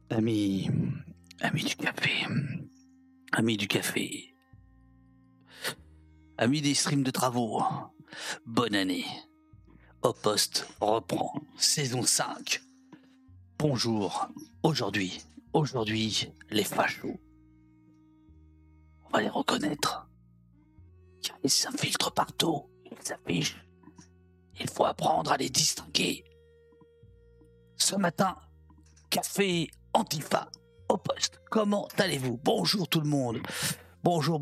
Amis, amis du café, amis des streams de travaux, bonne année. Au poste reprend, saison 5. Bonjour, aujourd'hui, les fachos. On va les reconnaître, car ils s'infiltrent partout, ils s'affichent. Il faut apprendre à les distinguer. Ce matin, café Antifa au poste. Comment allez-vous? Bonjour tout le monde. Bonjour.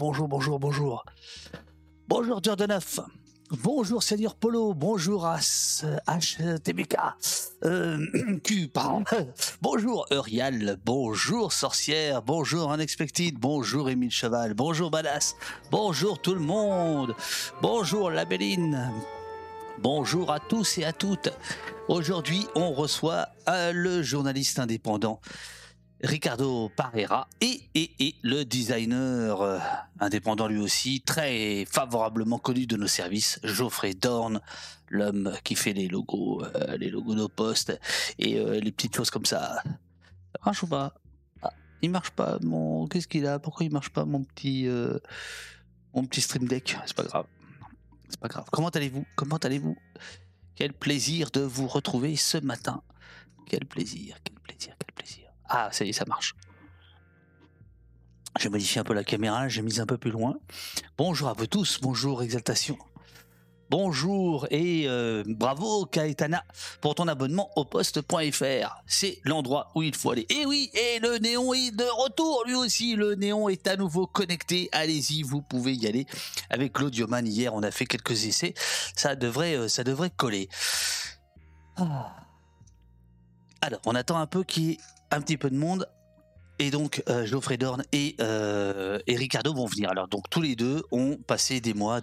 Bonjour Dur de Neuf. Bonjour Seigneur Polo. Bonjour HTBK. Q, pardon. Bonjour Eurial. Bonjour Sorcière. Bonjour Unexpected. Bonjour Émile Cheval. Bonjour Badass. Bonjour tout le monde. Bonjour Labelline. Bonjour à tous et à toutes. Aujourd'hui, on reçoit le journaliste indépendant Ricardo Parreira et le designer indépendant lui aussi, très favorablement connu de nos services, Geoffrey Dorn, l'homme qui fait les logos de poste et les petites choses comme ça. Ça marche ou pas? Il marche pas. Qu'est-ce qu'il a? Pourquoi il marche pas mon petit Stream Deck? C'est pas grave. Comment allez-vous? Quel plaisir de vous retrouver ce matin. Quel plaisir. Ah, ça y est, ça marche. J'ai modifié un peu la caméra, j'ai mis un peu plus loin. Bonjour à vous tous, bonjour Exaltation. Bonjour et bravo Kaetana pour ton abonnement au poste.fr. C'est l'endroit où il faut aller. Et oui, et le néon est de retour lui aussi. Le néon est à nouveau connecté. Allez-y, vous pouvez y aller. Avec l'Audioman hier, on a fait quelques essais. Ça devrait coller. Alors, on attend un peu qu'il y ait un petit peu de monde. Et donc, Geoffrey Dorn et Ricardo vont venir. Alors, donc, tous les deux ont passé des mois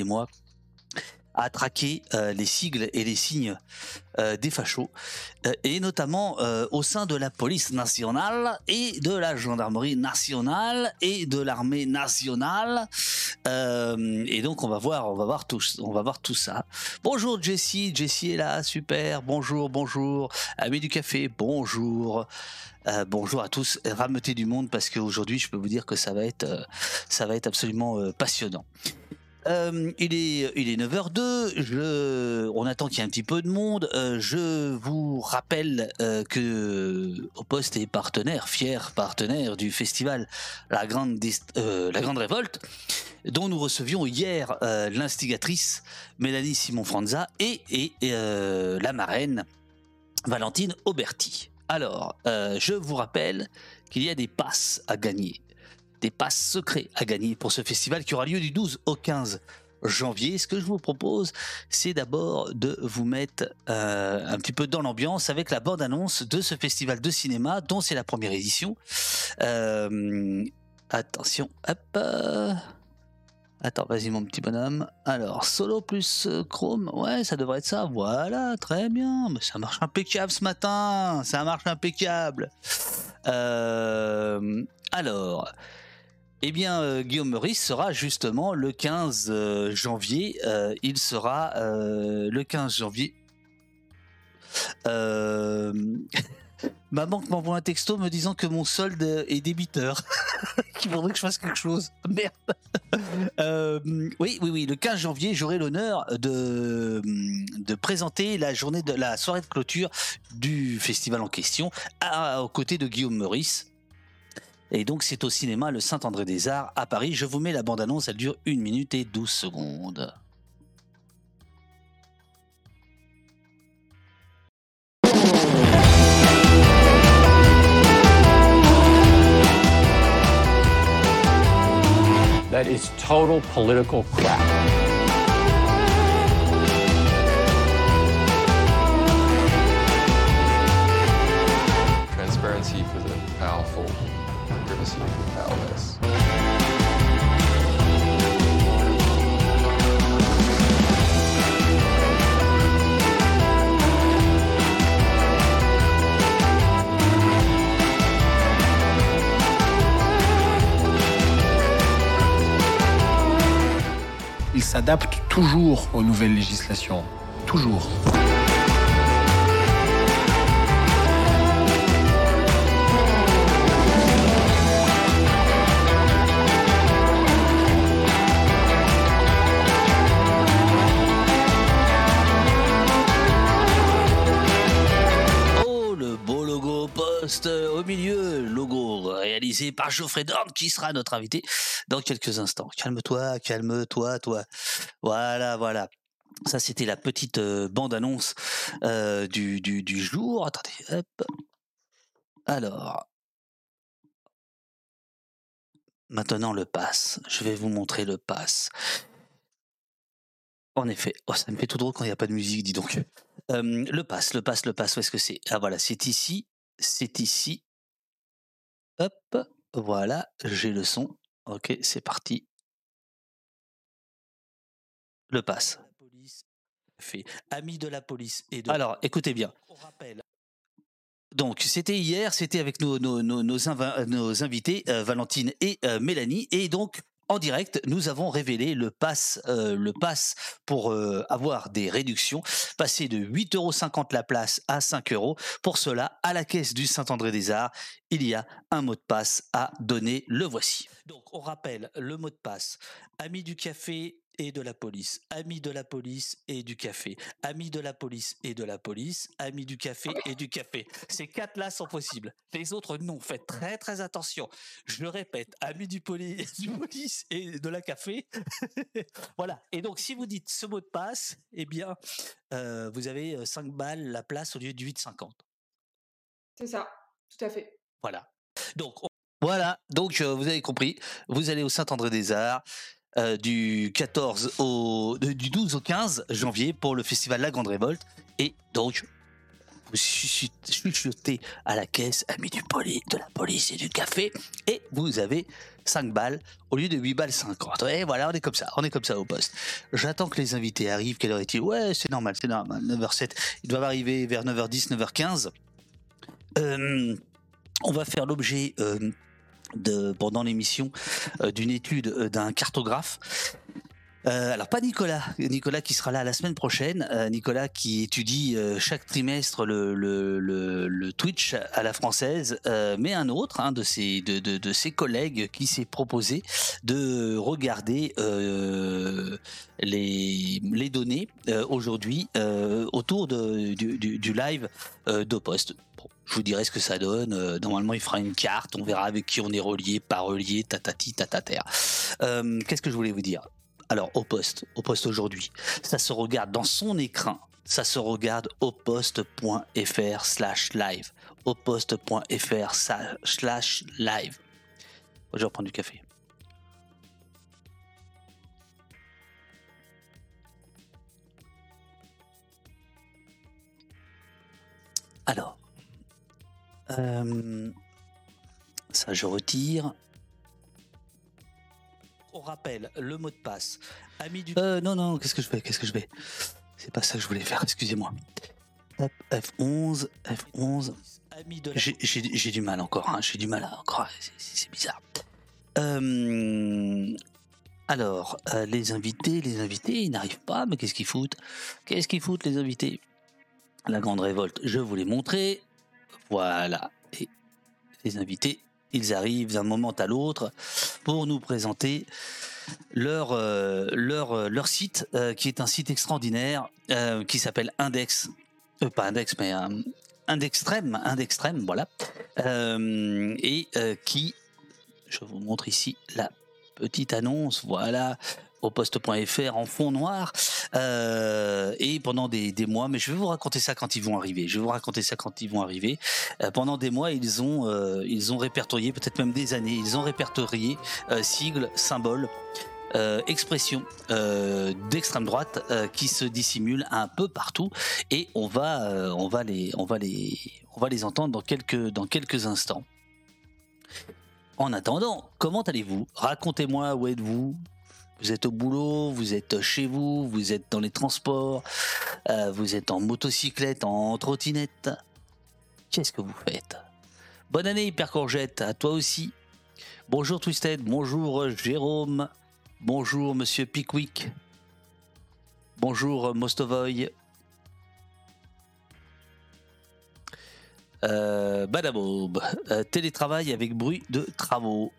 à traquer les sigles et les signes des fachos, et notamment au sein de la police nationale et de la gendarmerie nationale et de l'armée nationale. Et donc on va voir tout ça. Bonjour Jessie est là, super. Bonjour. Amis du café, bonjour. Bonjour à tous, rameuté du monde parce qu'aujourd'hui je peux vous dire que ça va être absolument passionnant. Il est 9h02, on attend qu'il y ait un petit peu de monde. Je vous rappelle que Au Poste est fier partenaire du festival La Grande Révolte, dont nous recevions hier l'instigatrice Mélanie Simon-Franza et la marraine Valentine Auberti. Alors, je vous rappelle qu'il y a des passes à gagner. Des passes secrets à gagner pour ce festival qui aura lieu du 12 au 15 janvier. Ce que je vous propose, c'est d'abord de vous mettre un petit peu dans l'ambiance avec la bande-annonce de ce festival de cinéma dont c'est la première édition. Attention, hop. Attends, vas-y mon petit bonhomme. Alors, solo plus Chrome, ouais, ça devrait être ça. Voilà, très bien. Mais ça marche impeccable ce matin. Alors... Eh bien, Guillaume Meurice sera justement le 15 janvier. Il sera le 15 janvier. Ma banque m'envoie un texto me disant que mon solde est débiteur. Qu'il faudrait que je fasse quelque chose. Merde. Oui, le 15 janvier, j'aurai l'honneur de présenter la soirée de clôture du festival en question aux côtés de Guillaume Meurice. Et donc c'est au cinéma le Saint-André-des-Arts à Paris. Je vous mets la bande-annonce, elle dure 1 minute et 12 secondes. That is total political crap. Transparency for the powerful. Privacy for the powerless. Il s'adapte toujours aux nouvelles législations. Toujours. poste au milieu, logo réalisé par Geoffrey Dorn qui sera notre invité dans quelques instants. Calme-toi, toi. Voilà. Ça, c'était la petite bande-annonce du jour. Attendez, hop. Alors, maintenant le pass. Je vais vous montrer le pass. En effet, ça me fait tout drôle quand il n'y a pas de musique, dis donc. Le pass, où est-ce que c'est? Ah voilà, c'est ici. Hop, voilà, j'ai le son. Ok, c'est parti. Le pass. Fait ami de la police et de... Alors, écoutez bien. On rappelle. Donc, c'était hier, c'était avec nos invités, Valentine et Mélanie. Et donc, en direct, nous avons révélé le pass pour avoir des réductions, passer de 8,50 € la place à 5 €. Pour cela, à la caisse du Saint-André-des-Arts, il y a un mot de passe à donner. Le voici. Donc, on rappelle le mot de passe. Ami du café et de la police, ami de la police et du café, ami de la police et de la police, ami du café et du café. Ces 4-là sont possibles. Les autres, non. Faites très très attention. Je le répète, ami du police et de la café. Voilà. Et donc, si vous dites ce mot de passe, eh bien, vous avez 5 balles la place au lieu de 8,50. C'est ça, tout à fait. Voilà. Donc, vous avez compris. Vous allez au Saint-André-des-Arts. Du 12 au 15 janvier pour le festival La Grande Révolte, et donc vous chuchotez à la caisse ami de la police et du café, et vous avez 5 balles au lieu de 8 balles 50. Et voilà, on est comme ça au poste. J'attends que les invités arrivent. Quelle heure est-il? Ouais, c'est normal, 9h07. Ils doivent arriver vers 9h10, 9h15. On va faire l'objet pendant l'émission d'une étude d'un cartographe. Alors pas Nicolas qui sera là la semaine prochaine, Nicolas qui étudie chaque trimestre le Twitch à la française, mais un autre de ses collègues qui s'est proposé de regarder les données aujourd'hui autour du live d'Opost. Bon, je vous dirai ce que ça donne. Normalement, il fera une carte, on verra avec qui on est relié, pas relié, tatati, tatater. Qu'est-ce que je voulais vous dire? Alors, au poste aujourd'hui, ça se regarde dans son écran, ça se regarde au poste.fr/live. Au poste.fr/live. Je vais reprendre du café. Alors, ça je retire. On rappelle le mot de passe. Ami du... Non, qu'est-ce que je fais? C'est pas ça que je voulais faire, excusez-moi. Hop, F11. J'ai du mal encore, c'est bizarre. Alors, les invités, ils n'arrivent pas, mais qu'est-ce qu'ils foutent les invités? La Grande Révolte, je vous l'ai montré. Voilà. Et les invités, ils arrivent d'un moment à l'autre pour nous présenter leur site, qui est un site extraordinaire, qui s'appelle Index. Pas Index, mais Indextreme, voilà. Et qui, je vous montre ici la petite annonce, voilà, au poste.fr en fond noir, et pendant des mois, mais je vais vous raconter ça quand ils vont arriver. Pendant des mois, ils ont répertorié, peut-être même des années, ils ont répertorié sigles, symboles, expressions d'extrême droite qui se dissimulent un peu partout, et on va les entendre dans quelques instants. En attendant, comment allez-vous? Racontez-moi, où êtes-vous? Vous êtes au boulot, vous êtes chez vous, vous êtes dans les transports, vous êtes en motocyclette, en trottinette. Qu'est-ce que vous faites? Bonne année, Hyper Courgette, à toi aussi. Bonjour Twisted, bonjour Jérôme, bonjour Monsieur Pickwick, bonjour Mostovoy. Badabob, télétravail avec bruit de travaux.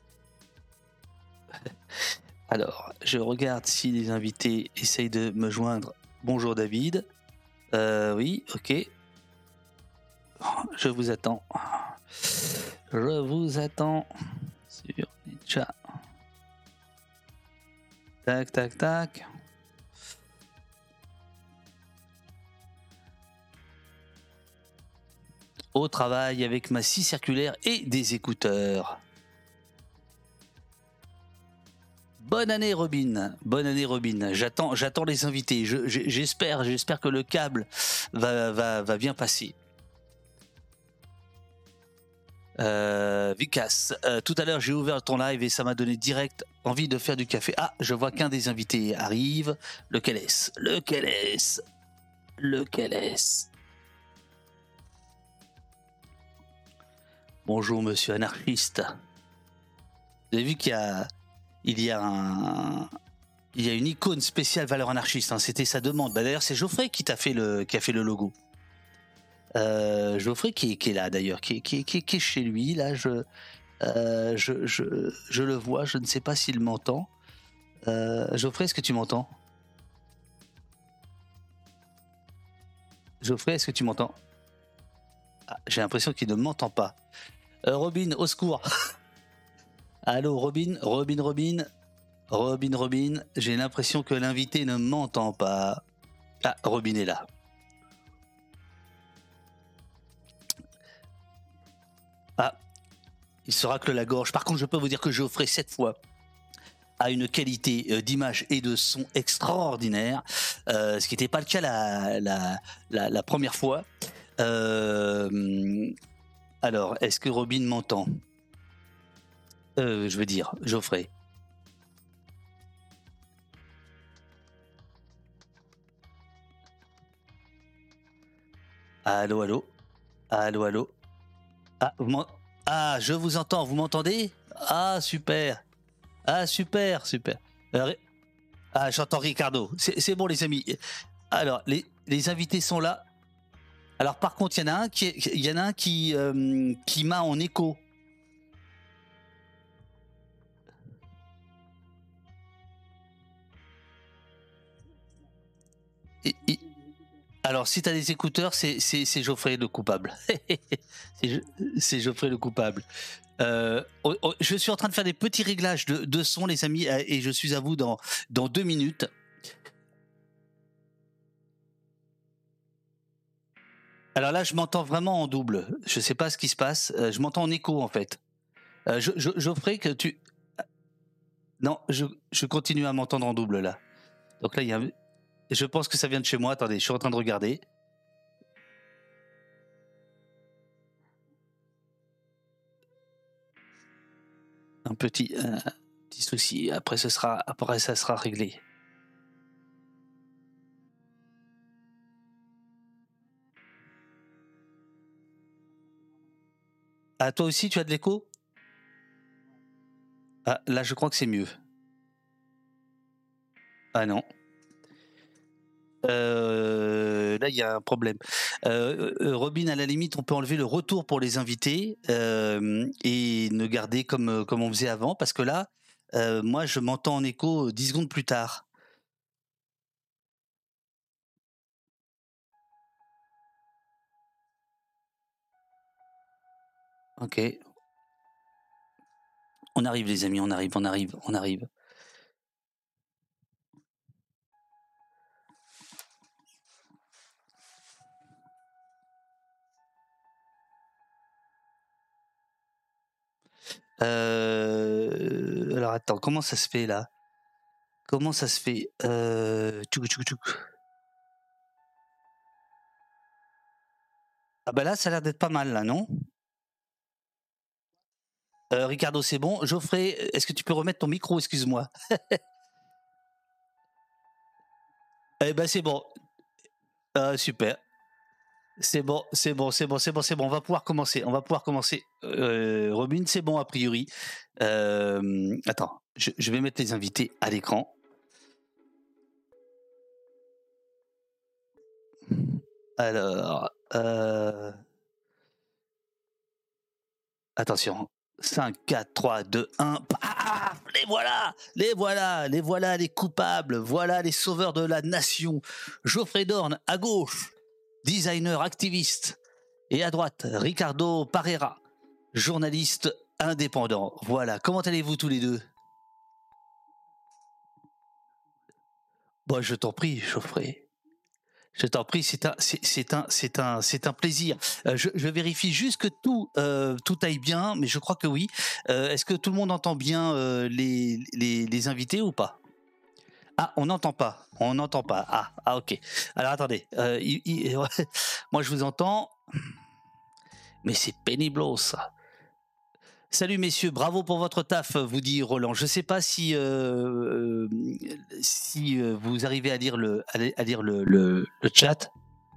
Alors, je regarde si les invités essayent de me joindre. Bonjour David. Oui, ok. Je vous attends. Je vous attends sur les chats. Tac, tac, tac. Au travail avec ma scie circulaire et des écouteurs. Bonne année Robin, bonne année Robin. J'attends les invités. J'espère que le câble va bien passer. Vicas, tout à l'heure j'ai ouvert ton live et ça m'a donné direct envie de faire du café. Ah, je vois qu'un des invités arrive. Lequel est-ce? Bonjour monsieur anarchiste. Vous avez vu qu'il y a une icône spéciale valeur anarchiste, hein. C'était sa demande. D'ailleurs c'est Geoffrey qui a fait le logo. Geoffrey qui est là d'ailleurs, qui est chez lui là. Je le vois, je ne sais pas s'il m'entend. Geoffrey, est-ce que tu m'entends? Geoffrey, est-ce que tu m'entends? Ah, j'ai l'impression qu'il ne m'entend pas. Robin, au secours. Allô, Robin. J'ai l'impression que l'invité ne m'entend pas. Ah, Robin est là. Ah, il se racle la gorge. Par contre, je peux vous dire que Geoffrey, cette fois, a une qualité d'image et de son extraordinaire, ce qui n'était pas le cas la première fois. Alors, est-ce que Robin m'entend? Je veux dire, Geoffrey. Allô. Ah, je vous entends, vous m'entendez? Ah, super. J'entends Ricardo. C'est bon, les amis. Alors, les invités sont là. Alors, par contre, il y en a un qui m'a en écho. Alors, si tu as des écouteurs, c'est Geoffrey le coupable. C'est Geoffrey le coupable. Je suis en train de faire des petits réglages de son, les amis, et je suis à vous dans 2 minutes. Alors là, je m'entends vraiment en double. Je sais pas ce qui se passe. Je m'entends en écho, en fait. Geoffrey, que tu... Non, je continue à m'entendre en double, là. Donc là, il y a... Je pense que ça vient de chez moi. Attendez, je suis en train de regarder. Un petit souci. Après, ça sera réglé. Ah, toi aussi, tu as de l'écho? Ah, là, je crois que c'est mieux. Ah non. Là, il y a un problème. Robin, à la limite, on peut enlever le retour pour les invités et ne garder comme on faisait avant, parce que là, moi, je m'entends en écho 10 secondes plus tard. Ok. On arrive, les amis, on arrive. Alors attends, comment ça se fait là? Comment ça se fait? Ah bah là, ça a l'air d'être pas mal là, non? Ricardo, c'est bon. Geoffrey, est-ce que tu peux remettre ton micro? Excuse-moi. Eh ben c'est bon. Super. C'est bon. On va pouvoir commencer. Robin, c'est bon a priori. Attends, je vais mettre les invités à l'écran. Alors, attention. 5, 4, 3, 2, 1. Paf, les voilà, les coupables. Voilà les sauveurs de la nation. Geoffrey Dorn à gauche, designer activiste. Et à droite, Ricardo Parera, journaliste indépendant. Voilà, comment allez-vous tous les deux? Bon, je t'en prie, Geoffrey. Je t'en prie, c'est un plaisir. Je vérifie juste que tout aille bien, mais je crois que oui. Est-ce que tout le monde entend bien les invités ou pas? Ah, on n'entend pas. On n'entend pas. Ah, ok. Alors attendez. Moi, je vous entends. Mais c'est pénible, ça. Salut messieurs, bravo pour votre taf, vous dit Roland. Je ne sais pas si vous arrivez à lire le chat.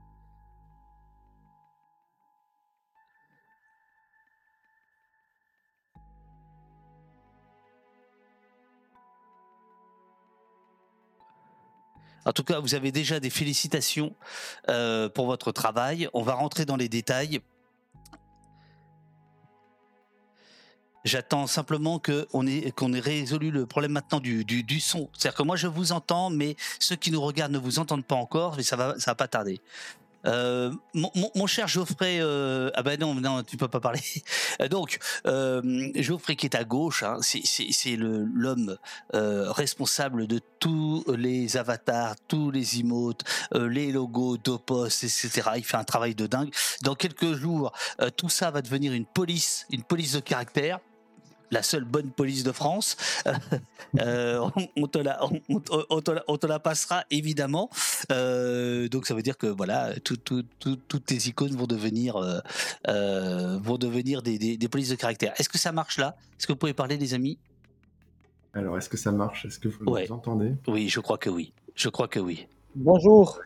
En tout cas, vous avez déjà des félicitations pour votre travail. On va rentrer dans les détails. J'attends simplement qu'on ait résolu le problème maintenant du son. C'est-à-dire que moi je vous entends, mais ceux qui nous regardent ne vous entendent pas encore, mais ça va pas tarder. Mon cher Geoffrey, ah ben non, tu peux pas parler. Donc, Geoffrey qui est à gauche, hein, c'est l'homme responsable de tous les avatars, tous les emotes, les logos d'Opost, etc. Il fait un travail de dingue. Dans quelques jours, tout ça va devenir une police de caractère. La seule bonne police de France. On te la passera évidemment. Donc ça veut dire que voilà, toutes tes icônes vont devenir des polices de caractère. Est-ce que ça marche là? Est-ce que vous pouvez parler, les amis? Alors, est-ce que ça marche? Est-ce que vous nous entendez? Oui, je crois que oui. Bonjour.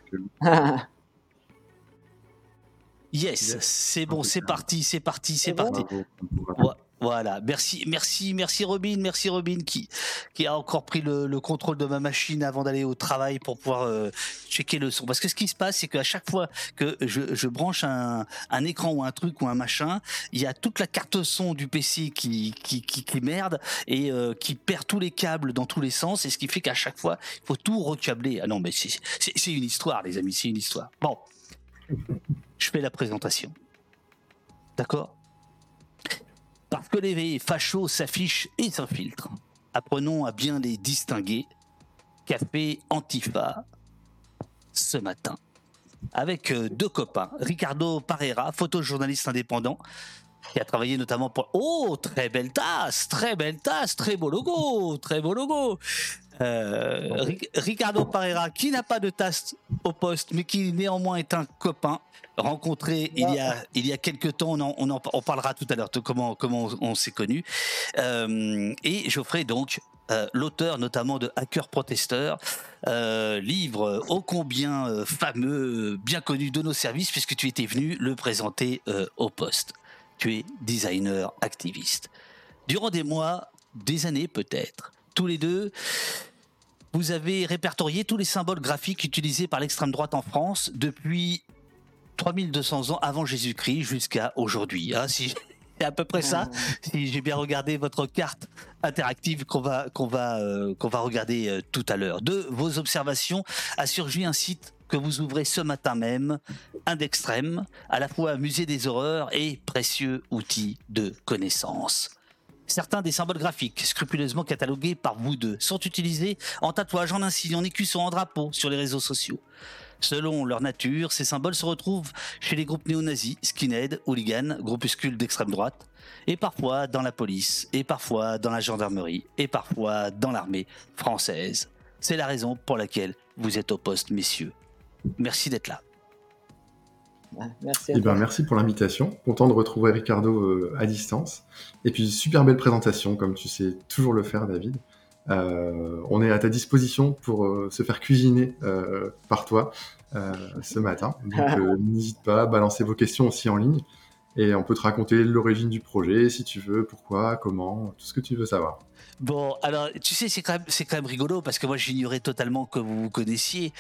Yes, c'est bon, c'est parti. Bravo. Voilà, merci Robin qui a encore pris le contrôle de ma machine avant d'aller au travail pour pouvoir checker le son. Parce que ce qui se passe, c'est qu'à chaque fois que je branche un écran ou un truc ou un machin, il y a toute la carte son du PC qui merde et qui perd tous les câbles dans tous les sens, et ce qui fait qu'à chaque fois, il faut tout recabler. Ah non, mais c'est une histoire, les amis, c'est une histoire. Bon, je fais la présentation. D'accord ? Parce que les fachos s'affichent et s'infiltrent. Apprenons à bien les distinguer. Café Antifa, ce matin, avec deux copains. Ricardo Parera, photojournaliste indépendant, qui a travaillé notamment pour... Oh, très belle tasse, très beau logo. Ricardo Parera, qui n'a pas de tasse au poste, mais qui néanmoins est un copain rencontré il y a quelques temps. On parlera tout à l'heure de comment on s'est connus. Et Geoffrey, donc, l'auteur notamment de Hacker Protesteur, livre ô combien fameux, bien connu de nos services, puisque tu étais venu le présenter au poste. Tu es designer activiste. Durant des mois, des années peut-être, tous les deux, vous avez répertorié tous les symboles graphiques utilisés par l'extrême droite en France depuis 3200 ans avant Jésus-Christ jusqu'à aujourd'hui. Hein, c'est à peu près ça, si j'ai bien regardé votre carte interactive qu'on va regarder tout à l'heure. De vos observations a surgi un site que vous ouvrez ce matin même, Indextrême, à la fois musée des horreurs et précieux outil de connaissance. Certains des symboles graphiques, scrupuleusement catalogués par vous deux, sont utilisés en tatouage, en insigne, en écusson, en drapeau sur les réseaux sociaux. Selon leur nature, ces symboles se retrouvent chez les groupes néo-nazis, skinheads, hooligans, groupuscules d'extrême droite, et parfois dans la police, et parfois dans la gendarmerie, et parfois dans l'armée française. C'est la raison pour laquelle vous êtes au poste, messieurs. Merci d'être là. Merci. Merci pour l'invitation. Content de retrouver Ricardo à distance. Et puis, super belle présentation, comme tu sais toujours le faire, David. On est à ta disposition pour se faire cuisiner par toi ce matin. Donc, n'hésite pas à balancer vos questions aussi en ligne. Et on peut te raconter l'origine du projet, si tu veux, pourquoi, comment, tout ce que tu veux savoir. Bon, alors, tu sais, c'est quand même rigolo parce que moi, j'ignorais totalement que vous vous connaissiez.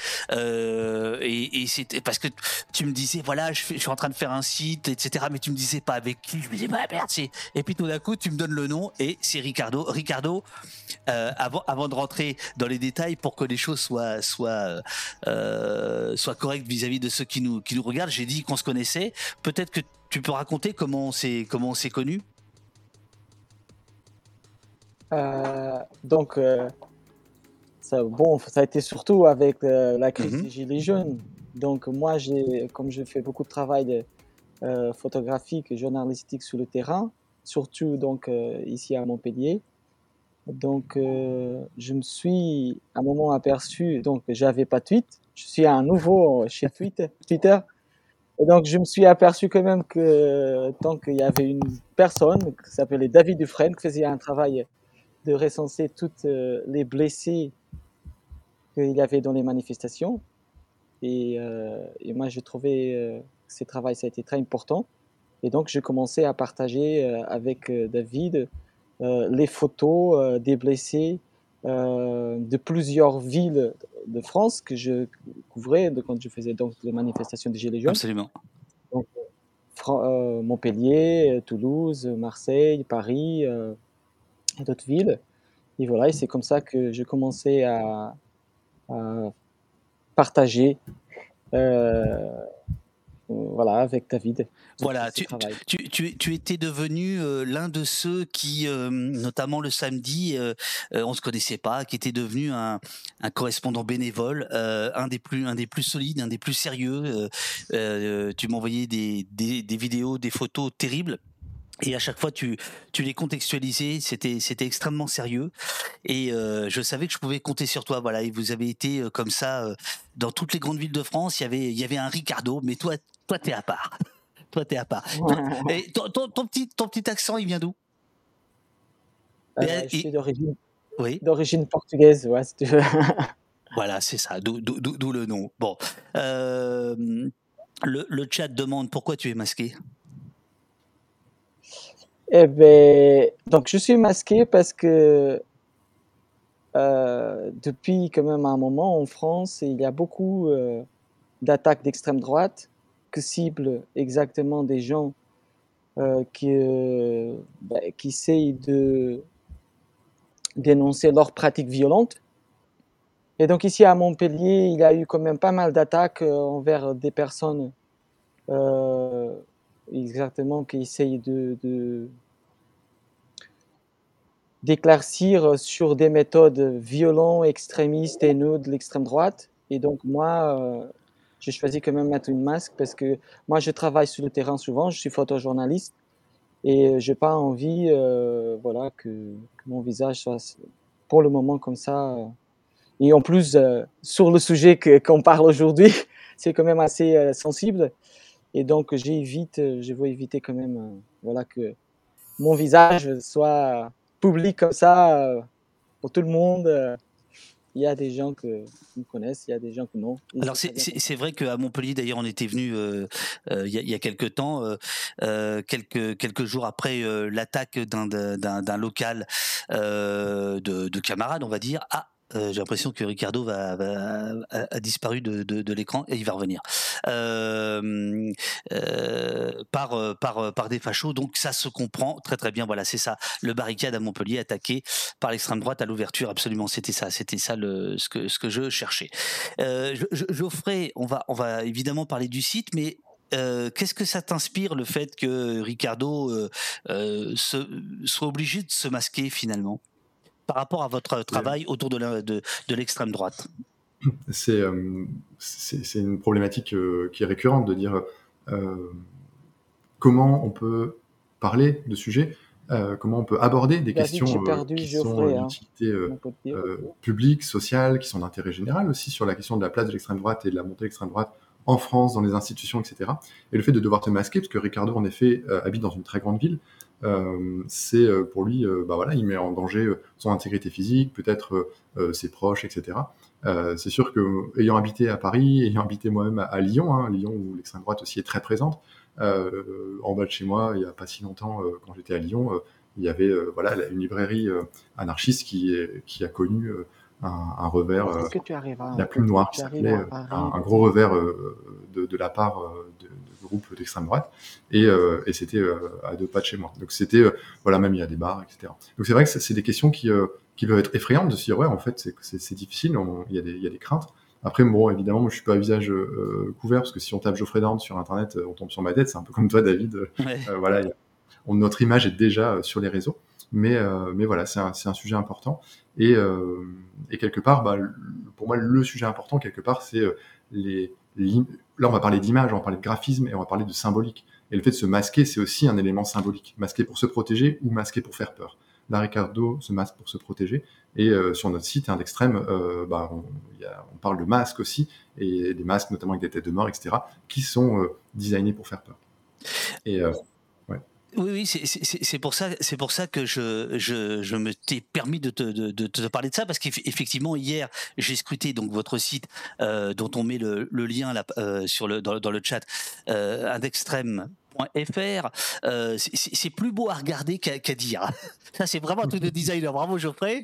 Et c'était parce que tu me disais, voilà, je suis en train de faire un site, etc. Mais tu me disais pas avec qui. Je me disais, bah merde, et puis tout d'un coup, tu me donnes le nom et c'est Ricardo. Ricardo, avant de rentrer dans les détails pour que les choses soient correctes vis-à-vis de ceux qui nous regardent, j'ai dit qu'on se connaissait. Peut-être que tu peux raconter comment on s'est connus? Donc, ça a été surtout avec la crise Mhm. des Gilets jaunes. Donc, moi, comme je fais beaucoup de travail photographique et journalistique sur le terrain, surtout donc, ici à Montpellier. Donc, je me suis à un moment aperçu, donc j'avais pas Tweet, je suis à nouveau chez Twitter, et donc je me suis aperçu quand même que tant qu'il y avait une personne qui s'appelait David Dufresne qui faisait un travail de recenser toutes les blessés qu'il y avait dans les manifestations. Et moi, j'ai trouvé que ce travail, ça a été très important. Et donc, j'ai commencé à partager avec David les photos des blessés de plusieurs villes de France que je couvrais quand je faisais donc les manifestations des Gilets jaunes. Absolument. Donc, Montpellier, Toulouse, Marseille, Paris et d'autres villes. Et voilà, et c'est comme ça que j'ai commencé à partager euh, voilà, avec David tout Voilà, ce travail. tu étais devenu l'un de ceux qui, notamment le samedi, on se connaissait pas, qui était devenu un correspondant bénévole, un des plus solides, un des plus sérieux. Tu m'envoyais des vidéos, des photos terribles. Et à chaque fois, tu les contextualisais, c'était extrêmement sérieux. Et je savais que je pouvais compter sur toi. Voilà, et vous avez été comme ça dans toutes les grandes villes de France. Il y avait un Ricardo, mais toi, t'es à part. Toi, t'es à part. Et ton petit accent, il vient d'où? Je suis Oui, d'origine portugaise, ouais, si tu veux. voilà, c'est ça. D'où le nom. Bon, euh, le chat demande pourquoi tu es masqué. Eh ben, donc je suis masqué parce que depuis quand même un moment en France, il y a beaucoup d'attaques d'extrême droite qui ciblent exactement des gens qui essayent de dénoncer leurs pratiques violentes. Et donc ici à Montpellier, il y a eu quand même pas mal d'attaques envers des personnes euh, exactement qui essayent d'éclaircir sur des méthodes violentes, extrémistes, haineux de l'extrême droite. Et donc moi, j'ai choisi quand même de mettre une masque parce que moi, je travaille sur le terrain souvent, je suis photojournaliste et j'ai pas envie voilà, que mon visage soit pour le moment comme ça. Et en plus, sur le sujet qu'on parle aujourd'hui, c'est quand même assez sensible. Et donc, je veux éviter quand même voilà, que mon visage soit public comme ça pour tout le monde. Il y a des gens qui me connaissent, il y a des gens qui non. Et Alors c'est très bien comme ça. c'est vrai qu'à Montpellier d'ailleurs on était venu il y a quelques temps, quelques jours après l'attaque d'un local de camarades on va dire. Ah, j'ai l'impression que Ricardo a disparu de l'écran et il va revenir par des fachos, donc ça se comprend très très bien. Voilà, c'est ça, le barricade à Montpellier attaqué par l'extrême droite à l'ouverture. Absolument, c'était ça ce que je cherchais. Geoffrey, on va évidemment parler du site, mais qu'est-ce que ça t'inspire le fait que Ricardo soit obligé de se masquer finalement par rapport à votre travail autour de l'extrême droite? C'est une problématique qui est récurrente de dire comment on peut parler de sujets, comment on peut aborder des David, j'ai questions perdu qui sont Geoffrey, hein, d'utilité mon côté. publique, sociale, qui sont d'intérêt général aussi sur la question de la place de l'extrême droite et de la montée de l'extrême droite en France, dans les institutions, etc. Et le fait de devoir te masquer, parce que Ricardo, en effet, habite dans une très grande ville, c'est pour lui, bah voilà, il met en danger son intégrité physique, peut-être ses proches, etc. C'est sûr que, ayant habité à Paris, ayant habité moi-même à Lyon, hein, Lyon où l'extrême droite aussi est très présente, en bas de chez moi, il n'y a pas si longtemps, quand j'étais à Lyon, il y avait voilà, une librairie anarchiste qui a connu un revers, Est-ce que tu arrives à la plume noire, qui tu arrives s'appelait à un réécouter? gros revers de la part de groupes d'extrême droite, et c'était à 2 pas de chez moi. Donc c'était, voilà, même il y a des bars, etc. Donc c'est vrai que c'est des questions qui peuvent être effrayantes, de se dire, ouais, en fait, c'est difficile, il y a des craintes. Après, bon, évidemment, moi, je suis pas à visage couvert, parce que si on tape Geoffrey Dorn sur Internet, on tombe sur ma tête. C'est un peu comme toi, David. Ouais. Voilà, notre image est déjà sur les réseaux. mais voilà, c'est un sujet important. Et quelque part, pour moi, le sujet important, quelque part, c'est là, on va parler d'image, on va parler de graphisme et on va parler de symbolique. Et le fait de se masquer, c'est aussi un élément symbolique. Masquer pour se protéger ou masquer pour faire peur. Là, Ricardo se masque pour se protéger. Et sur notre site, d'Extrême, on parle de masques aussi, et des masques notamment avec des têtes de mort, etc., qui sont designés pour faire peur. Et Oui, c'est pour ça que je me t'ai permis de te parler de ça, parce qu'effectivement hier j'ai scruté donc votre site dont on met le lien là dans le chat, indextreme.fr. C'est plus beau à regarder qu'à dire. Ça, c'est vraiment un truc de designer. Bravo Geoffrey.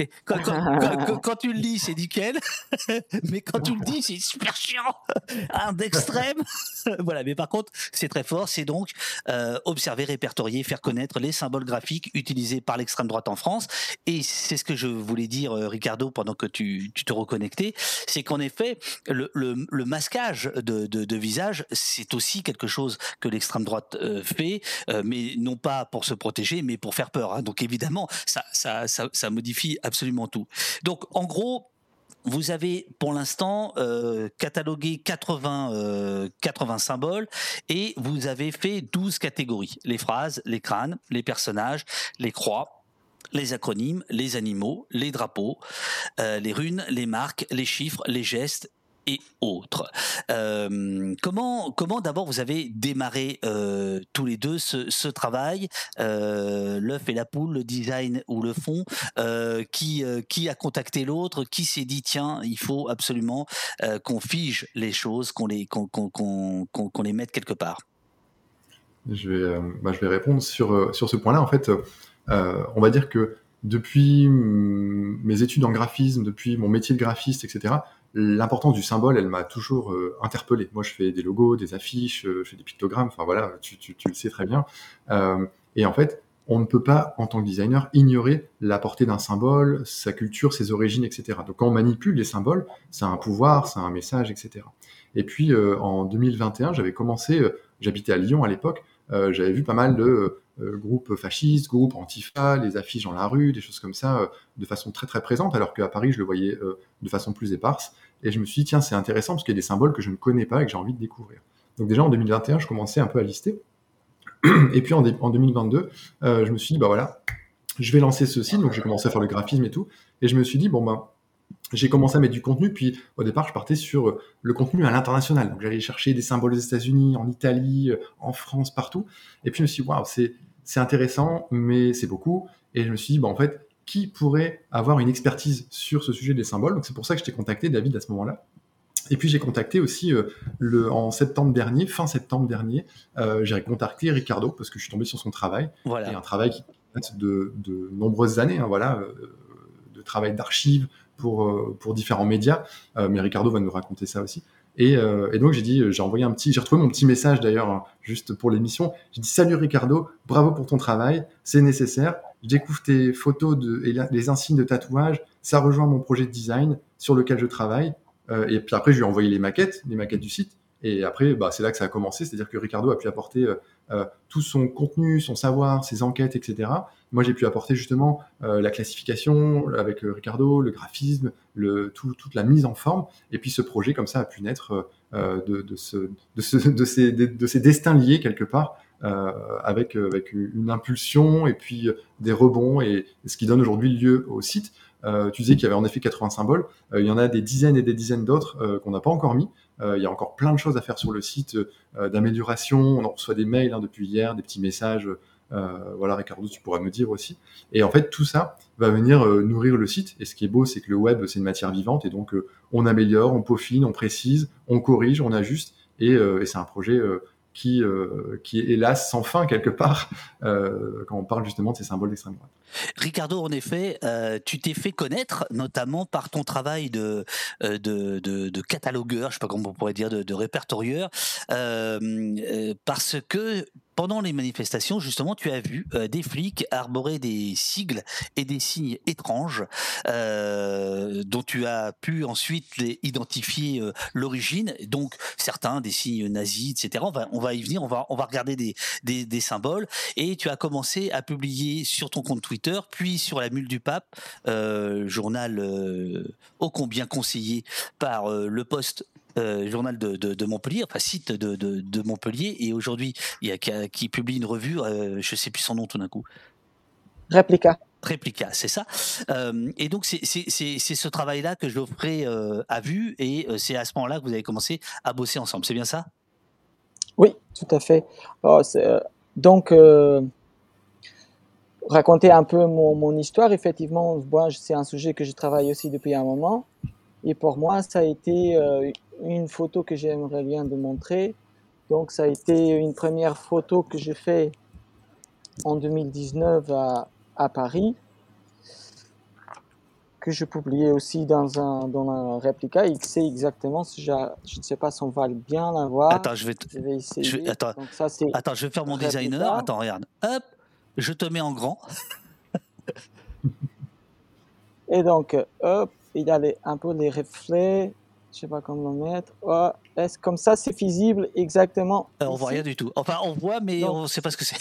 Quand tu le lis, c'est nickel, mais quand tu le dis, c'est super chiant. Indextreme. Voilà, mais par contre, c'est très fort. C'est donc observer, répertorier, faire connaître les symboles graphiques utilisés par l'extrême droite en France. Et c'est ce que je voulais dire, Ricardo, pendant que tu te reconnectais, c'est qu'en effet, le masquage de visage, c'est aussi quelque chose que l'extrême droite fait, mais non pas pour se protéger, mais pour faire peur. Hein. Donc évidemment, ça modifie absolument tout. Donc en gros, vous avez pour l'instant catalogué 80 symboles et vous avez fait 12 catégories. Les phrases, les crânes, les personnages, les croix, les acronymes, les animaux, les drapeaux, les runes, les marques, les chiffres, les gestes et autres. Comment d'abord vous avez démarré tous les deux ce travail, l'œuf et la poule, le design ou le fond, qui a contacté l'autre, qui s'est dit tiens, il faut absolument qu'on fige les choses, qu'on les mette quelque part. Je vais répondre sur ce point-là. En fait, on va dire que depuis mes études en graphisme, depuis mon métier de graphiste, etc., l'importance du symbole, elle m'a toujours interpellé. Moi, je fais des logos, des affiches, je fais des pictogrammes, enfin voilà, tu le sais très bien. Et en fait, on ne peut pas, en tant que designer, ignorer la portée d'un symbole, sa culture, ses origines, etc. Donc quand on manipule les symboles, ça a un pouvoir, ça a un message, etc. Et puis en 2021, j'avais commencé, j'habitais à Lyon à l'époque, j'avais vu pas mal de groupes fascistes, groupes antifa, les affiches dans la rue, des choses comme ça, de façon très très présente, alors qu'à Paris, je le voyais de façon plus éparse. Et je me suis dit, tiens, c'est intéressant parce qu'il y a des symboles que je ne connais pas et que j'ai envie de découvrir. Donc déjà, en 2021, je commençais un peu à lister. Et puis en 2022, je me suis dit, bah voilà, je vais lancer ce site. Donc j'ai commencé à faire le graphisme et tout. Et je me suis dit, j'ai commencé à mettre du contenu, puis au départ, je partais sur le contenu à l'international. Donc j'allais chercher des symboles aux États-Unis, en Italie, en France, partout. Et puis je me suis dit, waouh, c'est intéressant, mais c'est beaucoup. Et je me suis dit, en fait, qui pourrait avoir une expertise sur ce sujet des symboles? Donc c'est pour ça que je t'ai contacté, David, à ce moment-là. Et puis j'ai contacté aussi en septembre dernier, fin septembre dernier, j'ai contacté Ricardo parce que je suis tombé sur son travail. Voilà. Et un travail qui date de nombreuses années, de travail d'archives pour différents médias. Mais Ricardo va nous raconter ça aussi. Et donc j'ai retrouvé mon petit message d'ailleurs, hein, juste pour l'émission. J'ai dit salut Ricardo, bravo pour ton travail, c'est nécessaire. Je découvre tes photos et les insignes de tatouage, ça rejoint mon projet de design sur lequel je travaille. Et puis après, je lui ai envoyé les maquettes du site. Et après, c'est là que ça a commencé. C'est-à-dire que Ricardo a pu apporter tout son contenu, son savoir, ses enquêtes, etc. Moi, j'ai pu apporter justement la classification avec Ricardo, le graphisme, toute la mise en forme. Et puis ce projet, comme ça, a pu naître de ces destins liés quelque part, avec une impulsion et puis des rebonds, et ce qui donne aujourd'hui lieu au site. Tu disais qu'il y avait en effet 80 symboles. Il y en a des dizaines et des dizaines d'autres qu'on n'a pas encore mis. Il y a encore plein de choses à faire sur le site, d'amélioration. On en reçoit des mails depuis hier, des petits messages. Voilà, Ricardo, tu pourras me dire aussi. Et en fait, tout ça va venir nourrir le site. Et ce qui est beau, c'est que le web, c'est une matière vivante. Et donc, on améliore, on peaufine, on précise, on corrige, on ajuste. Et c'est un projet qui est hélas sans fin quelque part quand on parle justement de ces symboles d'extrême droite. Ricardo, en effet, tu t'es fait connaître notamment par ton travail de catalogueur, je ne sais pas comment on pourrait dire, de répertorieur, parce que pendant les manifestations, justement, tu as vu des flics arborer des sigles et des signes étranges dont tu as pu ensuite identifier l'origine. Donc, certains des signes nazis, etc. On va y venir, on va regarder des symboles. Et tu as commencé à publier sur ton compte Twitter, puis sur la Mule du Pape, journal ô combien conseillé par le Poste. Journal de Montpellier, enfin site de Montpellier, et aujourd'hui il y a qui publie une revue, je sais plus son nom tout d'un coup. Réplica. Réplica, c'est ça. Et donc c'est ce travail-là que Geoffrey a vu, et c'est à ce moment-là que vous avez commencé à bosser ensemble. C'est bien ça? Oui, tout à fait. Donc, raconter un peu mon histoire, effectivement, moi, c'est un sujet que je travaille aussi depuis un moment. Et pour moi, ça a été une photo que j'aimerais bien de montrer. Donc, ça a été une première photo que j'ai faite en 2019 à Paris, que je publiais aussi dans la réplica. Il sait exactement, je ne sais pas si on va bien la voir. Attends, je vais essayer. Donc ça, je vais faire mon réplica. designer. Attends, regarde. Hop, je te mets en grand. Et donc, hop, il y a un peu les reflets. Je sais pas comment le mettre. Est-ce comme ça, c'est visible exactement? On voit rien du tout. Enfin, on voit, mais donc, on ne sait pas ce que c'est.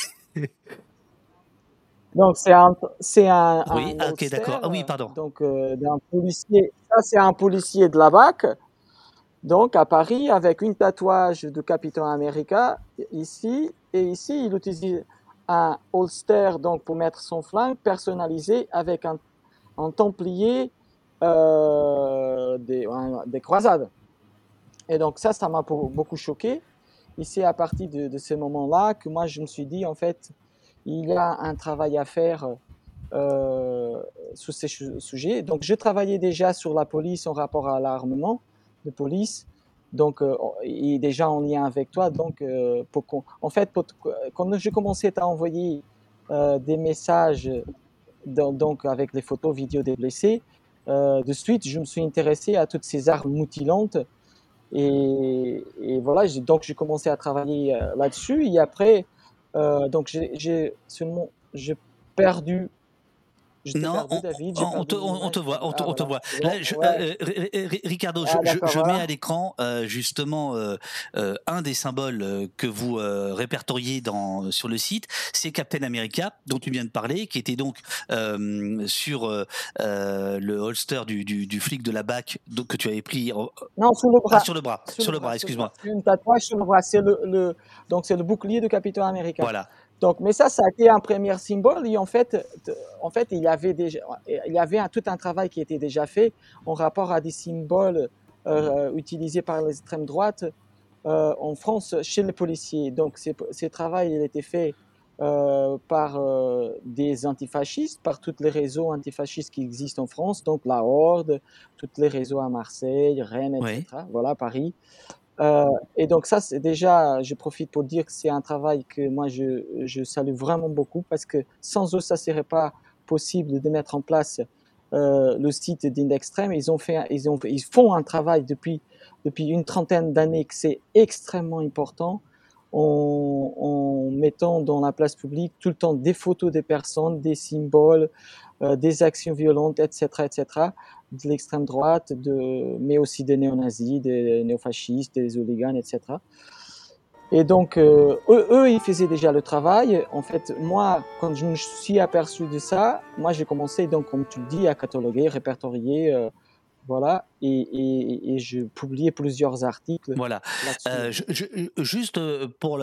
Donc, c'est un oui, ok, d'accord. Ah oui, pardon. Donc, d'un policier. Ça, c'est un policier de la BAC. Donc, à Paris, avec une tatouage de Capitaine America, ici. Et ici, il utilise un holster donc, pour mettre son flingue personnalisé avec un templier des croisades. Et donc, ça m'a beaucoup choqué. Et c'est à partir de ce moment-là que moi, je me suis dit, en fait, il y a un travail à faire sur ces sujets. Donc, je travaillais déjà sur la police en rapport à l'armement de police, donc, et déjà en lien avec toi. Donc, quand j'ai commencé à envoyer des messages donc avec les photos, vidéos des blessés, de suite, je me suis intéressé à toutes ces armes mutilantes. Et voilà, donc j'ai commencé à travailler là-dessus. Et après, donc j'ai perdu. Non, David. On te voit, on te voit. Là, Ricardo, Ah, je voilà. mets à l'écran justement un des symboles que vous répertoriez sur le site, c'est Captain America, dont tu viens de parler, qui était donc sur le holster du flic de la BAC que tu avais pris. Non, sur le bras. Ah, sur le bras, sur le bras, excuse-moi. C'est une tatouage sur le bras, donc c'est le bouclier de Capitaine America. Voilà. Donc, mais ça a été un premier symbole. Et en fait, il y avait tout un travail qui était déjà fait en rapport à des symboles utilisés par l'extrême droite en France chez les policiers. Donc, ce travail il a été fait par des antifascistes, par tous les réseaux antifascistes qui existent en France, donc la Horde, tous les réseaux à Marseille, Rennes, etc. Oui. Voilà, Paris. Et donc ça, c'est déjà, je profite pour dire que c'est un travail que moi, je salue vraiment beaucoup parce que sans eux, ça ne serait pas possible de mettre en place le site d'Indextreme. Ils font un travail depuis une trentaine d'années que c'est extrêmement important en mettant dans la place publique tout le temps des photos des personnes, des symboles, des actions violentes, etc., de l'extrême droite, mais aussi des néo-nazis, des néofascistes, des hooligans, etc. Et donc, eux, ils faisaient déjà le travail. En fait, moi, quand je me suis aperçu de ça, moi, j'ai commencé, donc, comme tu le dis, à cataloguer, répertorier, voilà, et je publiais plusieurs articles. Voilà. Juste pour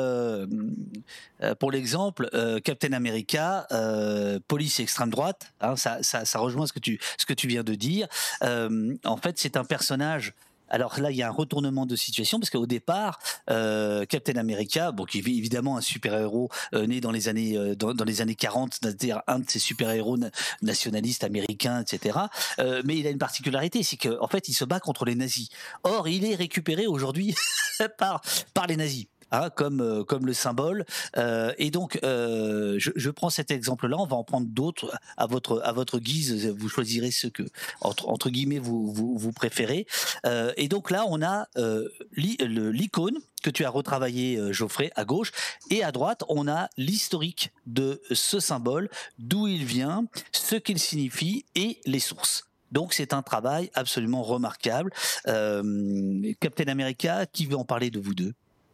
l'exemple, Captain America, police extrême droite, hein, ça rejoint ce que tu viens de dire. En fait, c'est un personnage. Alors là, il y a un retournement de situation parce qu'au départ, Captain America, bon, qui est évidemment un super-héros né dans les années 40, c'est-à-dire un de ces super-héros nationalistes américains, etc. Mais il a une particularité, c'est qu'en fait, il se bat contre les nazis. Or, il est récupéré aujourd'hui par les nazis. comme le symbole. Et donc, je prends cet exemple-là, on va en prendre d'autres à votre guise, vous choisirez ce que, entre guillemets, vous préférez. Et donc là, on a l'icône que tu as retravaillé, Geoffrey, à gauche, et à droite, on a l'historique de ce symbole, d'où il vient, ce qu'il signifie et les sources. Donc c'est un travail absolument remarquable. Captain America, qui veut en parler de vous deux?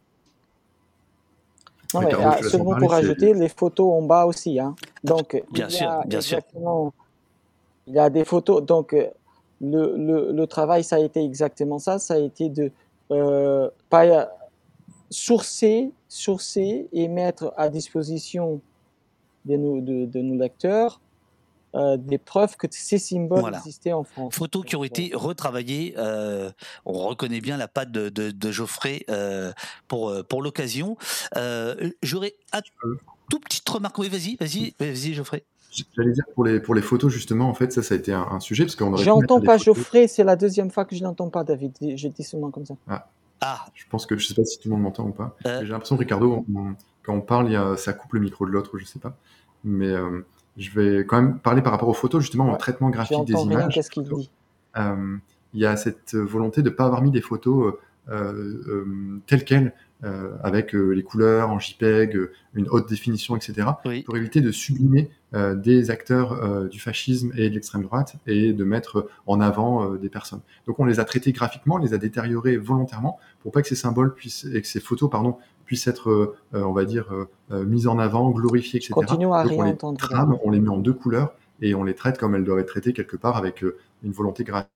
Non, mais Ricardo, je te laisse en seulement parler, pour ajouter les photos en bas aussi. Hein. Donc, Bien sûr. il y a des photos. Donc, le travail, ça a été exactement ça. Ça a été de pas sourcer et mettre à disposition de nos lecteurs des preuves que ces symboles existaient en France. Photos qui ont été retravaillées. On reconnaît bien la patte de Geoffrey pour l'occasion. J'aurais une toute petite remarque. Oui, vas-y, Geoffrey. J'allais dire pour les photos, justement, en fait, ça a été un sujet, parce qu'on aurait pu J'entends mettre pas des photos. Geoffrey, c'est la deuxième fois que je n'entends pas David. Je dis son nom comme ça. Je pense que, je sais pas si tout le monde m'entend ou pas. J'ai l'impression, Ricardo, quand on parle, ça coupe le micro de l'autre, je sais pas. Mais je vais quand même parler par rapport aux photos, justement, au traitement graphique des images. Rien, qu'est-ce qu'il dit. Il y a cette volonté de ne pas avoir mis des photos telles quelles, avec les couleurs en JPEG, une haute définition, etc., pour éviter de sublimer des acteurs du fascisme et de l'extrême droite et de mettre en avant des personnes. Donc on les a traités graphiquement, on les a détériorés volontairement pour pas que ces symboles et que ces photos, puissent être, on va dire, mises en avant, glorifiées, etc. Continue à Donc rien on les entendre. trame, on les met en 2 couleurs et on les traite comme elles doivent être traitées quelque part, avec une volonté graphique.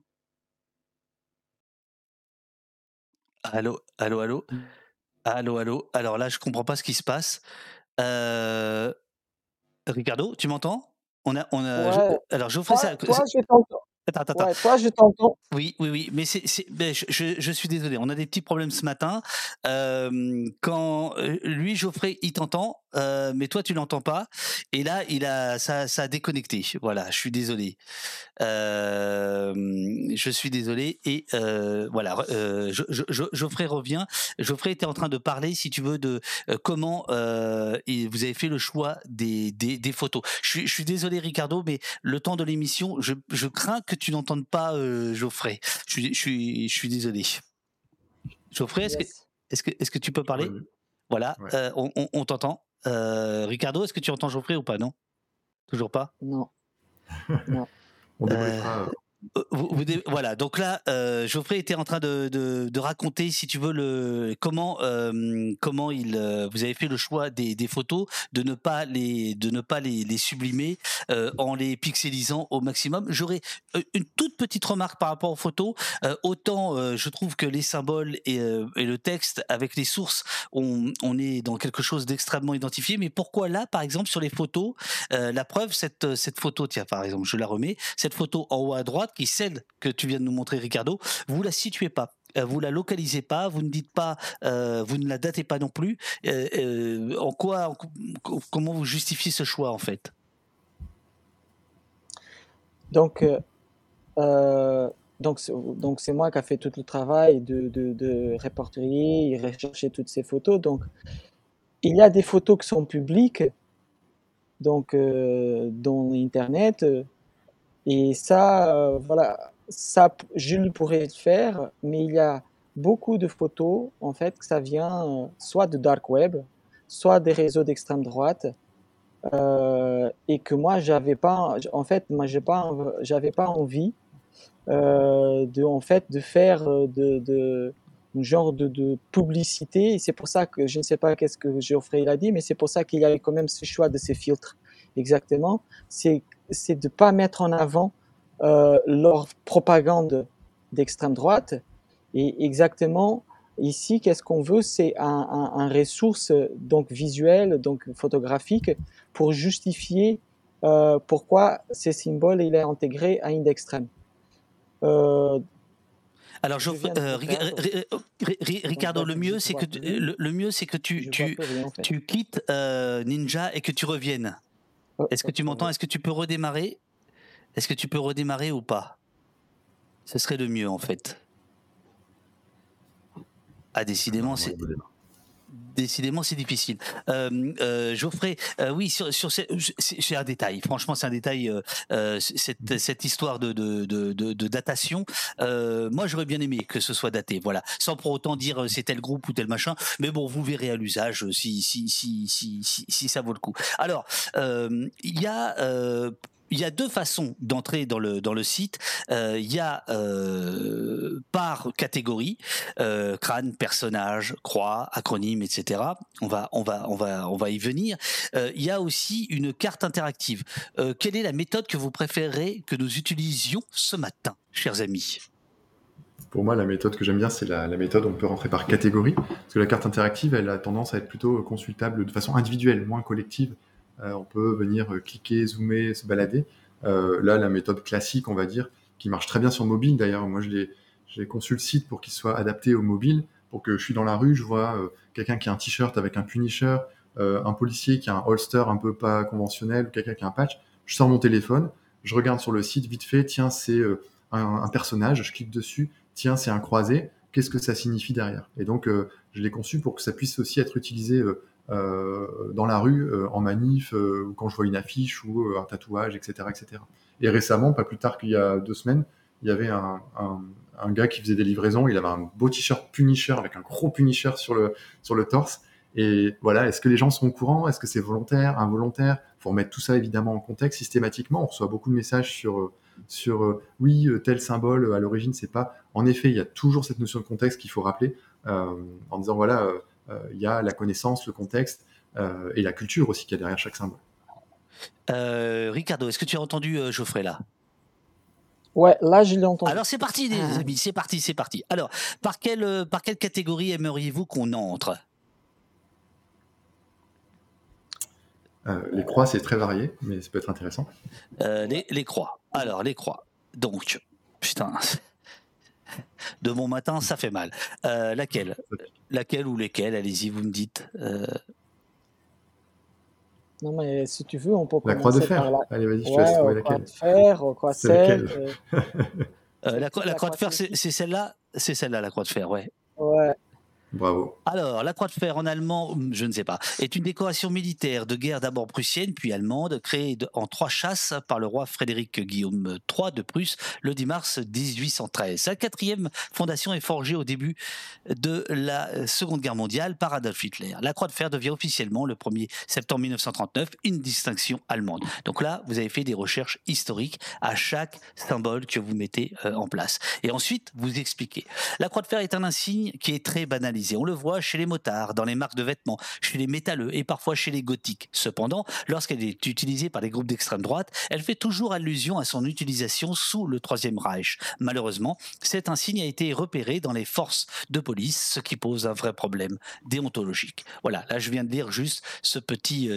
Allô. Alors là, je comprends pas ce qui se passe. Ricardo, tu m'entends? Alors Geoffrey, toi, je t'entends. Attends. Ouais, toi, je t'entends. Oui, mais je suis désolé, on a des petits problèmes ce matin. Quand lui, Geoffrey, il t'entend, mais toi, tu l'entends pas. Et là, ça a déconnecté. Voilà, je suis désolé. Je suis désolé. Et voilà, Geoffrey revient. Geoffrey était en train de parler, si tu veux, de comment vous avez fait le choix des photos. Je suis désolé, Ricardo, mais le temps de l'émission, je crains que tu n'entendes pas Geoffrey. Je suis désolé. Geoffrey, est-ce que tu peux parler? Voilà, on t'entend. Ricardo, est-ce que tu entends Geoffrey ou pas? Non? Toujours pas? Non. On débriefera. Voilà, donc là, Geoffrey était en train de raconter, si tu veux, comment vous avez fait le choix des photos, de ne pas les sublimer en les pixelisant au maximum. J'aurais une toute petite remarque par rapport aux photos. Autant je trouve que les symboles et le texte avec les sources, on est dans quelque chose d'extrêmement identifié. Mais pourquoi là, par exemple, sur les photos, la preuve, cette photo, tiens, par exemple, je la remets, cette photo en haut à droite, qui est celle que tu viens de nous montrer, Ricardo, vous la situez pas, vous la localisez pas, vous ne dites pas, vous ne la datez pas non plus. Comment vous justifiez ce choix en fait? Donc c'est moi qui a fait tout le travail de répertorier et rechercher toutes ces photos. Donc il y a des photos qui sont publiques, donc dans Internet. Et ça, voilà, ça, je le pourrais faire, mais il y a beaucoup de photos, en fait, que ça vient soit de dark web, soit des réseaux d'extrême droite, et que moi, j'avais pas envie de faire un genre de publicité. Et c'est pour ça que je ne sais pas qu'est-ce que Geoffrey a dit, mais c'est pour ça qu'il y a quand même ce choix de ces filtres. Exactement, c'est de ne pas mettre en avant leur propagande d'extrême droite. Et exactement, ici, qu'est-ce qu'on veut? C'est un ressource donc visuelle, donc photographique, pour justifier pourquoi ces symboles il est intégré à Indextreme. Alors, Ricardo, le mieux, c'est que tu quittes Ninja et que tu reviennes. Est-ce que tu m'entends? Est-ce que tu peux redémarrer? Est-ce que tu peux redémarrer ou pas? Ce serait le mieux, en fait. Ah, décidément, Décidément, c'est difficile. Geoffrey, oui, c'est un détail. Franchement, c'est un détail. Cette histoire de datation. Moi, j'aurais bien aimé que ce soit daté. Voilà, sans pour autant dire c'est tel groupe ou tel machin. Mais bon, vous verrez à l'usage si ça vaut le coup. Alors, il y a deux façons d'entrer dans le site. Il y a par catégorie, crâne, personnage, croix, acronyme, etc. On va y venir. Il y a aussi une carte interactive. Quelle est la méthode que vous préférez que nous utilisions ce matin, chers amis? Pour moi, la méthode que j'aime bien, c'est la méthode où on peut rentrer par catégorie, parce que la carte interactive, elle a tendance à être plutôt consultable de façon individuelle, moins collective. On peut venir cliquer, zoomer, se balader. Là, la méthode classique, on va dire, qui marche très bien sur mobile d'ailleurs. Moi, j'ai conçu le site pour qu'il soit adapté au mobile, pour que je suis dans la rue, je vois quelqu'un qui a un t-shirt avec un Punisher, un policier qui a un holster un peu pas conventionnel, ou quelqu'un qui a un patch. Je sors mon téléphone, je regarde sur le site vite fait, tiens, c'est un personnage, je clique dessus, tiens, c'est un croisé, qu'est-ce que ça signifie derrière? Et donc, je l'ai conçu pour que ça puisse aussi être utilisé dans la rue, en manif, ou quand je vois une affiche ou un tatouage, etc., etc. Et récemment, pas plus tard qu'il y a 2 semaines, il y avait un gars qui faisait des livraisons, il avait un beau t-shirt Punisher avec un gros Punisher sur le torse. Et voilà, est-ce que les gens sont au courant? Est-ce que c'est volontaire, involontaire? Faut remettre tout ça évidemment en contexte systématiquement. On reçoit beaucoup de messages sur oui, tel symbole à l'origine, c'est pas. En effet, il y a toujours cette notion de contexte qu'il faut rappeler en disant voilà, il y a la connaissance, le contexte et la culture aussi qu'il y a derrière chaque symbole. Ricardo, est-ce que tu as entendu Geoffrey là? Ouais, là je l'ai entendu. Alors c'est parti les amis, c'est parti. Alors, par quelle catégorie aimeriez-vous qu'on entre? Les croix, c'est très varié, mais ça peut être intéressant. Les croix. Alors, les croix. Donc, putain, de bon matin, ça fait mal. Laquelle ou lesquelles? Allez-y, vous me dites. Non, mais si tu veux, on peut La commencer croix de par fer. la... Allez, vas-y, je te laisse trouver croix laquelle. de fer, croix C'est celte. laquelle La croix de fer, c'est celle-là? C'est celle-là, la croix de fer, ouais. Ouais. Bravo. Alors, la croix de fer en allemand, je ne sais pas, est une décoration militaire de guerre d'abord prussienne puis allemande, créée en 3 chasses par le roi Frédéric Guillaume III de Prusse le 10 mars 1813. Sa 4e fondation est forgée au début de la Seconde Guerre mondiale par Adolf Hitler. La croix de fer devient officiellement le 1er septembre 1939 une distinction allemande. Donc là, vous avez fait des recherches historiques à chaque symbole que vous mettez en place. Et ensuite, vous expliquez. La croix de fer est un insigne qui est très banalisé. On le voit chez les motards, dans les marques de vêtements, chez les métalleux et parfois chez les gothiques. Cependant, lorsqu'elle est utilisée par les groupes d'extrême droite, elle fait toujours allusion à son utilisation sous le Troisième Reich. Malheureusement, cet insigne a été repéré dans les forces de police, ce qui pose un vrai problème déontologique. Voilà, là je viens de lire juste ce petit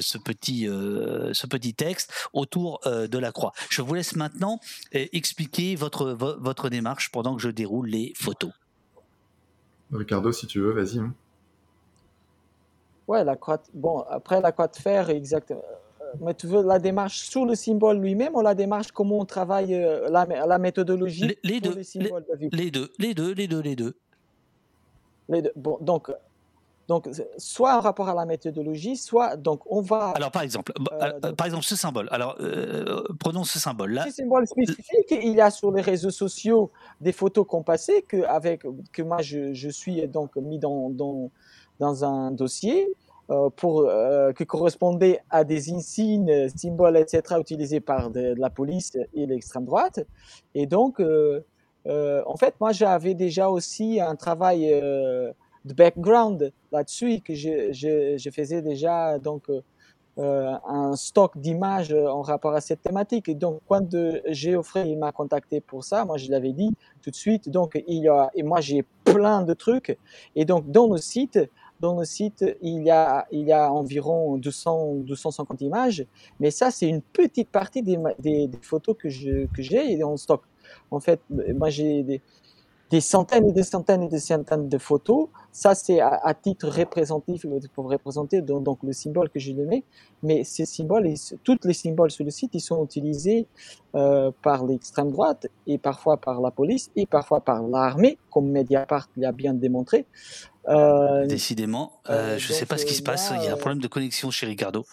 texte autour de la croix. Je vous laisse maintenant expliquer votre démarche pendant que je déroule les photos. Ricardo, si tu veux, vas-y. Hein. Ouais, bon, après la croix de fer, exactement. Mais tu veux la démarche sur le symbole lui-même ou la démarche comment on travaille la méthodologie les pour deux, les symboles, David? les deux. Les deux. Bon, donc soit en rapport à la méthodologie, soit donc on va. Alors par exemple, ce symbole. Alors prenons ce symbole là. Ces symboles spécifiques, il y a sur les réseaux sociaux des photos qu'on passait que moi je suis donc mis dans un dossier qui correspondait à des insignes, symboles, etc. utilisés par de la police et l'extrême droite. Et donc en fait, moi j'avais déjà aussi un travail de background là-dessus et que je faisais déjà donc un stock d'images en rapport à cette thématique. Et donc, quand Geoffrey il m'a contacté pour ça, moi je l'avais dit tout de suite. Donc, et moi j'ai plein de trucs. Et donc, dans le site, il y a environ 250 images. Mais ça, c'est une petite partie des photos que j'ai en stock. En fait, moi j'ai des centaines et des centaines et des centaines de photos. Ça, c'est à titre représentatif pour représenter donc le symbole que je le mets. Mais ces symboles, tous les symboles sur le site, ils sont utilisés par l'extrême droite et parfois par la police et parfois par l'armée, comme Mediapart l'a bien démontré. Décidément, je sais pas ce qui se passe. Il y a un problème de connexion chez Ricardo.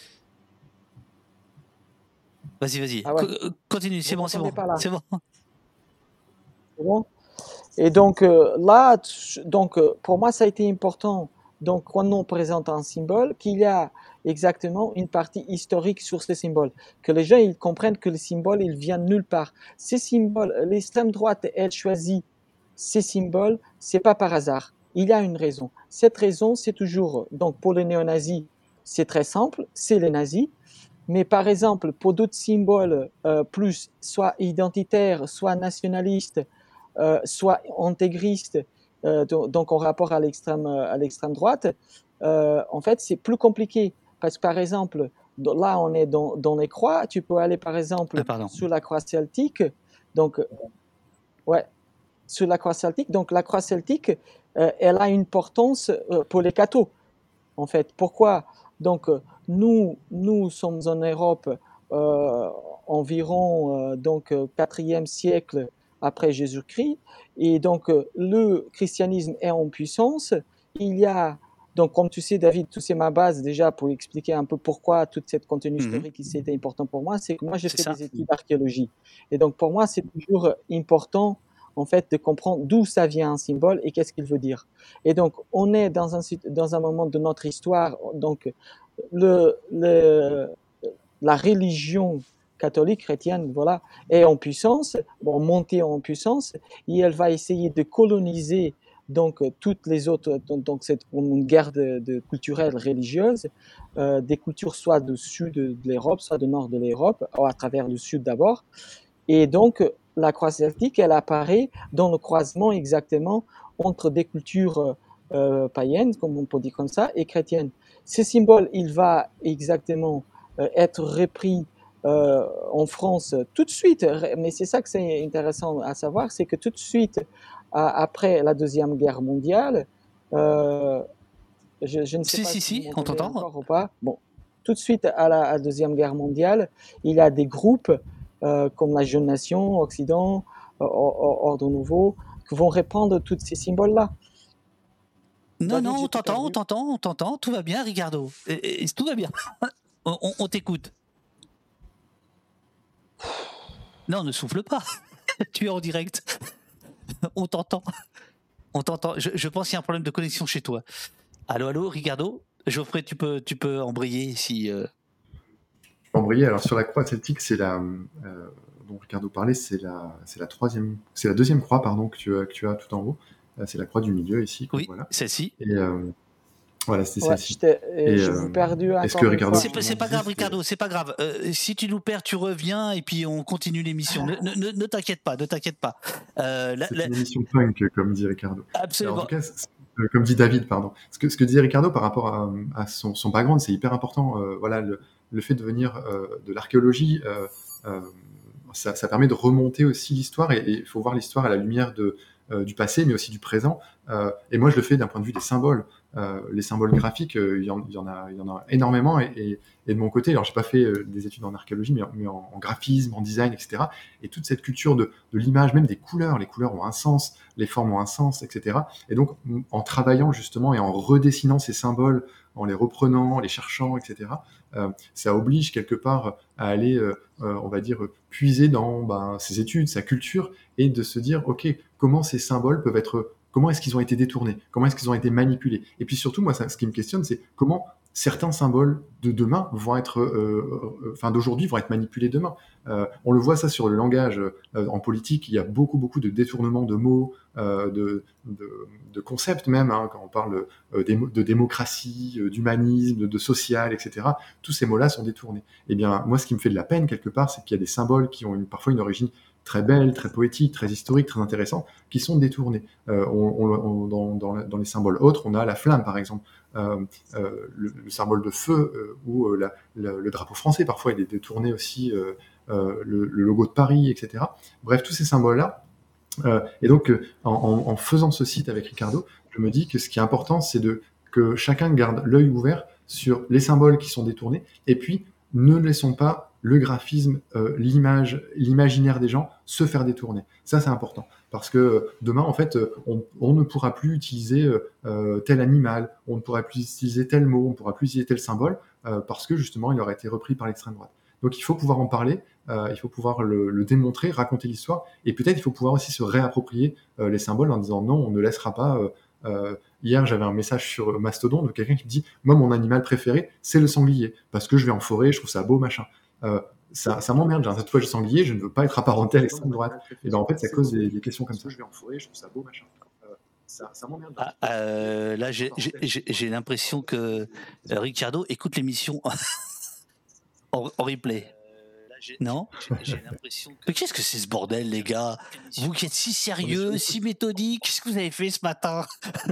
Vas-y. Ah ouais. Continue, c'est Vous bon, c'est m'entendez bon. pas là? C'est bon. C'est bon? Et donc là, pour moi, ça a été important. Donc, quand on présente un symbole, qu'il y a exactement une partie historique sur ce symbole, que les gens ils comprennent que le symbole il vient de nulle part. Ces symboles, l'extrême droite, elle choisit ces symboles, c'est pas par hasard. Il y a une raison. Cette raison, c'est toujours donc pour les néo-nazis, c'est très simple, c'est les nazis. Mais par exemple, pour d'autres symboles plus soit identitaires, soit nationalistes, soit intégristes, donc en rapport à l'extrême droite, en fait, c'est plus compliqué. Parce que par exemple, là, on est dans les croix. Tu peux aller par exemple sur la croix celtique. Donc, ouais, sur la croix celtique. Donc, la croix celtique, elle a une importance pour les cathos. En fait, pourquoi? Donc, nous sommes en Europe environ donc 4e siècle après Jésus-Christ, et donc le christianisme est en puissance. Il y a donc, comme tu sais, David, tu sais ma base déjà pour expliquer un peu pourquoi tout cet contenu historique c'était important pour moi, c'est que moi j'ai fait des études d'archéologie, et donc pour moi c'est toujours important en fait de comprendre d'où ça vient un symbole et qu'est-ce qu'il veut dire. Et donc on est dans un moment de notre histoire, donc la religion catholique, chrétienne, voilà, est en puissance, montée en puissance, et elle va essayer de coloniser donc toutes les autres, donc c'est une guerre culturelle, religieuse, des cultures soit du sud de l'Europe, soit du nord de l'Europe, ou à travers le sud d'abord. Et donc la croix celtique, elle apparaît dans le croisement exactement entre des cultures païennes, comme on peut dire comme ça, et chrétiennes. Ce symbole, il va exactement être repris en France tout de suite, mais c'est ça que c'est intéressant à savoir, c'est que tout de suite, après la Deuxième Guerre mondiale, je ne sais pas si, on t'entend encore ou pas. Bon, tout de suite à la Deuxième Guerre mondiale, il y a des groupes comme la Jeune Nation, Occident, Ordre Nouveau, qui vont reprendre tous ces symboles-là. Non, on t'entend, tout va bien, Ricardo. Tout va bien. On t'écoute. Non, ne souffle pas. Tu es en direct. On t'entend. Je pense qu'il y a un problème de connexion chez toi. Allô, Ricardo? Geoffrey, tu peux embrayer si... Je peux embrayer. Alors sur la croix celtique, c'est la... dont Ricardo parlait, c'est la deuxième croix, pardon, que tu as tout en haut. C'est la croix du milieu ici. Oui, voilà. Celle-ci. Et voilà, c'était celle-ci. Je vous perdu encore. Est-ce que Ricardo... C'est pas grave, Ricardo, c'est pas grave. Si tu nous perds, tu reviens et puis on continue l'émission. Ne t'inquiète pas, c'est une émission punk, comme dit Ricardo. Absolument. Alors, en tout cas, comme dit David, pardon. Ce que disait Ricardo par rapport à son background, c'est hyper important. Voilà, le fait de venir de l'archéologie, ça permet de remonter aussi l'histoire, et il faut voir l'histoire à la lumière du passé, mais aussi du présent. Et moi, je le fais d'un point de vue des symboles. Les symboles graphiques, il y en a énormément, et de mon côté, alors j'ai pas fait des études en archéologie, mais en graphisme, en design, etc. Et toute cette culture de l'image, même des couleurs, les couleurs ont un sens, les formes ont un sens, etc. Et donc, en travaillant justement et en redessinant ces symboles, en les reprenant, les cherchant, etc., ça oblige quelque part à aller, on va dire, puiser dans ses études, sa culture, et de se dire, ok, comment ces symboles peuvent être... Comment est-ce qu'ils ont été détournés? Comment est-ce qu'ils ont été manipulés? Et puis surtout, moi, ce qui me questionne, c'est comment certains symboles de demain vont être, d'aujourd'hui vont être manipulés demain. On le voit ça sur le langage. En politique, il y a beaucoup de détournements de mots, de concepts même, hein, quand on parle de démocratie, d'humanisme, de social, etc. Tous ces mots-là sont détournés. Eh bien, moi, ce qui me fait de la peine quelque part, c'est qu'il y a des symboles qui ont parfois une origine très belle, très poétique, très historique, très intéressant, qui sont détournés. Dans les symboles autres, on a la flamme, par exemple, le symbole de feu, ou le drapeau français, parfois il est détourné aussi, le logo de Paris, etc. Bref, tous ces symboles-là. Et donc, en faisant ce site avec Ricardo, je me dis que ce qui est important, c'est que chacun garde l'œil ouvert sur les symboles qui sont détournés, et puis ne laissons pas le graphisme, l'image, l'imaginaire des gens se faire détourner. Ça, c'est important. Parce que demain, en fait, on ne pourra plus utiliser tel animal, on ne pourra plus utiliser tel mot, on ne pourra plus utiliser tel symbole, parce que justement, il aura été repris par l'extrême droite. Donc il faut pouvoir en parler, il faut pouvoir le démontrer, raconter l'histoire, et peut-être il faut pouvoir aussi se réapproprier les symboles en disant non, on ne laissera pas... hier, j'avais un message sur Mastodon de quelqu'un qui me dit « Moi, mon animal préféré, c'est le sanglier, parce que je vais en forêt, je trouve ça beau, machin. » Ça m'emmerde, j'ai un tatouage de sanglier, je ne veux pas être apparenté à l'extrême droite. Et ben en fait, ça cause des questions comme ça. Je vais en forêt, je trouve ça beau, machin. Ça m'emmerde. Là, j'ai l'impression que Ricardo écoute l'émission en replay. Non? J'ai l'impression que... Mais qu'est-ce que c'est ce bordel, les gars? Vous qui êtes si sérieux, si méthodique, qu'est-ce que vous avez fait ce matin?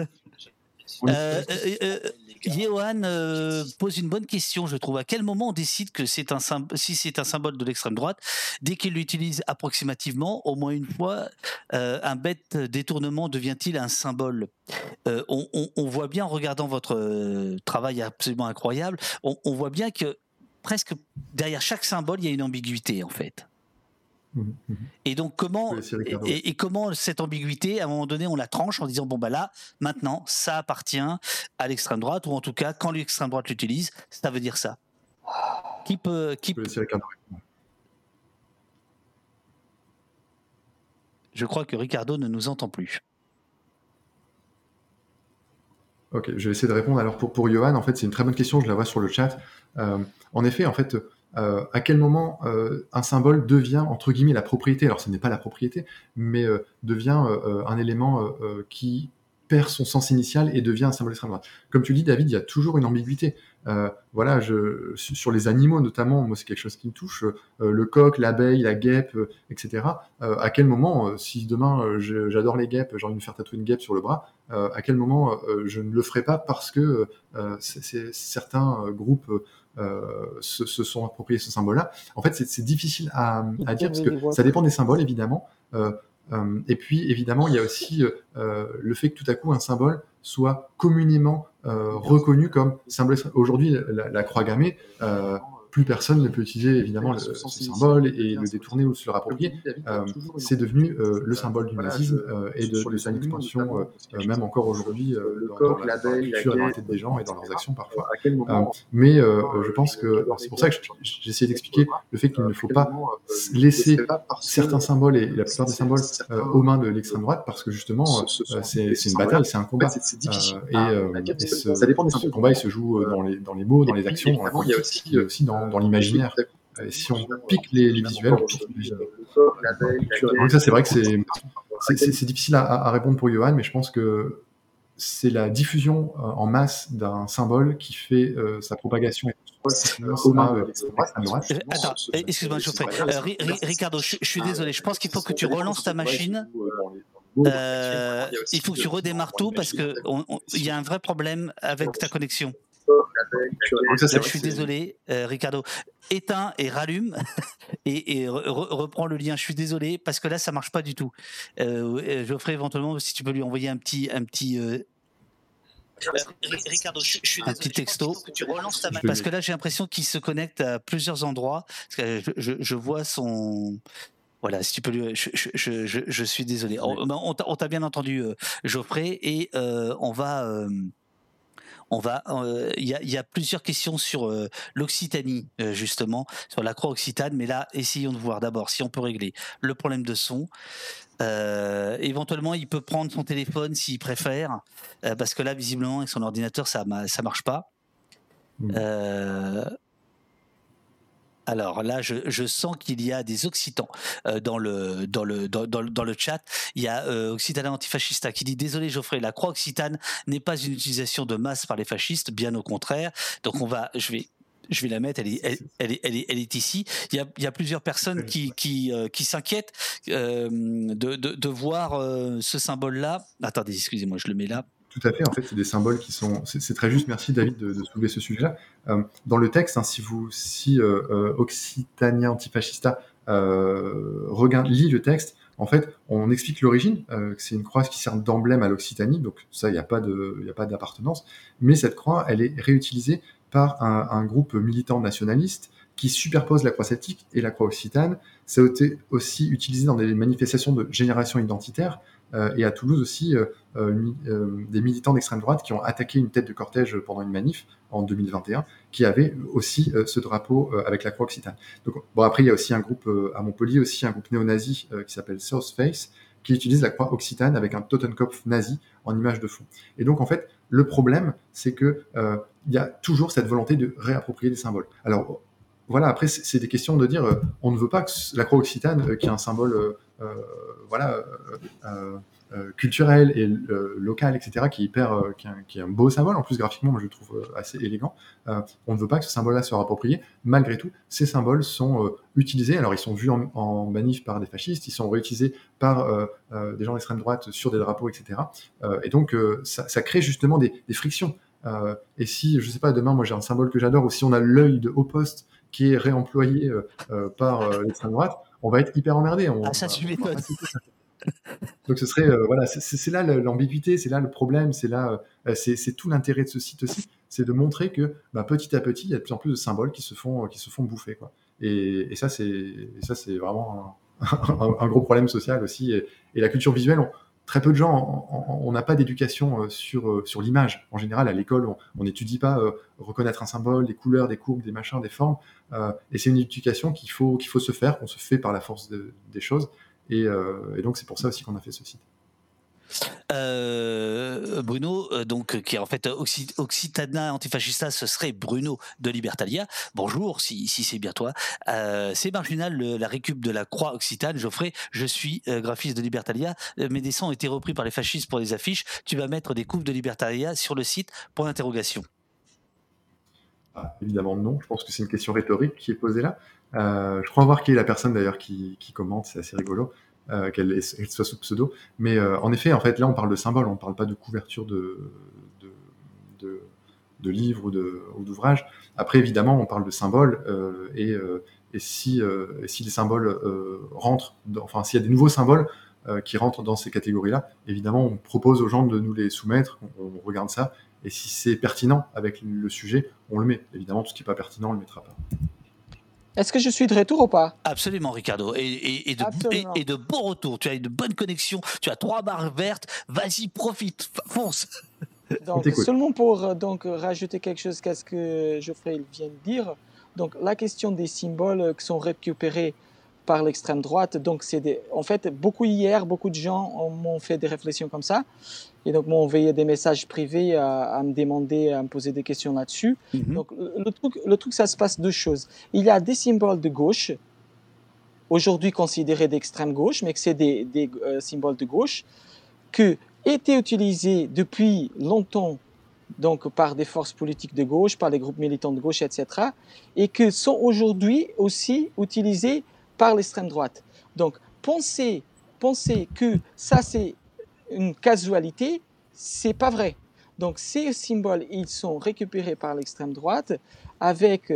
Johan pose une bonne question, je trouve. À quel moment on décide que si c'est un symbole de l'extrême droite, dès qu'il l'utilise approximativement, au moins une fois, un bête détournement devient-il un symbole? On voit bien, en regardant votre travail absolument incroyable, on voit bien que presque derrière chaque symbole, il y a une ambiguïté, en fait. Et donc comment cette ambiguïté, à un moment donné, on la tranche en disant bon bah là, maintenant, ça appartient à l'extrême droite, ou en tout cas, quand l'extrême droite l'utilise, ça veut dire ça. Qui peut Je crois que Ricardo ne nous entend plus. Ok, je vais essayer de répondre. Alors pour Johan, en fait, c'est une très bonne question, je la vois sur le chat. En effet, en fait, à quel moment un symbole devient, entre guillemets, la propriété? Alors ce n'est pas la propriété, mais devient un élément qui perd son sens initial et devient un symbole d'extrême droite. Comme tu le dis, David, il y a toujours une ambiguïté. Voilà, sur les animaux notamment, moi c'est quelque chose qui me touche, le coq, l'abeille, la guêpe, etc. À quel moment, si demain j'adore les guêpes, j'ai envie de me faire tatouer une guêpe sur le bras, à quel moment je ne le ferai pas parce que certains groupes se sont appropriés ce symbole-là. En fait, c'est difficile à dire parce que ça dépend des symboles, évidemment. Et puis, évidemment, il y a aussi le fait que tout à coup, un symbole soit communément reconnu comme symbole. Aujourd'hui, la croix gammée, plus personne ne peut utiliser évidemment ce symbole et le détourner ou se le rapproprier. C'est devenu le symbole du nazisme et de son expansion, même encore aujourd'hui, dans la culture et dans la tête des gens et dans leurs actions parfois. Mais je pense que c'est pour ça que j'ai essayé d'expliquer le fait qu'il ne faut pas laisser certains symboles et la plupart des symboles aux mains de l'extrême droite, parce que justement, c'est une bataille, c'est un combat. Et ce combat, il se joue dans les mots, dans les actions, dans la politique, et aussi dans l'imaginaire. Et si on pique les visuels, on pique l'imaginaire. Donc ça, c'est vrai que c'est difficile à répondre pour Johan, mais je pense que c'est la diffusion en masse d'un symbole qui fait sa propagation aux mains de l'extrême droite. Attends, excuse-moi, Geoffrey. Ricardo, je suis désolé, je pense qu'il faut que tu relances ta machine. Il faut que tu redémarres tout parce qu'il y a un vrai problème avec ta connexion. Je suis désolé, Ricardo. Éteins et rallume et reprends le lien. Je suis désolé parce que là ça marche pas du tout. Geoffrey, éventuellement, si tu peux lui envoyer un petit Ricardo, je suis désolé, un petit texto. Parce que là j'ai l'impression qu'il se connecte à plusieurs endroits. Parce que je vois son. Voilà, si tu peux lui. Je suis désolé. On t'a bien entendu, Geoffrey, et il y a plusieurs questions sur l'Occitanie, justement, sur la croix occitane, mais là, essayons de voir d'abord si on peut régler le problème de son. Éventuellement, il peut prendre son téléphone s'il préfère, parce que là, visiblement, avec son ordinateur, ça marche pas. Alors là, je sens qu'il y a des Occitans dans le chat. Il y a Occitana Antifascista qui dit: désolé Geoffrey, la croix occitane n'est pas une utilisation de masse par les fascistes, bien au contraire. Donc je vais la mettre. Elle est ici. Il y a plusieurs personnes qui s'inquiètent de voir ce symbole-là. Attendez, excusez-moi, je le mets là. Tout à fait, en fait, c'est des symboles qui sont... C'est très juste, merci David de soulever ce sujet-là. Dans le texte, hein, si Occitania Antifascista lit le texte, en fait, on explique l'origine, que c'est une croix qui sert d'emblème à l'Occitanie, donc ça, il n'y a pas d'appartenance, mais cette croix, elle est réutilisée par un groupe militant nationaliste qui superpose la croix celtique et la croix occitane. Ça a été aussi utilisé dans des manifestations de génération identitaire, et à Toulouse aussi, des militants d'extrême droite qui ont attaqué une tête de cortège pendant une manif en 2021, qui avait aussi ce drapeau avec la croix occitane. Donc, bon, après, il y a aussi un groupe à Montpellier, aussi un groupe néo-nazi qui s'appelle South Face, qui utilise la croix occitane avec un Totenkopf nazi en image de fond. Et donc, en fait, le problème, c'est que il y a toujours cette volonté de réapproprier des symboles. Alors, voilà, après, c'est des questions de dire, on ne veut pas que la croix occitane, qui est un symbole culturel et local, etc., qui est un beau symbole, en plus graphiquement, moi je le trouve assez élégant, on ne veut pas que ce symbole-là soit approprié. Malgré tout, ces symboles sont utilisés, alors ils sont vus en manif par des fascistes, ils sont réutilisés par des gens d'extrême droite sur des drapeaux, etc. Et donc ça crée justement des frictions. Et si, je sais pas, demain, moi j'ai un symbole que j'adore, ou si on a l'œil de haut poste qui est réemployé par l'extrême droite, on va être hyper emmerdé. Ça, tu m'étonnes. Donc ce serait voilà, c'est là l'ambiguïté, c'est là le problème, c'est là c'est tout l'intérêt de ce site aussi, c'est de montrer que petit à petit il y a de plus en plus de symboles qui se font bouffer, quoi. Et ça c'est vraiment un gros problème social aussi, et la culture visuelle, très peu de gens, on n'a pas d'éducation sur l'image. En général, à l'école, on n'étudie pas reconnaître un symbole, des couleurs, des courbes, des machins, des formes. Et c'est une éducation qu'il faut se faire, qu'on se fait par la force des choses. Et donc, c'est pour ça aussi qu'on a fait ce site. Bruno, donc qui est en fait Occitana Antifascista, ce serait Bruno de Libertalia. Bonjour, si c'est bien toi. C'est marginal la récup de la croix occitane. Geoffrey, je suis graphiste de Libertalia. Mes dessins ont été repris par les fascistes pour des affiches. Tu vas mettre des coupes de Libertalia sur le site, point d'interrogation. Évidemment non. Je pense que c'est une question rhétorique qui est posée là. Je crois voir qui est la personne d'ailleurs qui commente. C'est assez rigolo. Qu'elle soit sous pseudo, mais en effet, en fait, là, on parle de symboles, on ne parle pas de couverture de livres ou d'ouvrages. Après, évidemment, on parle de symboles, et si les symboles rentrent, enfin, s'il y a des nouveaux symboles qui rentrent dans ces catégories-là, évidemment, on propose aux gens de nous les soumettre, on regarde ça, et si c'est pertinent avec le sujet, on le met. Évidemment, tout ce qui n'est pas pertinent, on ne le mettra pas. Est-ce que je suis de retour ou pas? Absolument, Ricardo. Et de bons retours. Tu as une bonne connexion. Tu as 3 barres vertes. Vas-y, profite. Fonce. Donc, seulement pour rajouter quelque chose qu'à ce que Geoffrey vient de dire. Donc, la question des symboles qui sont récupérés par l'extrême droite. Donc, en fait, beaucoup de gens m'ont fait des réflexions comme ça. Et donc, m'ont envoyé des messages privés à me demander, à me poser des questions là-dessus. Mm-hmm. Donc, le truc, ça se passe 2 choses. Il y a des symboles de gauche, aujourd'hui considérés d'extrême gauche, mais que c'est des symboles de gauche, qui étaient utilisés depuis longtemps donc, par des forces politiques de gauche, par les groupes militants de gauche, etc., et qui sont aujourd'hui aussi utilisés par l'extrême droite. Donc, penser que ça, c'est une casualité, c'est pas vrai. Donc ces symboles, ils sont récupérés par l'extrême droite avec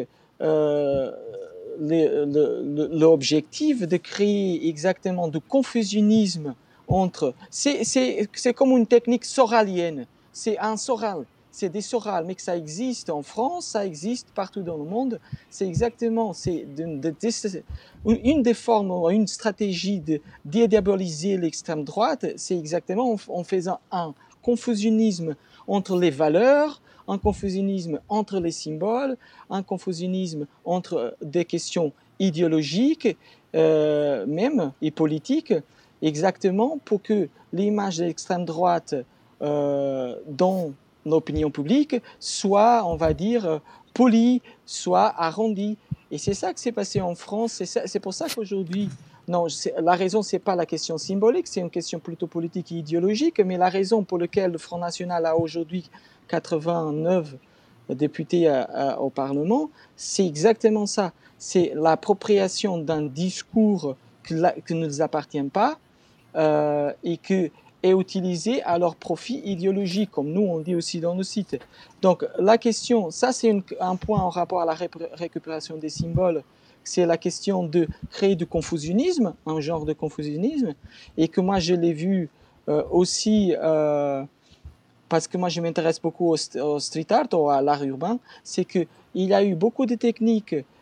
l'objectif de créer exactement du confusionnisme entre... C'est comme une technique soralienne, c'est un soral. C'est des sorales, mais que ça existe en France, ça existe partout dans le monde. C'est exactement, une des formes, une stratégie de dédiaboliser l'extrême droite, c'est exactement en faisant un confusionnisme entre les valeurs, un confusionnisme entre les symboles, un confusionnisme entre des questions idéologiques, même, et politiques, exactement pour que l'image de l'extrême droite dans l'opinion publique soit, on va dire, polie, soit arrondie. Et c'est ça qui s'est passé en France. C'est pour ça qu'aujourd'hui, non, la raison, c'est pas la question symbolique, c'est une question plutôt politique et idéologique, mais la raison pour laquelle le Front National a aujourd'hui 89 députés au Parlement, c'est exactement ça. C'est l'appropriation d'un discours qui ne nous appartient pas et que est utilisé à leur profit idéologique, comme nous on dit aussi dans le site. Donc la question, ça c'est un point en rapport à la récupération des symboles, c'est la question de créer du confusionnisme, un genre de confusionnisme, et que moi je l'ai vu aussi, parce que moi je m'intéresse beaucoup au street art ou à l'art urbain, c'est qu'il y a eu beaucoup de techniques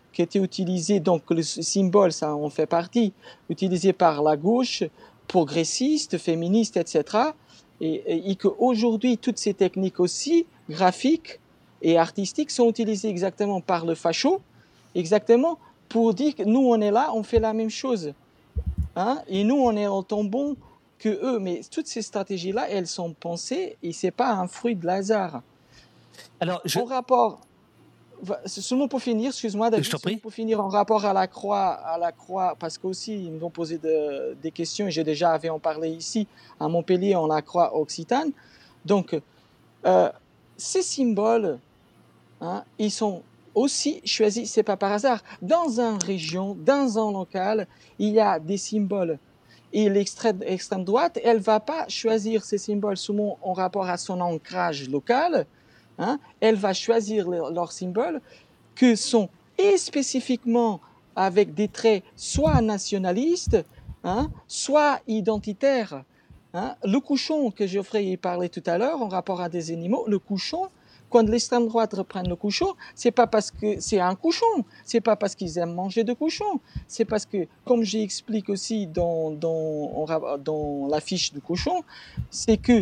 qui était utilisé, donc le symbole, ça en fait partie, utilisé par la gauche, progressiste, féministe, etc. Et qu'aujourd'hui, toutes ces techniques aussi, graphiques et artistiques, sont utilisées exactement par le facho, exactement pour dire que nous, on est là, on fait la même chose. Hein, et nous, on est autant bons que eux. Mais toutes ces stratégies-là, elles sont pensées et ce n'est pas un fruit de hasard. Alors, En rapport, seulement pour finir, excuse-moi David, je t'en prie. pour finir en rapport à la croix, parce qu'aussi ils nous ont posé des questions et j'ai déjà en parlé ici à Montpellier en la croix occitane. Donc, ces symboles, hein, ils sont aussi choisis, c'est pas par hasard. Dans une région, dans un local, il y a des symboles. Et l'extrême droite, elle va pas choisir ces symboles seulement en rapport à son ancrage local. Hein, elle va choisir leurs symboles qui sont spécifiquement avec des traits soit nationalistes, hein, soit identitaires. Hein. Le cochon que Geoffrey parlait tout à l'heure en rapport à des animaux, le cochon, quand l'extrême droite reprend le cochon, c'est pas parce que c'est un cochon, c'est pas parce qu'ils aiment manger de cochon, c'est parce que, comme j'explique aussi dans la fiche du cochon, c'est que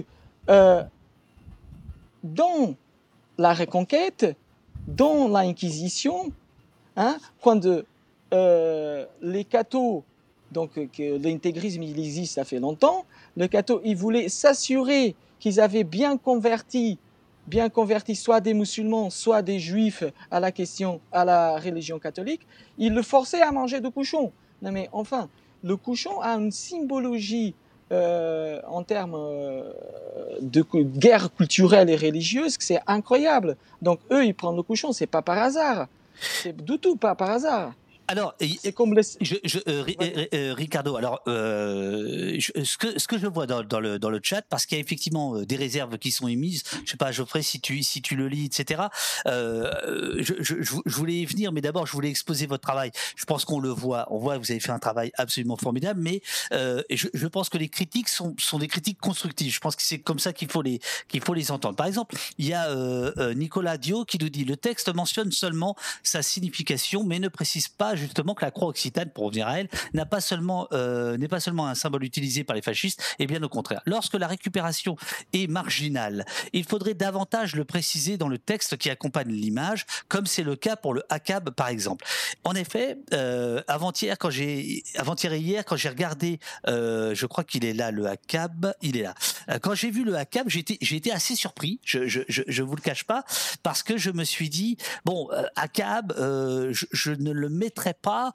dans la Reconquête, dans l'Inquisition, hein, quand les cathos, donc que l'intégrisme il existe, ça fait longtemps, les cathos, ils voulaient s'assurer qu'ils avaient bien converti soit des musulmans, soit des juifs à la religion catholique, ils le forçaient à manger de cochon. Non mais enfin, le cochon a une symbologie en termes de guerre culturelle et religieuse, que c'est incroyable. Donc eux, ils prennent le cochon, c'est pas par hasard. C'est du tout pas par hasard. Alors, c'est comme les... Ricardo, alors ce que je vois dans le chat, parce qu'il y a effectivement des réserves qui sont émises. Je sais pas, Geoffrey, si tu le lis, etc. Je voulais y venir, mais d'abord je voulais exposer votre travail. Je pense qu'on le voit, on voit que vous avez fait un travail absolument formidable, mais je pense que les critiques sont des critiques constructives. Je pense que c'est comme ça qu'il faut les entendre. Par exemple, il y a Nicolas Dio qui nous dit: le texte mentionne seulement sa signification, mais ne précise pas justement que la croix occitane, pour revenir à elle, n'est pas seulement un symbole utilisé par les fascistes, et bien au contraire. Lorsque la récupération est marginale, il faudrait davantage le préciser dans le texte qui accompagne l'image, comme c'est le cas pour le ACAB par exemple. En effet, avant-hier et hier, quand j'ai regardé, je crois qu'il est là, le ACAB, il est là. Quand j'ai vu le ACAB, j'ai été assez surpris, je vous le cache pas, parce que je me suis dit, bon, ACAB, je ne le mettrais pas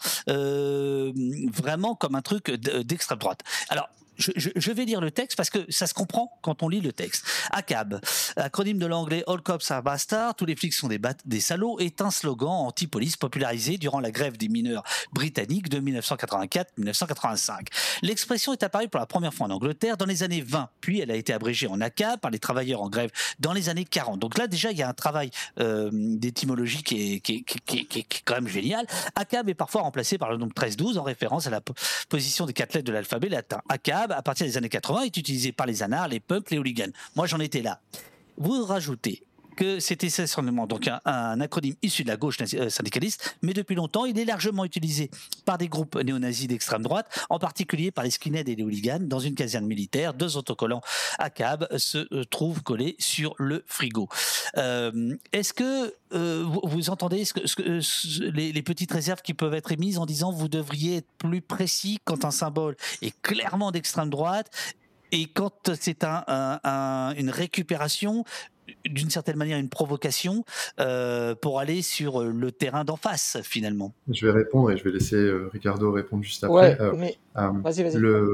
vraiment comme un truc d'extrême droite. Alors, je vais lire le texte parce que ça se comprend quand on lit le texte. ACAB, acronyme de l'anglais All Cops Are Bastards, tous les flics sont des salauds, est un slogan anti-police popularisé durant la grève des mineurs britanniques de 1984-1985. L'expression est apparue pour la première fois en Angleterre dans les années 20, puis elle a été abrégée en ACAB par les travailleurs en grève dans les années 40. Donc là déjà il y a un travail d'étymologie qui est quand même génial. ACAB est parfois remplacé par le nombre 13-12 en référence à la position des 4 lettres de l'alphabet latin. ACAB, à partir des années 80, est utilisé par les anards, les punks, les hooligans. Moi, j'en étais là. Vous rajoutez que c'était essentiellement donc un acronyme issu de la gauche syndicaliste, mais depuis longtemps, il est largement utilisé par des groupes néo-nazis d'extrême droite, en particulier par les skinheads et les hooligans. Dans une caserne militaire, 2 autocollants ACAB se trouvent collés sur le frigo. Est-ce que vous entendez les petites réserves qui peuvent être émises en disant vous devriez être plus précis quand un symbole est clairement d'extrême droite et quand c'est une récupération, d'une certaine manière une provocation pour aller sur le terrain d'en face finalement? Je vais répondre et je vais laisser Ricardo répondre juste après. Ouais, mais vas-y.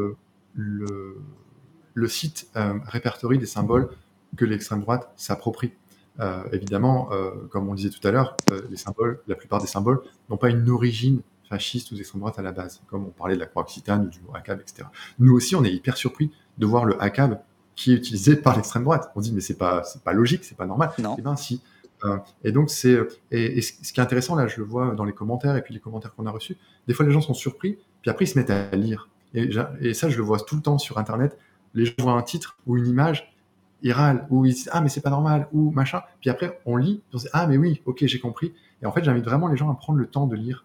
Le site répertorie des symboles que l'extrême droite s'approprie. Évidemment, comme on disait tout à l'heure, la plupart des symboles n'ont pas une origine fasciste ou d'extrême droite à la base, comme on parlait de la croix occitane ou du mot ACAB, etc. Nous aussi, on est hyper surpris de voir le ACAB qui est utilisé par l'extrême droite. On dit mais c'est pas logique, c'est pas normal. Non. Eh ben si. Et donc ce qui est intéressant là, je le vois dans les commentaires et puis les commentaires qu'on a reçus. Des fois les gens sont surpris, puis après ils se mettent à lire. Et ça je le vois tout le temps sur Internet. Les gens voient un titre ou une image ils râlent, ou ils disent « Ah, mais c'est pas normal », ou machin. Puis après, on lit, on se dit « Ah, mais oui, ok, j'ai compris ». Et en fait, j'invite vraiment les gens à prendre le temps de lire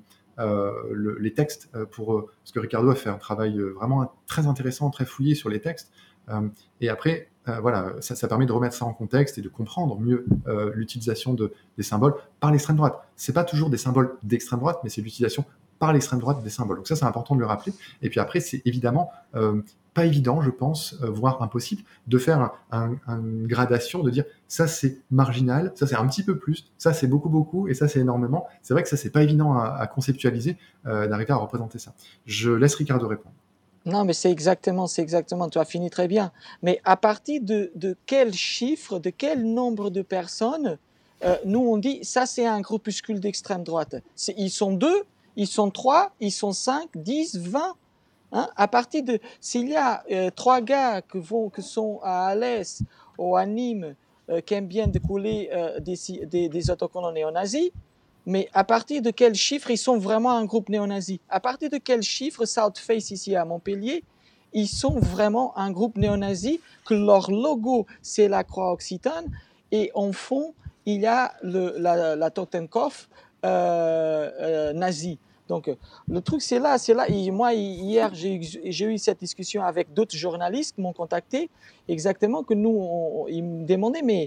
les textes, parce que Ricardo a fait un travail vraiment très intéressant, très fouillé sur les textes. Et après, voilà, ça permet de remettre ça en contexte et de comprendre mieux l'utilisation des symboles par l'extrême droite. C'est pas toujours des symboles d'extrême droite, mais c'est l'utilisation par l'extrême droite des symboles. Donc ça, c'est important de le rappeler. Et puis après, c'est évidemment pas évident, je pense, voire impossible, de faire une gradation, de dire ça c'est marginal, ça c'est un petit peu plus, ça c'est beaucoup, et ça c'est énormément. C'est vrai que ça c'est pas évident à conceptualiser, d'arriver à représenter ça. Je laisse Ricardo répondre. Non, mais c'est exactement, tu as fini très bien. Mais à partir de quel chiffre, de quel nombre de personnes, nous on dit ça c'est un groupuscule d'extrême droite. Ils sont 2, ils sont 3, ils sont 5, 10, 20. Hein? À partir de, s'il y a 3 gars qui sont à Alès ou à Nîmes, qui aiment bien découler des autocollants néo-nazis, mais à partir de quel chiffre ils sont vraiment un groupe néo-nazi? À partir de quel chiffre South Face ici à Montpellier, ils sont vraiment un groupe néo-nazi, que leur logo c'est la croix occitane, et en fond il y a la Totenkopf nazie. Donc, le truc, c'est là. Et moi, hier, j'ai eu cette discussion avec d'autres journalistes qui m'ont contacté, exactement, que nous, ils me demandaient mais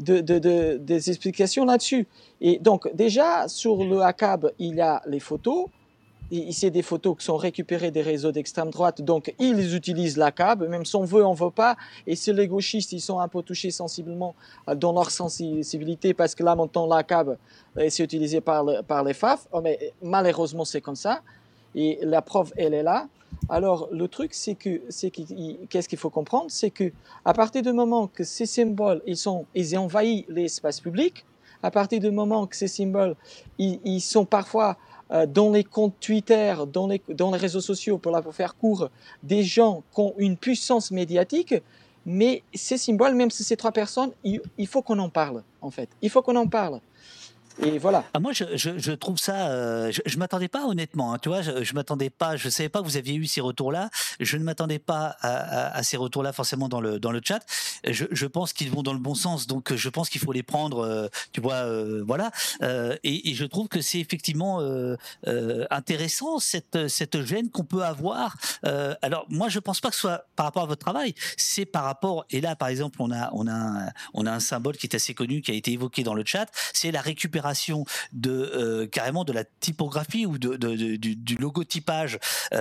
des explications là-dessus. Et donc, déjà, sur le ACAB, il y a les photos. Et c'est des photos qui sont récupérées des réseaux d'extrême droite, donc ils utilisent l'ACAB, même si on veut, on veut pas. Et si les gauchistes, ils sont un peu touchés sensiblement dans leur sensibilité, parce que là, maintenant, l'ACAB, c'est utilisé par les FAF. Oh, mais malheureusement, c'est comme ça. Et la preuve, elle est là. Alors, le truc, qu'est-ce qu'il faut comprendre? C'est que à partir du moment que ces symboles, ils ont envahi l'espace public, à partir du moment que ces symboles, ils sont parfois dans les comptes Twitter, dans les réseaux sociaux, pour faire court, des gens qui ont une puissance médiatique, mais ces symboles, même si c'est 3 personnes, il faut qu'on en parle, en fait. Il faut qu'on en parle. Et voilà. Ah, moi, je trouve ça. Je m'attendais pas, honnêtement. Hein, tu vois, je m'attendais pas. Je savais pas que vous aviez eu ces retours-là. Je ne m'attendais pas à ces retours-là forcément dans le chat. Je pense qu'ils vont dans le bon sens. Donc, je pense qu'il faut les prendre. Tu vois, voilà. Et je trouve que c'est effectivement intéressant cette gêne qu'on peut avoir. Alors, moi, je pense pas que ce soit par rapport à votre travail. C'est par rapport. Et là, par exemple, on a un symbole qui est assez connu, qui a été évoqué dans le chat. C'est la récupération carrément de la typographie ou du logotypage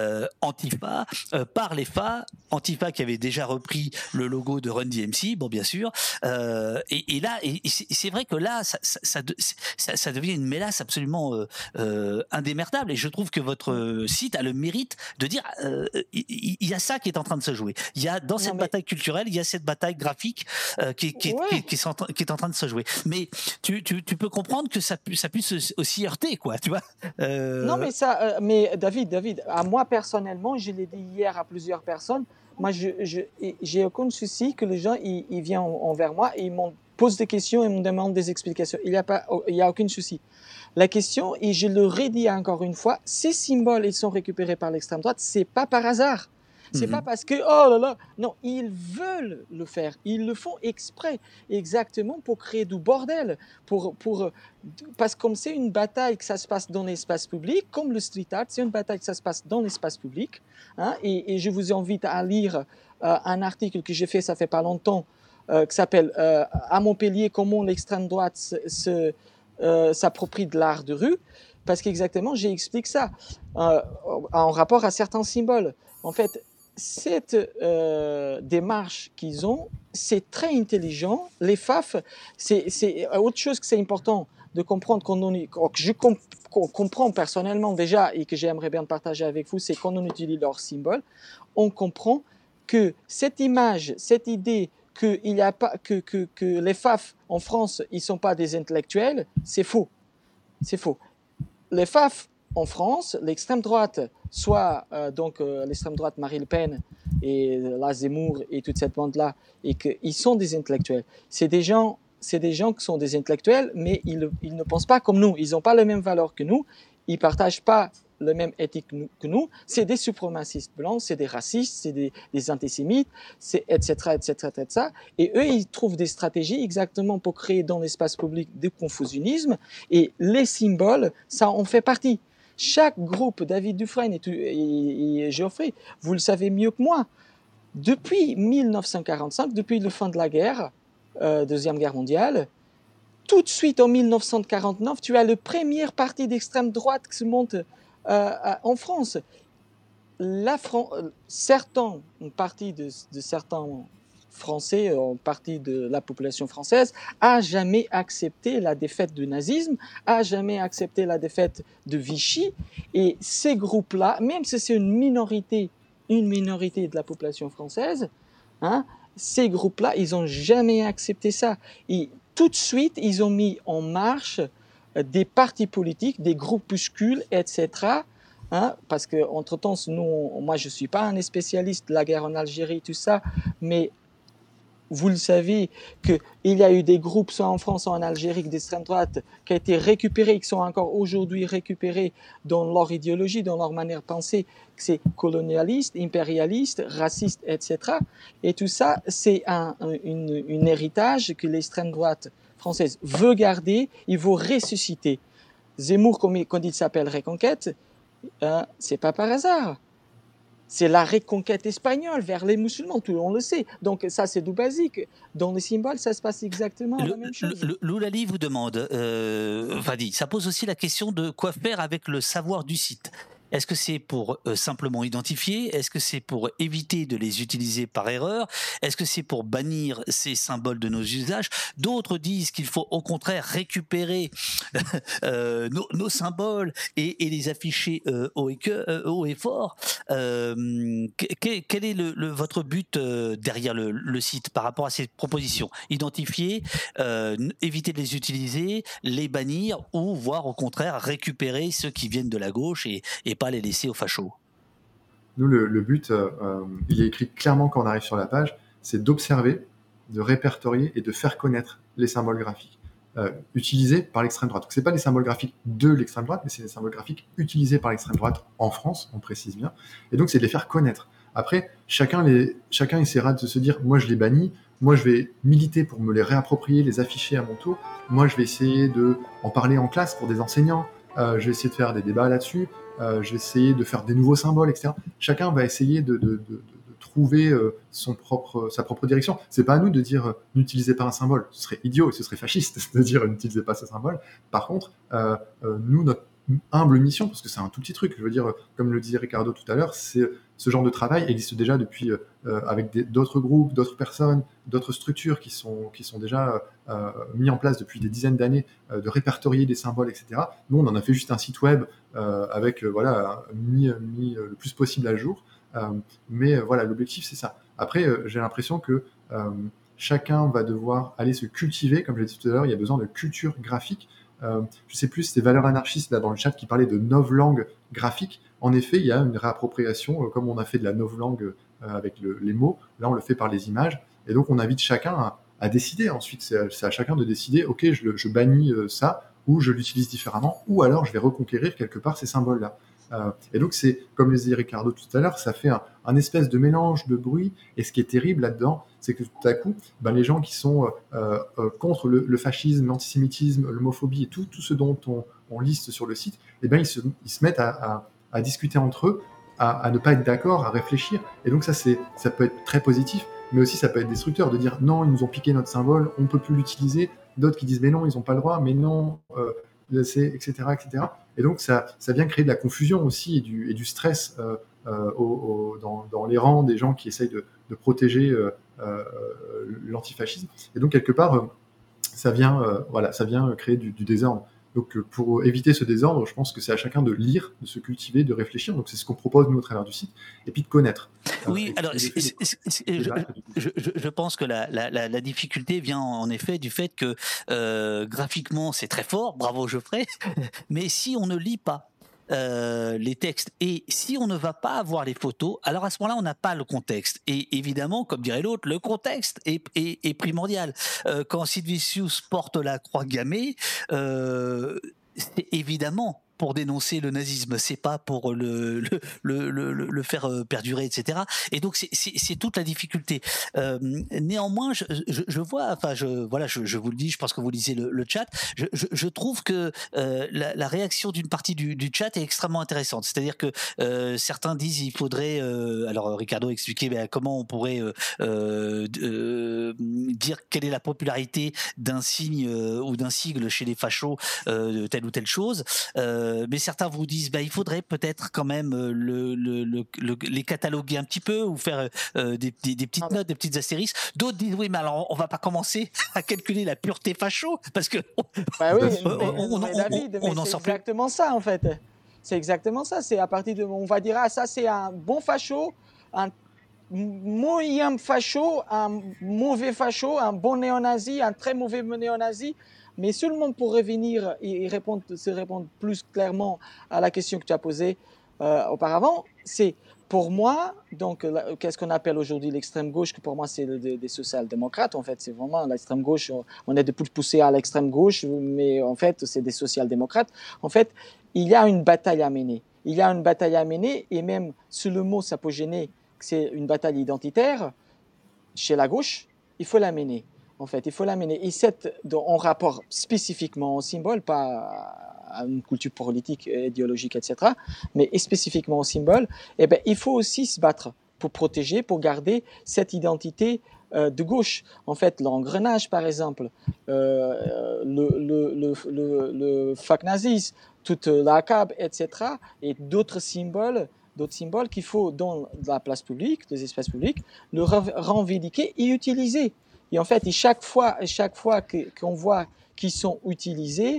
Antifa par les FA. Antifa qui avait déjà repris le logo de Run DMC, bon bien sûr. Et là, c'est vrai que là, ça devient une mélasse absolument indémerdable. Et je trouve que votre site a le mérite de dire il y a ça qui est en train de se jouer. Il y a dans cette bataille culturelle, il y a cette bataille graphique qui est en train de se jouer. Mais tu peux comprendre que ça puisse aussi heurter, quoi, tu vois. Non, mais David, à moi personnellement, je l'ai dit hier à plusieurs personnes, moi, j'ai aucun souci que les gens ils viennent envers moi et ils me posent des questions et me demandent des explications. Il y a aucun souci. La question, et je le redis encore une fois, ces symboles, ils sont récupérés par l'extrême droite, c'est pas par hasard. C'est pas parce que, oh là là, non, ils veulent le faire. Ils le font exprès, exactement pour créer du bordel. Parce que comme c'est une bataille que ça se passe dans l'espace public, comme le street art, c'est une bataille que ça se passe dans l'espace public. Hein, et je vous invite à lire un article que j'ai fait, ça fait pas longtemps, qui s'appelle « À Montpellier, comment l'extrême droite s'approprie de l'art de rue ». Parce qu'exactement, j'explique ça en rapport à certains symboles. En fait, cette démarche qu'ils ont, c'est très intelligent. Les FAF, c'est autre chose que c'est important de comprendre que je comprends personnellement déjà et que j'aimerais bien partager avec vous, c'est quand on utilise leurs symboles, on comprend que cette image, cette idée que les FAF en France, ils ne sont pas des intellectuels, c'est faux. C'est faux. Les FAF en France, l'extrême droite, soit l'extrême droite Marie Le Pen et la Zemmour et toute cette bande-là, et qu'ils sont des intellectuels. C'est des gens qui sont des intellectuels, mais ils ne pensent pas comme nous. Ils n'ont pas les mêmes valeurs que nous. Ils ne partagent pas la même éthique que nous, c'est des suprémacistes blancs, c'est des racistes, c'est des antisémites, etc., etc., etc. Et eux, ils trouvent des stratégies exactement pour créer dans l'espace public du confusionnisme. Et les symboles, ça en fait partie. Chaque groupe, David Dufresne et Geoffrey, vous le savez mieux que moi, depuis 1945, depuis la fin de la guerre, Deuxième Guerre mondiale, tout de suite en 1949, tu as le premier parti d'extrême droite qui se monte en France. Certains, une partie de certains Français, une partie de la population française, a jamais accepté la défaite du nazisme, a jamais accepté la défaite de Vichy. Et ces groupes-là, même si c'est une minorité de la population française, hein, ces groupes-là, ils n'ont jamais accepté ça. Et tout de suite, ils ont mis en marche des partis politiques, des groupuscules, etc. Hein, parce qu'entre-temps, moi, je ne suis pas un spécialiste de la guerre en Algérie, tout ça, mais vous le savez qu'il y a eu des groupes, soit en France, soit en Algérie, d'extrême droite, qui ont été récupérés, qui sont encore aujourd'hui récupérés dans leur idéologie, dans leur manière de penser, c'est colonialiste, impérialiste, raciste, etc. Et tout ça, c'est un héritage que l'extrême droite française veut garder, il veut ressusciter. Zemmour, quand il s'appelle Reconquête, c'est pas par hasard. C'est la reconquête espagnole vers les musulmans, tout le monde le sait. Donc ça, c'est tout basique. Dans les symboles, ça se passe exactement la même chose. Loulali vous demande, Fadi, ça pose aussi la question de quoi faire avec le savoir du site. Est-ce que c'est pour simplement identifier? Est-ce que c'est pour éviter de les utiliser par erreur? Est-ce que c'est pour bannir ces symboles de nos usages? D'autres disent qu'il faut au contraire récupérer nos symboles et les afficher haut et fort. Quel est votre but derrière le site par rapport à ces propositions? Identifier, éviter de les utiliser, les bannir ou voire au contraire récupérer ceux qui viennent de la gauche et pas les laisser aux fachos? Nous, le but, il est écrit clairement quand on arrive sur la page, c'est d'observer, de répertorier et de faire connaître les symboles graphiques utilisés par l'extrême droite. Donc, c'est pas les symboles graphiques de l'extrême droite, mais c'est les symboles graphiques utilisés par l'extrême droite en France, on précise bien. Et donc, c'est de les faire connaître. Après, chacun essaiera de se dire, moi, je les bannis, moi, je vais militer pour me les réapproprier, les afficher à mon tour. Moi, je vais essayer de en parler en classe pour des enseignants. Je vais essayer de faire des débats là-dessus. Je vais essayer de faire des nouveaux symboles, etc. Chacun va essayer de trouver sa propre direction. C'est pas à nous de dire n'utilisez pas un symbole. Ce serait idiot et ce serait fasciste de dire n'utilisez pas ce symbole. Par contre, nous, notre humble mission, parce que c'est un tout petit truc, je veux dire, comme le disait Ricardo tout à l'heure, c'est ce genre de travail existe déjà depuis avec d'autres groupes, d'autres personnes, d'autres structures qui sont déjà mis en place depuis des dizaines d'années de répertorier des symboles, etc. Nous, on en a fait juste un site web avec mis le plus possible à jour. Mais voilà, l'objectif, c'est ça. Après, j'ai l'impression que chacun va devoir aller se cultiver. Comme je l'ai dit tout à l'heure, il y a besoin de culture graphique. Je sais plus, c'était Valeurs Anarchistes là dans le chat qui parlait de novlangue graphique. En effet, il y a une réappropriation, comme on a fait de la novlangue avec les mots. Là, on le fait par les images. Et donc, on invite chacun à décider. Ensuite, c'est à chacun de décider, ok, je bannis ça, ou je l'utilise différemment, ou alors je vais reconquérir quelque part ces symboles-là. Et donc, c'est, comme le disait Ricardo tout à l'heure, ça fait un espèce de mélange de bruit. Et ce qui est terrible là-dedans, c'est que tout à coup, les gens qui sont contre le fascisme, l'antisémitisme, l'homophobie et tout ce dont on liste sur le site, ils se mettent à discuter entre eux, à ne pas être d'accord, à réfléchir. Et donc ça peut être très positif, mais aussi ça peut être destructeur de dire non, ils nous ont piqué notre symbole, on ne peut plus l'utiliser. D'autres qui disent mais non, ils n'ont pas le droit, mais non, etc., etc. Et donc ça vient créer de la confusion aussi et du stress dans les rangs des gens qui essayent de protéger l'antifascisme. Et donc quelque part, ça vient créer du désordre. Donc pour éviter ce désordre, je pense que c'est à chacun de lire, de se cultiver, de réfléchir. Donc c'est ce qu'on propose nous au travers du site, et puis de connaître. Oui, alors je pense que la difficulté vient en effet du fait que graphiquement c'est très fort, bravo Geoffrey, mais si on ne lit pas les textes et si on ne va pas avoir les photos, alors à ce moment-là on n'a pas le contexte. Et évidemment, comme dirait l'autre, le contexte est primordial. Quand Sid Vicious porte la croix gammée, c'est évidemment pour dénoncer le nazisme, c'est pas pour le faire perdurer, etc. Et donc c'est toute la difficulté. Néanmoins, je vois, enfin je vous le dis, je pense que vous lisez le chat. Je trouve que la réaction d'une partie du chat est extrêmement intéressante. C'est-à-dire que certains disent il faudrait, alors Ricardo expliquait comment on pourrait dire quelle est la popularité d'un signe ou d'un sigle chez les fachos, telle ou telle chose. Mais certains vous disent il faudrait peut-être quand même les cataloguer un petit peu ou faire des petites notes, des petites astérisques. D'autres disent oui, mais alors on va pas commencer à calculer la pureté facho parce que Bah oui, David, mais c'est exactement ça en fait. C'est exactement ça. C'est à partir de, on va dire ça c'est un bon facho, un moyen facho, un mauvais facho, un bon néo-nazi, un très mauvais néo-nazi. Mais seulement pour revenir et se répondre plus clairement à la question que tu as posée auparavant, c'est pour moi, donc qu'est-ce qu'on appelle aujourd'hui l'extrême gauche, que pour moi c'est des social-démocrates, en fait c'est vraiment l'extrême gauche, on est de plus poussé à l'extrême gauche, mais en fait c'est des social-démocrates. En fait, il y a une bataille à mener. Il y a une bataille à mener, et même si le mot ça peut gêner, que c'est une bataille identitaire, chez la gauche, il faut la mener. En fait, il faut la mener. Et en rapport spécifiquement au symbole, pas à une culture politique, idéologique, etc., mais spécifiquement au symbole, il faut aussi se battre pour protéger, pour garder cette identité de gauche. En fait, l'engrenage, par exemple, le fuck nazis, toute la CAB, etc., et d'autres symboles qu'il faut dans la place publique, des espaces publics, le revendiquer et utiliser. Et en fait, chaque fois qu'on voit qu'ils sont utilisés,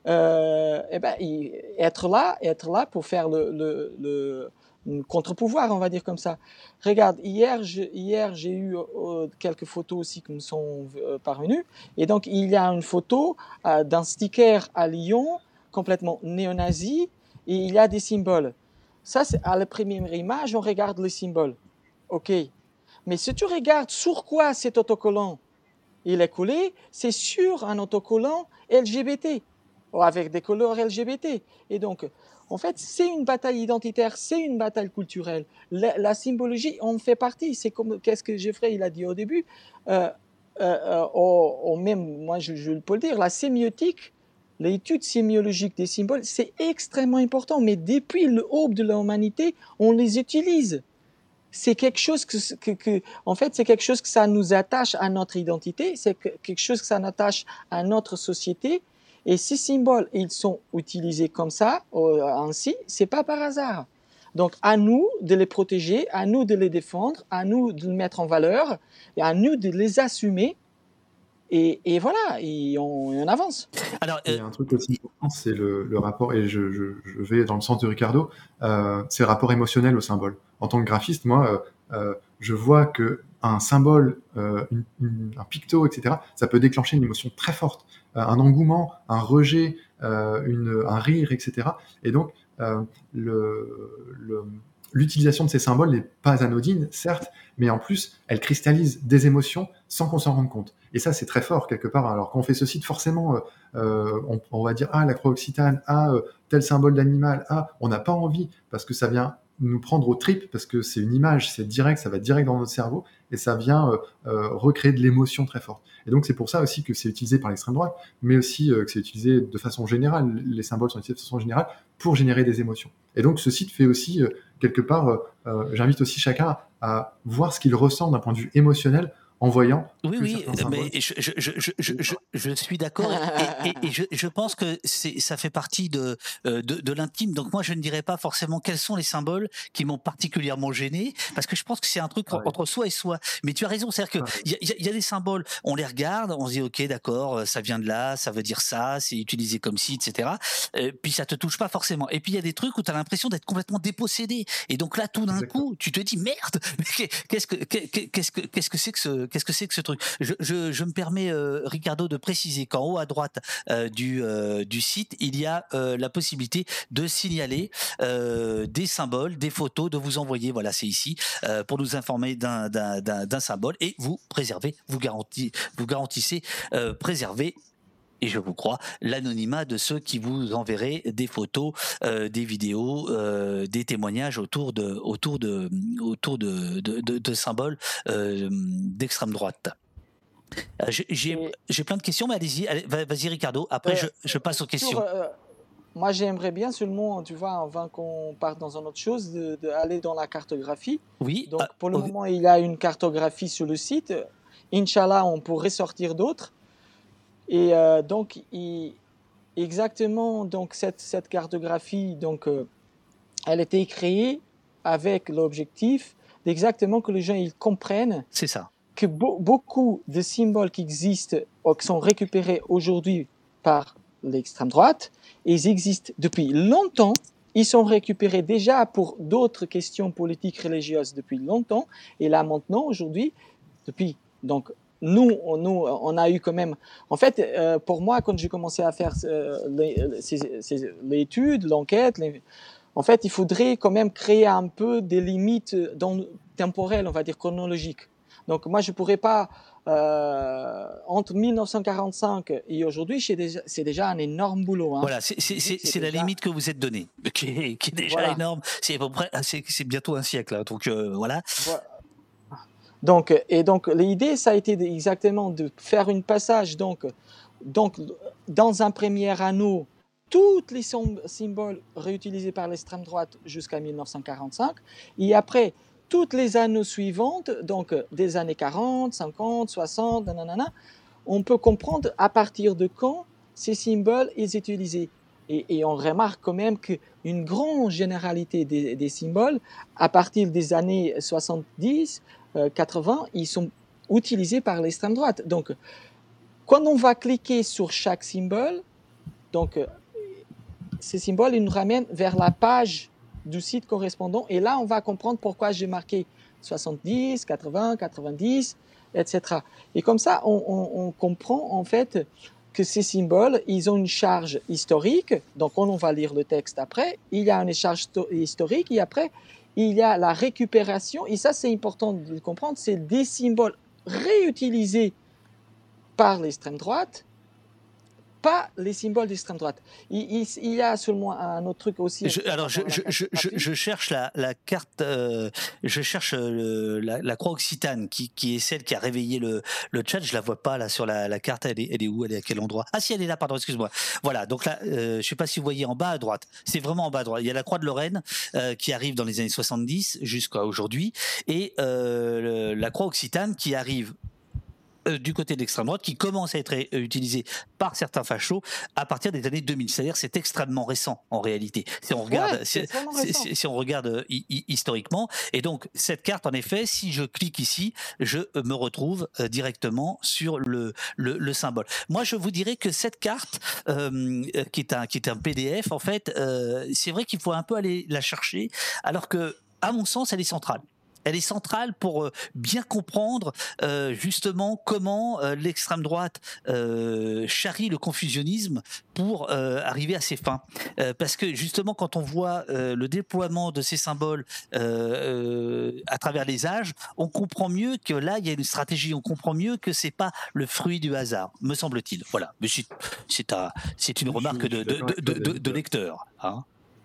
être là pour faire le contre-pouvoir, on va dire comme ça. Regarde, hier j'ai eu quelques photos aussi qui me sont parvenues. Et donc, il y a une photo d'un sticker à Lyon, complètement néo-nazi, et il y a des symboles. Ça, c'est à la première image, on regarde les symboles. OK. Mais si tu regardes sur quoi cet autocollant il est collé, c'est sur un autocollant LGBT, ou avec des couleurs LGBT. Et donc, en fait, c'est une bataille identitaire, c'est une bataille culturelle. La symbologie en fait partie. C'est comme qu'est-ce que Geoffrey il a dit au début. Même, moi, je peux le dire, la sémiotique, l'étude sémiologique des symboles, c'est extrêmement important. Mais depuis l'aube de l'humanité, on les utilise. C'est quelque chose en fait, c'est quelque chose que ça nous attache à notre identité, c'est quelque chose que ça nous attache à notre société. Et ces symboles, ils sont utilisés comme ça, ainsi, c'est pas par hasard. Donc, à nous de les protéger, à nous de les défendre, à nous de les mettre en valeur, et à nous de les assumer. Et voilà, et on avance. Alors, il y a un truc aussi important, c'est le rapport, et je vais dans le sens de Ricardo, c'est le rapport émotionnel au symbole. En tant que graphiste, moi, je vois que un symbole, un picto, etc., ça peut déclencher une émotion très forte, un engouement, un rejet, un rire, etc. Et donc, l'utilisation de ces symboles n'est pas anodine, certes, mais en plus, elle cristallise des émotions sans qu'on s'en rende compte. Et ça, c'est très fort, quelque part. Alors, quand on fait ce site, forcément, on va dire « Ah, la croix occitane, ah, tel symbole d'animal, ah », on n'a pas envie, parce que ça vient nous prendre aux tripes, parce que c'est une image, c'est direct, ça va direct dans notre cerveau, et ça vient recréer de l'émotion très forte. Et donc, c'est pour ça aussi que c'est utilisé par l'extrême droite, mais aussi que c'est utilisé de façon générale. Les symboles sont utilisés de façon générale pour générer des émotions. Et donc, ce site fait aussi, quelque part, j'invite aussi chacun à voir ce qu'il ressent d'un point de vue émotionnel en voyant. Oui, mais je suis d'accord et je pense que ça fait partie de l'intime. Donc moi, je ne dirais pas forcément quels sont les symboles qui m'ont particulièrement gêné, parce que je pense que c'est un truc entre soi et soi. Mais tu as raison, c'est-à-dire que il y a des symboles, on les regarde, on se dit ok, d'accord, ça vient de là, ça veut dire ça, c'est utilisé comme ci, etc. Puis ça te touche pas forcément. Et puis il y a des trucs où tu as l'impression d'être complètement dépossédé. Et donc là, tout d'un coup, tu te dis merde, qu'est-ce que c'est que ce truc? Je me permets, Ricardo, de préciser qu'en haut à droite du site, il y a la possibilité de signaler des symboles, des photos, de vous envoyer, voilà, c'est ici, pour nous informer d'un symbole, et vous préservez, vous garantissez préserver et je vous crois, l'anonymat de ceux qui vous enverraient des photos, des vidéos, des témoignages autour de symboles d'extrême droite. Et J'ai plein de questions, mais vas-y Ricardo, après euh, je passe aux sur, questions. moi, j'aimerais bien seulement, tu vois, avant qu'on parte dans une autre chose, d'aller dans la cartographie. Oui, Donc, pour le moment, il y a une cartographie sur le site. Inch'Allah, on pourrait sortir d'autres. Et donc, exactement, donc cette cartographie, donc, elle a été créée avec l'objectif d'exactement que les gens ils comprennent c'est ça. que beaucoup de symboles qui existent ou qui sont récupérés aujourd'hui par l'extrême droite, ils existent depuis longtemps. Ils sont récupérés déjà pour d'autres questions politiques religieuses depuis longtemps. Et là maintenant, aujourd'hui, depuis donc nous, on a eu quand même. En fait, pour moi, quand j'ai commencé à faire l'étude, l'enquête, en fait, il faudrait quand même créer un peu des limites temporelles, on va dire chronologiques. Donc moi, je pourrais pas entre 1945 et aujourd'hui, c'est déjà un énorme boulot. Hein. Voilà, c'est la limite que vous êtes donnée, qui est déjà Voilà. énorme. C'est à peu près, c'est bientôt un siècle, hein, donc voilà. Donc l'idée, ça a été exactement de faire un passage. Donc dans un premier anneau, tous les symboles réutilisés par l'extrême droite jusqu'à 1945, et après toutes les anneaux suivantes, donc des années 40, 50, 60, nanana, on peut comprendre à partir de quand ces symboles sont utilisés. Et on remarque quand même qu'une grande généralité des symboles, à partir des années 70, 80, ils sont utilisés par l'extrême droite. Donc, quand on va cliquer sur chaque symbole, donc, ces symboles ils nous ramènent vers la page du site correspondant. Et là, on va comprendre pourquoi j'ai marqué 70, 80, 90, etc. Et comme ça, on comprend en fait que ces symboles, ils ont une charge historique. Donc, quand on va lire le texte après, il y a une charge historique et après, il y a la récupération. Et ça, c'est important de le comprendre, c'est des symboles réutilisés par l'extrême droite, pas les symboles d'extrême droite. Il y a seulement un autre truc aussi. Je cherche la carte, je cherche la croix occitane qui est celle qui a réveillé le chat. Je la vois pas là sur la carte. Elle est où? Elle est à quel endroit? Ah si, elle est là. Pardon, excuse-moi. Voilà. Donc là, je sais pas si vous voyez en bas à droite. C'est vraiment en bas à droite. Il y a la croix de Lorraine qui arrive dans les années 70 jusqu'à aujourd'hui et la croix occitane qui arrive du côté de l'extrême droite, qui commence à être utilisé par certains fachos à partir des années 2000. C'est-à-dire c'est extrêmement récent en réalité. Si on regarde, si on regarde historiquement. Et donc cette carte, en effet, si je clique ici, je me retrouve directement sur le symbole. Moi, je vous dirais que cette carte, qui est un PDF, en fait, c'est vrai qu'il faut un peu aller la chercher, alors que, à mon sens, elle est centrale. Elle est centrale pour bien comprendre justement comment l'extrême droite charrie le confusionnisme pour arriver à ses fins. Parce que justement, quand on voit le déploiement de ces symboles à travers les âges, on comprend mieux que là, il y a une stratégie. On comprend mieux que c'est pas le fruit du hasard, me semble-t-il. Voilà. Mais c'est une remarque de lecteur. Hein.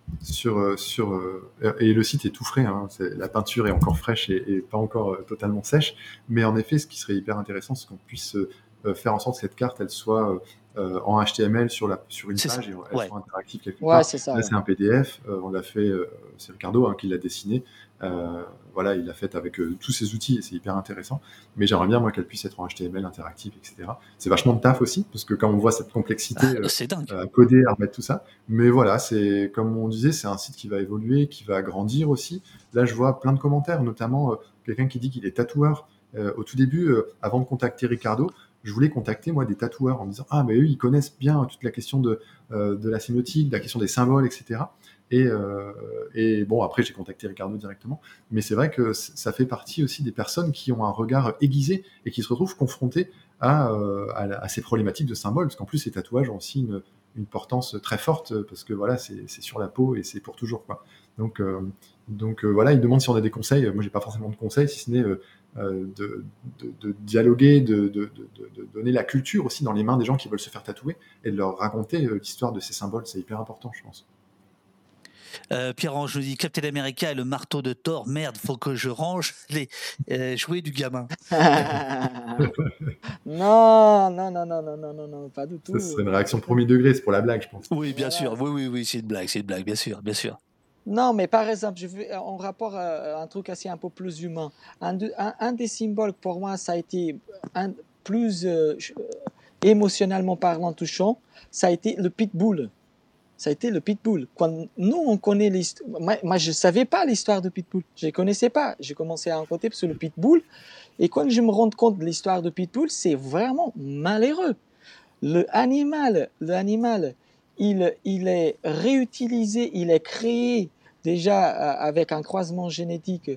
Et le site est tout frais, hein, la peinture est encore fraîche et pas encore totalement sèche, mais en effet, ce qui serait hyper intéressant, c'est qu'on puisse faire en sorte que cette carte, elle soit en HTML sur une page et elle soit interactive quelque part. C'est ça. Là, c'est un PDF, on l'a fait, c'est Ricardo qui l'a dessiné. Voilà, il l'a fait avec tous ses outils et c'est hyper intéressant. Mais j'aimerais bien, moi, qu'elle puisse être en HTML, interactive, etc. C'est vachement de taf aussi, parce que quand on voit cette complexité à coder, à remettre tout ça. Mais voilà, c'est comme on disait, c'est un site qui va évoluer, qui va grandir aussi. Là, je vois plein de commentaires, notamment quelqu'un qui dit qu'il est tatoueur. Au tout début, avant de contacter Ricardo, je voulais contacter moi des tatoueurs en me disant mais eux ils connaissent bien toute la question de la sémiotique, de la question des symboles, etc. Et bon, après j'ai contacté Ricardo directement, mais c'est vrai que ça fait partie aussi des personnes qui ont un regard aiguisé et qui se retrouvent confrontées à ces problématiques de symboles, parce qu'en plus ces tatouages ont aussi une portance très forte, parce que voilà, c'est sur la peau et c'est pour toujours, quoi. Voilà, il me demande si on a des conseils. Moi, j'ai pas forcément de conseils, si ce n'est de dialoguer, de donner la culture aussi dans les mains des gens qui veulent se faire tatouer et de leur raconter l'histoire de ces symboles. C'est hyper important, je pense. Pierre-Ange nous dit Captain America et le marteau de Thor. Merde, faut que je range les jouets du gamin. Non, pas du tout. Ça serait une réaction premier degré, c'est pour la blague, je pense. Oui, bien sûr. Oui, c'est une blague, bien sûr. Non, mais par exemple, je veux en rapport à un truc assez un peu plus humain. Un des symboles pour moi, ça a été plus émotionnellement parlant, touchant, ça a été le pitbull. Quand nous, on connaît l'histoire. Moi, je ne savais pas l'histoire de pitbull. Je ne connaissais pas. J'ai commencé à enquêter sur le pitbull. Et quand je me rends compte de l'histoire de pitbull, c'est vraiment malheureux. L'animal, il est réutilisé, il est créé déjà avec un croisement génétique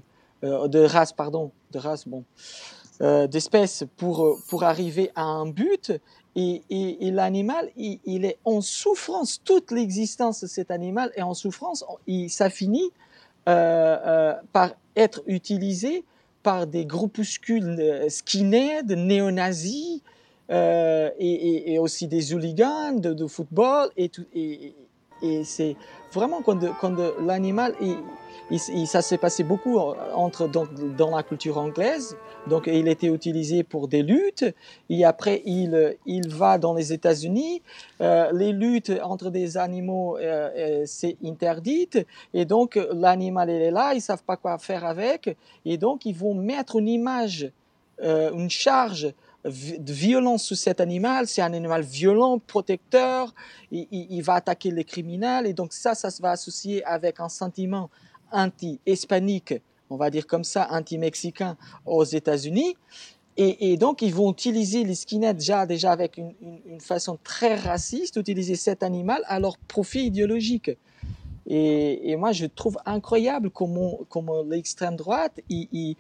d'espèces pour arriver à un but. Et l'animal, il est en souffrance. Toute l'existence de cet animal est en souffrance. Ça finit par être utilisé par des groupuscules skinheads, néo-nazis, et aussi des hooligans de football. Et c'est vraiment quand l'animal... ça s'est passé beaucoup dans la culture anglaise. Donc, il était utilisé pour des luttes. Et après, il va dans les États-Unis. Les luttes entre des animaux, c'est interdite. Et donc, l'animal, il est là. Ils ne savent pas quoi faire avec. Et donc, ils vont mettre une image, une charge de violence sur cet animal. C'est un animal violent, protecteur. Il va attaquer les criminels. Et donc, ça se va associer avec un sentiment anti-hispanique, on va dire comme ça, anti-mexicain aux États-Unis. Et donc, ils vont utiliser les skinheads déjà avec une façon très raciste, utiliser cet animal à leur profit idéologique. Et moi, je trouve incroyable comment l'extrême droite, il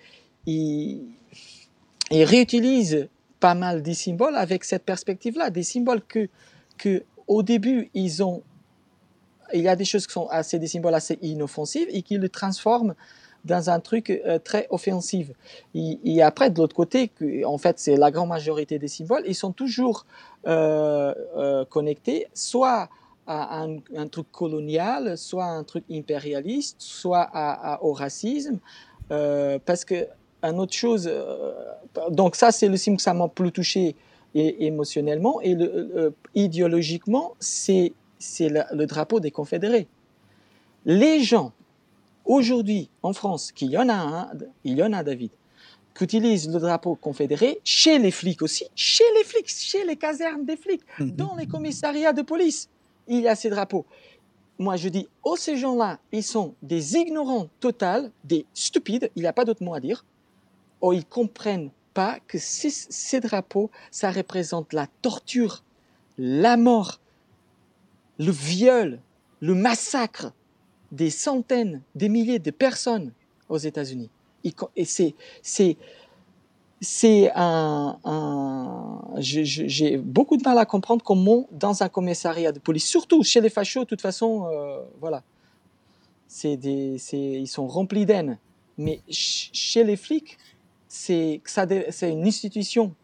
réutilise pas mal des symboles avec cette perspective-là, des symboles que au début, il y a des choses qui sont des symboles assez inoffensifs et qui le transforment dans un truc très offensif. Et après, de l'autre côté, en fait, c'est la grande majorité des symboles, ils sont toujours connectés soit à un truc colonial, soit à un truc impérialiste, soit au racisme, parce que une autre chose... donc ça, c'est le symbole que ça m'a plus touché émotionnellement, et idéologiquement, c'est le drapeau des confédérés. Les gens, aujourd'hui, en France, il y en a, David, qui utilisent le drapeau confédéré chez les flics aussi, chez les casernes des flics, dans les commissariats de police, il y a ces drapeaux. Moi, je dis, ces gens-là, ils sont des ignorants totaux, des stupides, il n'y a pas d'autre mot à dire, ils ne comprennent pas que ces drapeaux, ça représente la torture, la mort, le viol, le massacre des centaines, des milliers de personnes aux États-Unis. Et j'ai beaucoup de mal à comprendre comment, dans un commissariat de police, surtout chez les fachos, de toute façon, voilà, ils sont remplis d'haine. Mais chez les flics, c'est une institution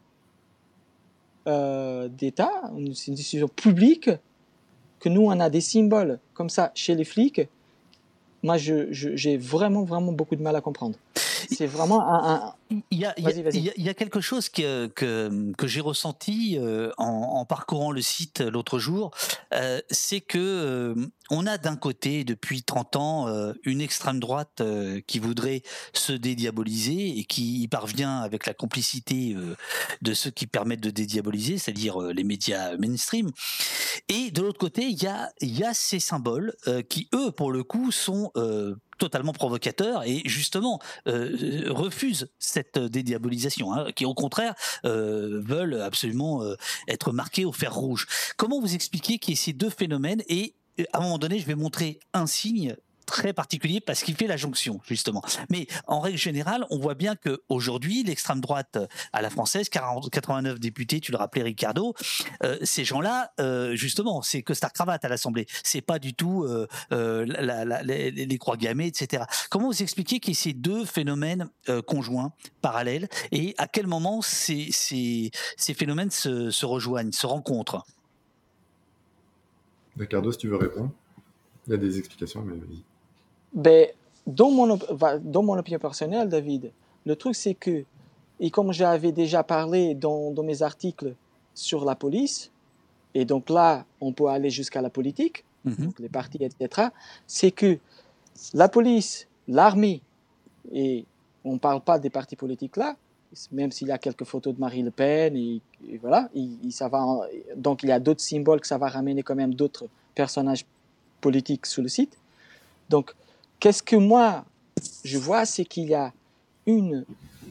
d'État, une institution publique, que nous, on a des symboles comme ça chez les flics. Moi, j'ai vraiment beaucoup de mal à comprendre. C'est vraiment Il y a quelque chose que j'ai ressenti en parcourant le site l'autre jour, c'est que on a d'un côté, depuis 30 ans, une extrême droite qui voudrait se dédiaboliser et qui y parvient avec la complicité de ceux qui permettent de dédiaboliser, c'est-à-dire les médias mainstream. Et de l'autre côté, il y a ces symboles qui, eux, pour le coup, sont totalement provocateurs et justement refusent cette dédiabolisation, qui au contraire veulent absolument être marqués au fer rouge. Comment vous expliquez qu'il y ait ces deux phénomènes et à un moment donné, je vais montrer un signe très particulier parce qu'il fait la jonction, justement. Mais en règle générale, on voit bien qu'aujourd'hui, l'extrême droite à la française, 89 députés, tu le rappelais Ricardo, ces gens-là, justement, c'est costard-cravate à l'Assemblée. C'est pas du tout les croix gammées, etc. Comment vous expliquez qu'il y ait ces deux phénomènes conjoints, parallèles, et à quel moment ces phénomènes se rejoignent, se rencontrent? Ricardo, si tu veux répondre. Il y a des explications, mais vas-y. Ben, dans mon opinion personnelle, David, le truc c'est que, et comme j'avais déjà parlé dans mes articles sur la police, et donc là, on peut aller jusqu'à la politique, donc les partis, etc., c'est que la police, l'armée, et on ne parle pas des partis politiques là, même s'il y a quelques photos de Marine Le Pen, et voilà, donc il y a d'autres symboles que ça va ramener quand même d'autres personnages politiques sur le site. Donc, qu'est-ce que moi, je vois, c'est qu'il y a une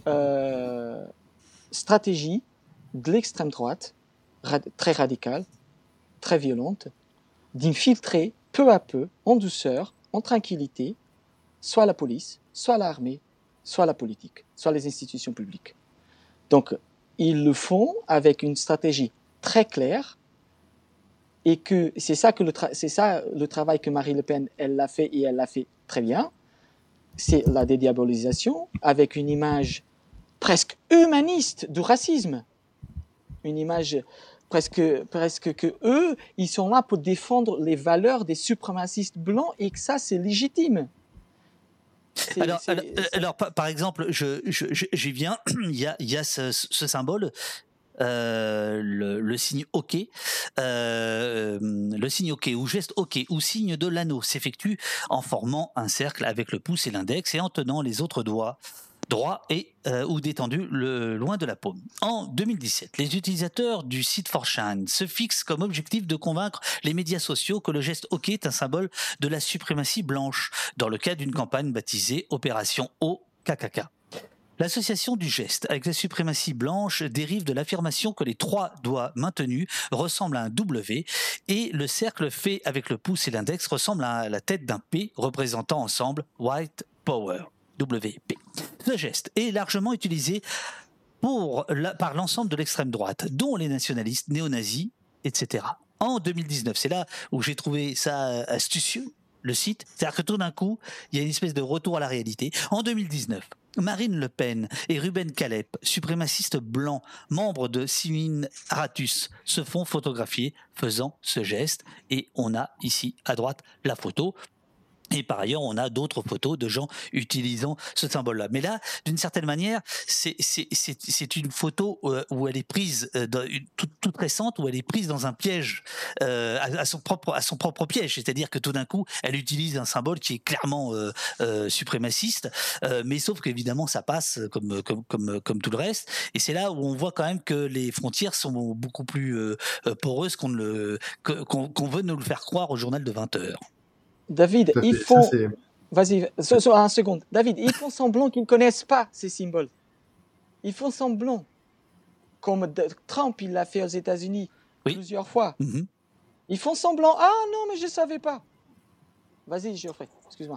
stratégie de l'extrême droite, très radicale, très violente, d'infiltrer peu à peu, en douceur, en tranquillité, soit la police, soit l'armée, soit la politique, soit les institutions publiques. Donc, ils le font avec une stratégie très claire, et que c'est ça le travail que Marine Le Pen, elle l'a fait, et elle l'a fait très bien. C'est la dédiabolisation avec une image presque humaniste du racisme. Une image presque que eux, ils sont là pour défendre les valeurs des suprémacistes blancs, et que ça, c'est légitime. Alors, par exemple, j'y viens, il y a ce symbole, le signe OK, le signe OK ou geste OK ou signe de l'anneau s'effectue en formant un cercle avec le pouce et l'index et en tenant les autres doigts droits et ou détendus loin de la paume. En 2017, les utilisateurs du site 4chan se fixent comme objectif de convaincre les médias sociaux que le geste OK est un symbole de la suprématie blanche dans le cadre d'une campagne baptisée Opération OKKK. L'association du geste avec la suprématie blanche dérive de l'affirmation que les trois doigts maintenus ressemblent à un W et le cercle fait avec le pouce et l'index ressemble à la tête d'un P représentant ensemble White Power, WP. Ce geste est largement utilisé par l'ensemble de l'extrême droite, dont les nationalistes, néo-nazis, etc. En 2019, c'est là où j'ai trouvé ça astucieux, le site. C'est-à-dire que tout d'un coup, il y a une espèce de retour à la réalité. En 2019, Marine Le Pen et Ruben Calep, suprémacistes blancs, membres de Simin Aratus, se font photographier faisant ce geste. Et on a ici à droite la photo. Et par ailleurs, on a d'autres photos de gens utilisant ce symbole-là. Mais là, d'une certaine manière, c'est une photo où elle est prise, toute récente, où elle est prise dans un piège, à son propre piège. C'est-à-dire que tout d'un coup, elle utilise un symbole qui est clairement suprémaciste, mais sauf qu'évidemment, ça passe comme tout le reste. Et c'est là où on voit quand même que les frontières sont beaucoup plus poreuses qu'on veut nous le faire croire au journal de 20 heures. David, ils font... Vas-y, un seconde. David, ils font semblant qu'ils ne connaissent pas ces symboles. Ils font semblant. Comme Trump, il l'a fait aux États-Unis plusieurs fois. Ils font semblant. Ah non, mais je ne savais pas. Vas-y, Geoffrey, excuse-moi.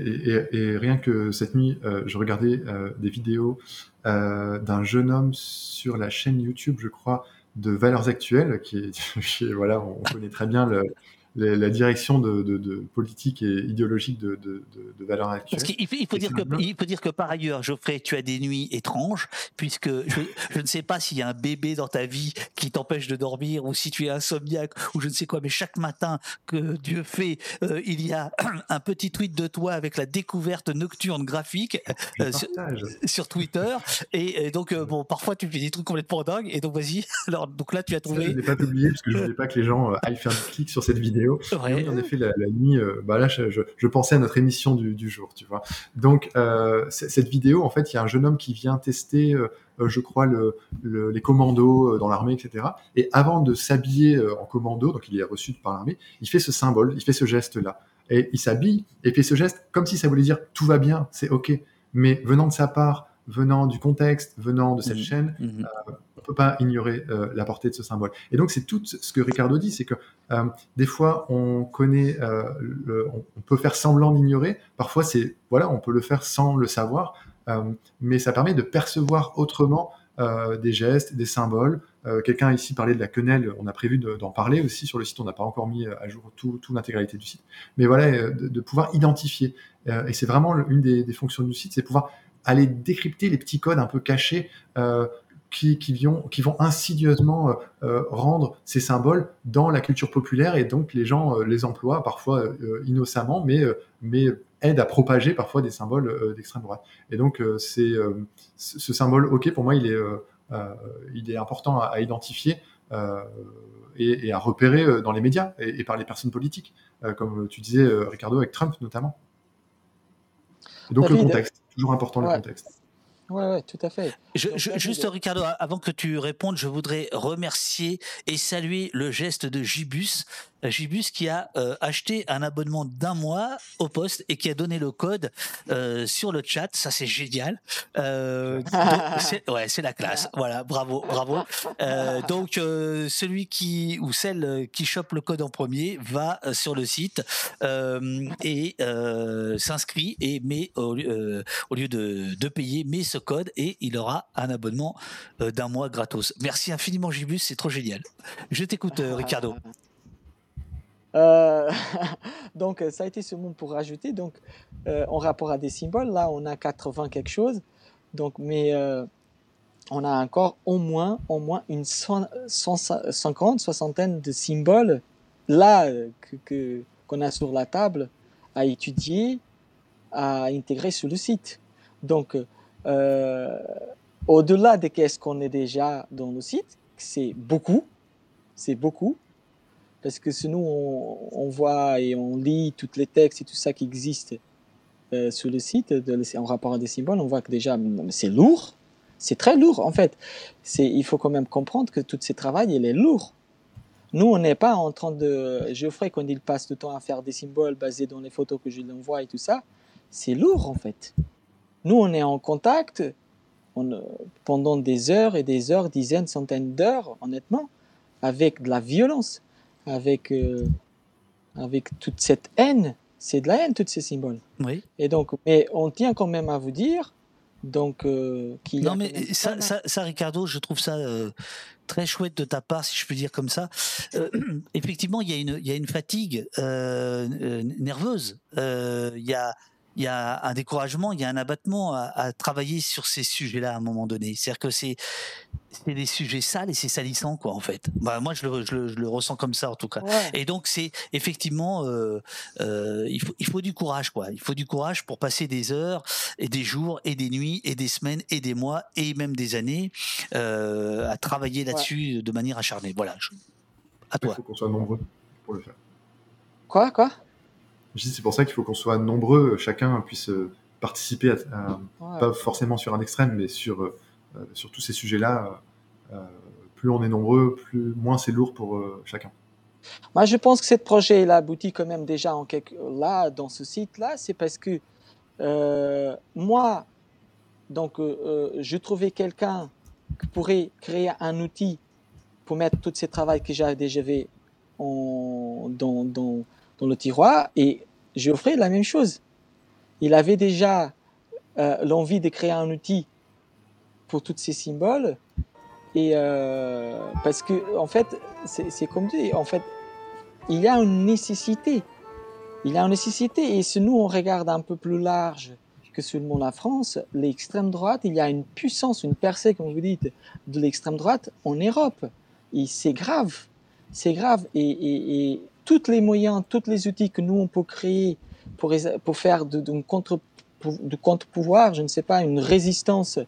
Et rien que cette nuit, je regardais des vidéos d'un jeune homme sur la chaîne YouTube, je crois, de Valeurs Actuelles, qui est voilà, on connaît très bien la direction de politique et idéologique de Valeurs Actuelles. Parce qu'il faut dire que par ailleurs, Geoffrey, tu as des nuits étranges, puisque je ne sais pas s'il y a un bébé dans ta vie qui t'empêche de dormir, ou si tu es insomniaque, ou je ne sais quoi, mais chaque matin que Dieu fait, il y a un petit tweet de toi avec la découverte nocturne graphique sur Twitter, et donc bon, parfois tu fais des trucs complètement dingues, et donc vas-y, alors donc là tu as trouvé... Ça, je ne l'ai pas publié, parce que je ne voulais pas que les gens aillent faire du clic sur cette vidéo. Oui, en effet, la nuit, là, je pensais à notre émission du jour, tu vois. Donc, cette vidéo, en fait, il y a un jeune homme qui vient tester, je crois, les commandos dans l'armée, etc. Et avant de s'habiller en commando, donc il est reçu par l'armée, il fait ce symbole, il fait ce geste-là. Et il s'habille et fait ce geste comme si ça voulait dire tout va bien, c'est OK. Mais venant de sa part, venant du contexte, venant de cette chaîne, on peut pas ignorer la portée de ce symbole. Et donc c'est tout ce que Ricardo dit, c'est que des fois on connaît, on peut faire semblant d'ignorer. Parfois on peut le faire sans le savoir, mais ça permet de percevoir autrement des gestes, des symboles. Quelqu'un ici parlait de la quenelle, on a prévu d'en parler aussi sur le site, on n'a pas encore mis à jour toute l'intégralité du site. Mais voilà, de pouvoir identifier. Et c'est vraiment une des fonctions du site, c'est pouvoir aller décrypter les petits codes un peu cachés qui vont insidieusement rendre ces symboles dans la culture populaire, et donc les gens les emploient parfois innocemment, mais aident à propager parfois des symboles d'extrême droite. Et donc ce symbole, ok, pour moi il est important à identifier et à repérer dans les médias et par les personnes politiques, comme tu disais Ricardo, avec Trump notamment. Et donc David, le contexte, toujours important le ouais, contexte. ouais, tout à fait. Donc, Juste, David, Ricardo, avant que tu répondes, je voudrais remercier et saluer le geste de Gibus. Gibus qui a acheté un abonnement d'1 mois au poste et qui a donné le code sur le chat. Ça, c'est génial. Donc, c'est la classe. Voilà, bravo. Donc, celui ou celle qui chope le code en premier va sur le site et s'inscrit et met au lieu de payer, met ce code et il aura un abonnement d'1 mois gratos. Merci infiniment, Gibus, c'est trop génial. Je t'écoute, Ricardo. donc, ça a été ce mot pour rajouter. Donc, en rapport à des symboles, là, on a 80 quelque chose. Donc, mais on a encore au moins une 150, soixantaine de symboles là qu'on a sur la table à étudier, à intégrer sur le site. Donc, au-delà de qu'est-ce qu'on est déjà dans le site, c'est beaucoup. Parce que sinon, on voit et on lit tous les textes et tout ça qui existent sur le site en rapport à des symboles, on voit que déjà, c'est lourd. C'est très lourd, en fait. Il faut quand même comprendre que tout ce travail, il est lourd. Nous, on n'est pas en train de... Geoffrey, quand il passe du temps à faire des symboles basés dans les photos que je lui envoie et tout ça, c'est lourd, en fait. Nous, on est en contact pendant des heures et des heures, dizaines, centaines d'heures, honnêtement, avec de la violence. Avec toute cette haine, c'est de la haine, tous ces symboles. Oui. Et donc, mais on tient quand même à vous dire donc qu'il y a. Non, mais ça, Ricardo, je trouve ça très chouette de ta part, si je peux dire comme ça. Effectivement, il y a une fatigue nerveuse. Il y a un découragement, il y a un abattement à travailler sur ces sujets-là à un moment donné. C'est-à-dire que c'est des sujets sales et c'est salissant, quoi, en fait. Bah, moi, je le ressens comme ça, en tout cas. Ouais. Et donc, c'est effectivement, il faut du courage, quoi. Il faut du courage pour passer des heures et des jours et des nuits et des semaines et des mois et même des années à travailler là-dessus de manière acharnée. Voilà. À Il toi. faut qu'on soit nombreux pour le faire. Quoi Je dis, c'est pour ça qu'il faut qu'on soit nombreux, chacun puisse participer pas forcément sur un extrême, mais sur tous ces sujets-là. Plus on est nombreux, moins c'est lourd pour chacun. Moi, je pense que ce projet il a abouti quand même déjà là, dans ce site-là, c'est parce que moi, donc, je trouvais quelqu'un qui pourrait créer un outil pour mettre tout ce travail que j'ai déjà fait dans le tiroir, et Geoffrey la même chose. Il avait déjà l'envie de créer un outil pour tous ces symboles, et parce que en fait c'est comme dit, en fait il y a une nécessité, et si nous on regarde un peu plus large que seulement la France, l'extrême droite, il y a une puissance, une percée, comme vous dites, de l'extrême droite en Europe, et c'est grave, et tous les moyens, tous les outils que nous on peut créer pour faire de contre-pouvoir, je ne sais pas, une résistance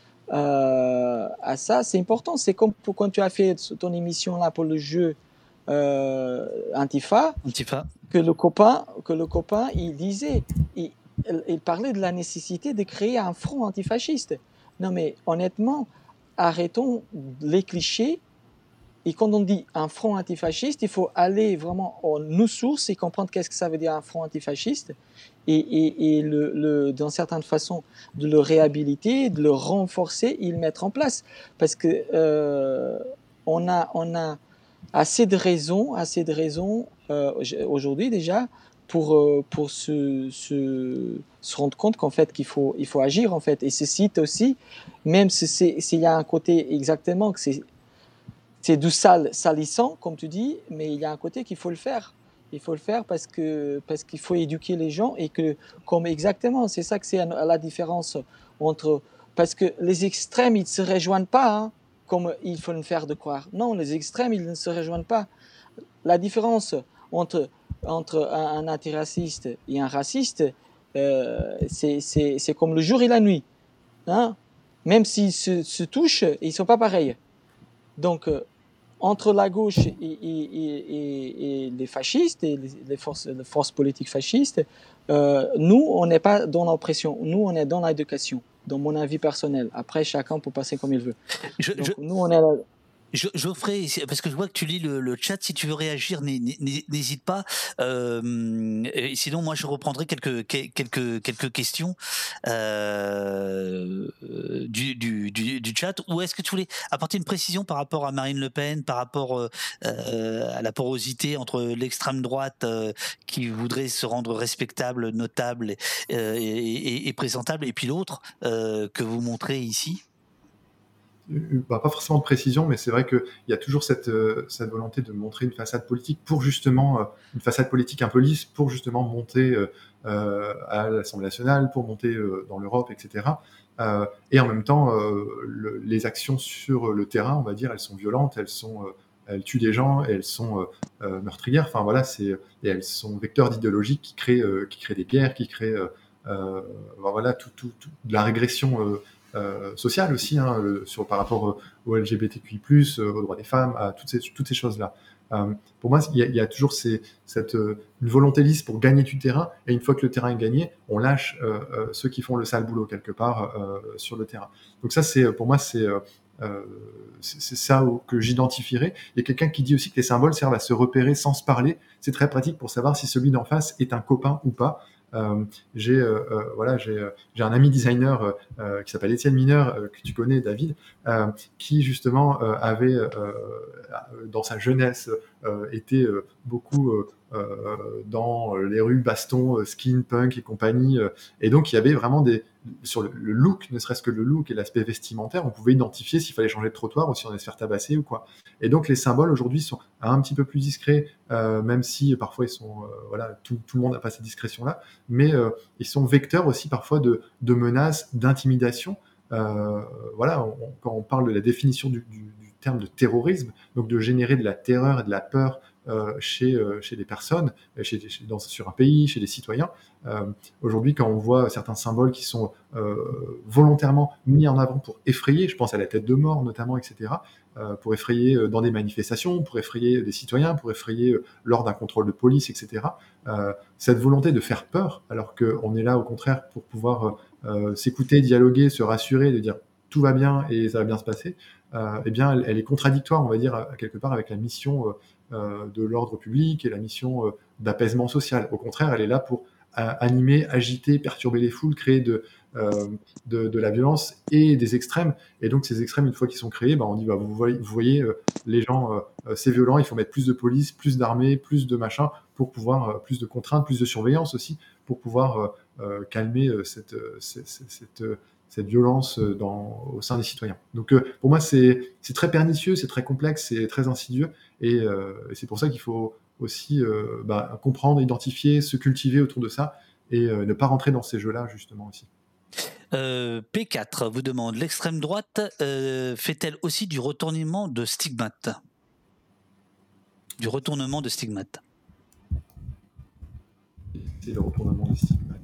à ça, c'est important. C'est comme quand tu as fait ton émission là pour le jeu Antifa, que le copain il disait, il parlait de la nécessité de créer un front antifasciste. Non mais honnêtement, arrêtons les clichés et quand on dit un front antifasciste, il faut aller vraiment aux sources et comprendre qu'est-ce que ça veut dire un front antifasciste et d'une certaine façon de le réhabiliter, de le renforcer et le mettre en place. Parce que on a assez de raisons aujourd'hui déjà pour se rendre compte qu'en fait il faut agir en fait. Et ce site aussi, même s'il y a un côté exactement que c'est du salissant, comme tu dis, mais il y a un côté qu'il faut le faire. Il faut le faire parce qu'il faut éduquer les gens et que, comme exactement, c'est ça que c'est la différence entre. Parce que les extrêmes, ils ne se rejoignent pas, hein, comme il faut le faire de croire. Non, les extrêmes, ils ne se rejoignent pas. La différence entre un antiraciste et un raciste, c'est comme le jour et la nuit. Hein? Même s'ils se touchent, ils ne sont pas pareils. Donc, entre la gauche et les fascistes et les forces politiques fascistes, nous, on n'est pas dans l'oppression. Nous, on est dans l'éducation, dans mon avis personnel. Après, chacun peut passer comme il veut. Donc, nous, on est là. Geoffrey, parce que je vois que tu lis le chat, si tu veux réagir, n'hésite pas. Sinon, moi, je reprendrai quelques questions du chat. Ou est-ce que tu voulais apporter une précision par rapport à Marine Le Pen, par rapport à la porosité entre l'extrême droite qui voudrait se rendre respectable, notable et présentable, et puis l'autre que vous montrez ici? Pas forcément de précision, mais c'est vrai qu'il y a toujours cette volonté de montrer une façade politique pour justement, une façade politique un peu lisse pour justement monter à l'Assemblée nationale, pour monter dans l'Europe, etc. Et en même temps, les actions sur le terrain, on va dire, elles sont violentes, elles tuent des gens, et elles sont meurtrières. Enfin voilà, et elles sont vecteurs d'idéologie qui créent des guerres, qui créent voilà de la régression sociale aussi, hein, par rapport au LGBTQI+, aux droits des femmes, à toutes ces choses-là. Pour moi, il y a toujours une volonté lisse pour gagner du terrain, et une fois que le terrain est gagné, on lâche ceux qui font le sale boulot quelque part sur le terrain. Donc ça, pour moi, c'est ça que j'identifierais. Il y a quelqu'un qui dit aussi que les symboles servent à se repérer sans se parler. C'est très pratique pour savoir si celui d'en face est un copain ou pas. J'ai un ami designer qui s'appelle Étienne Mineur, que tu connais, David, qui justement avait dans sa jeunesse été beaucoup dans les rues baston, skin, punk et compagnie, et donc il y avait vraiment sur le look, ne serait-ce que le look et l'aspect vestimentaire, on pouvait identifier s'il fallait changer de trottoir ou si on allait se faire tabasser ou quoi. Et donc les symboles aujourd'hui sont un petit peu plus discrets, même si parfois ils sont tout le monde n'a pas cette discrétion là, mais ils sont vecteurs aussi parfois de menaces, d'intimidation. Quand on parle de la définition du terme de terrorisme, donc de générer de la terreur et de la peur chez des personnes, sur un pays, chez des citoyens. Aujourd'hui, quand on voit certains symboles qui sont volontairement mis en avant pour effrayer, je pense à la tête de mort notamment, etc., pour effrayer dans des manifestations, pour effrayer des citoyens, pour effrayer lors d'un contrôle de police, etc. Cette volonté de faire peur, alors qu'on est là au contraire pour pouvoir s'écouter, dialoguer, se rassurer, de dire tout va bien et ça va bien se passer, eh bien, elle est contradictoire, on va dire, quelque part avec la mission de l'ordre public et la mission d'apaisement social. Au contraire, elle est là pour animer, agiter, perturber les foules, créer de la violence et des extrêmes. Et donc ces extrêmes, une fois qu'ils sont créés, on dit vous voyez les gens, c'est violent, il faut mettre plus de police, plus d'armée, plus de machin, pour pouvoir, plus de contraintes, plus de surveillance aussi, pour pouvoir calmer cette violence au sein des citoyens. Donc pour moi, c'est très pernicieux, c'est très complexe, c'est très insidieux, et c'est pour ça qu'il faut aussi comprendre, identifier, se cultiver autour de ça, et ne pas rentrer dans ces jeux-là, justement, aussi. P4 vous demande, l'extrême droite fait-elle aussi du retournement de stigmates? Du retournement de stigmates. C'est le retournement des stigmates.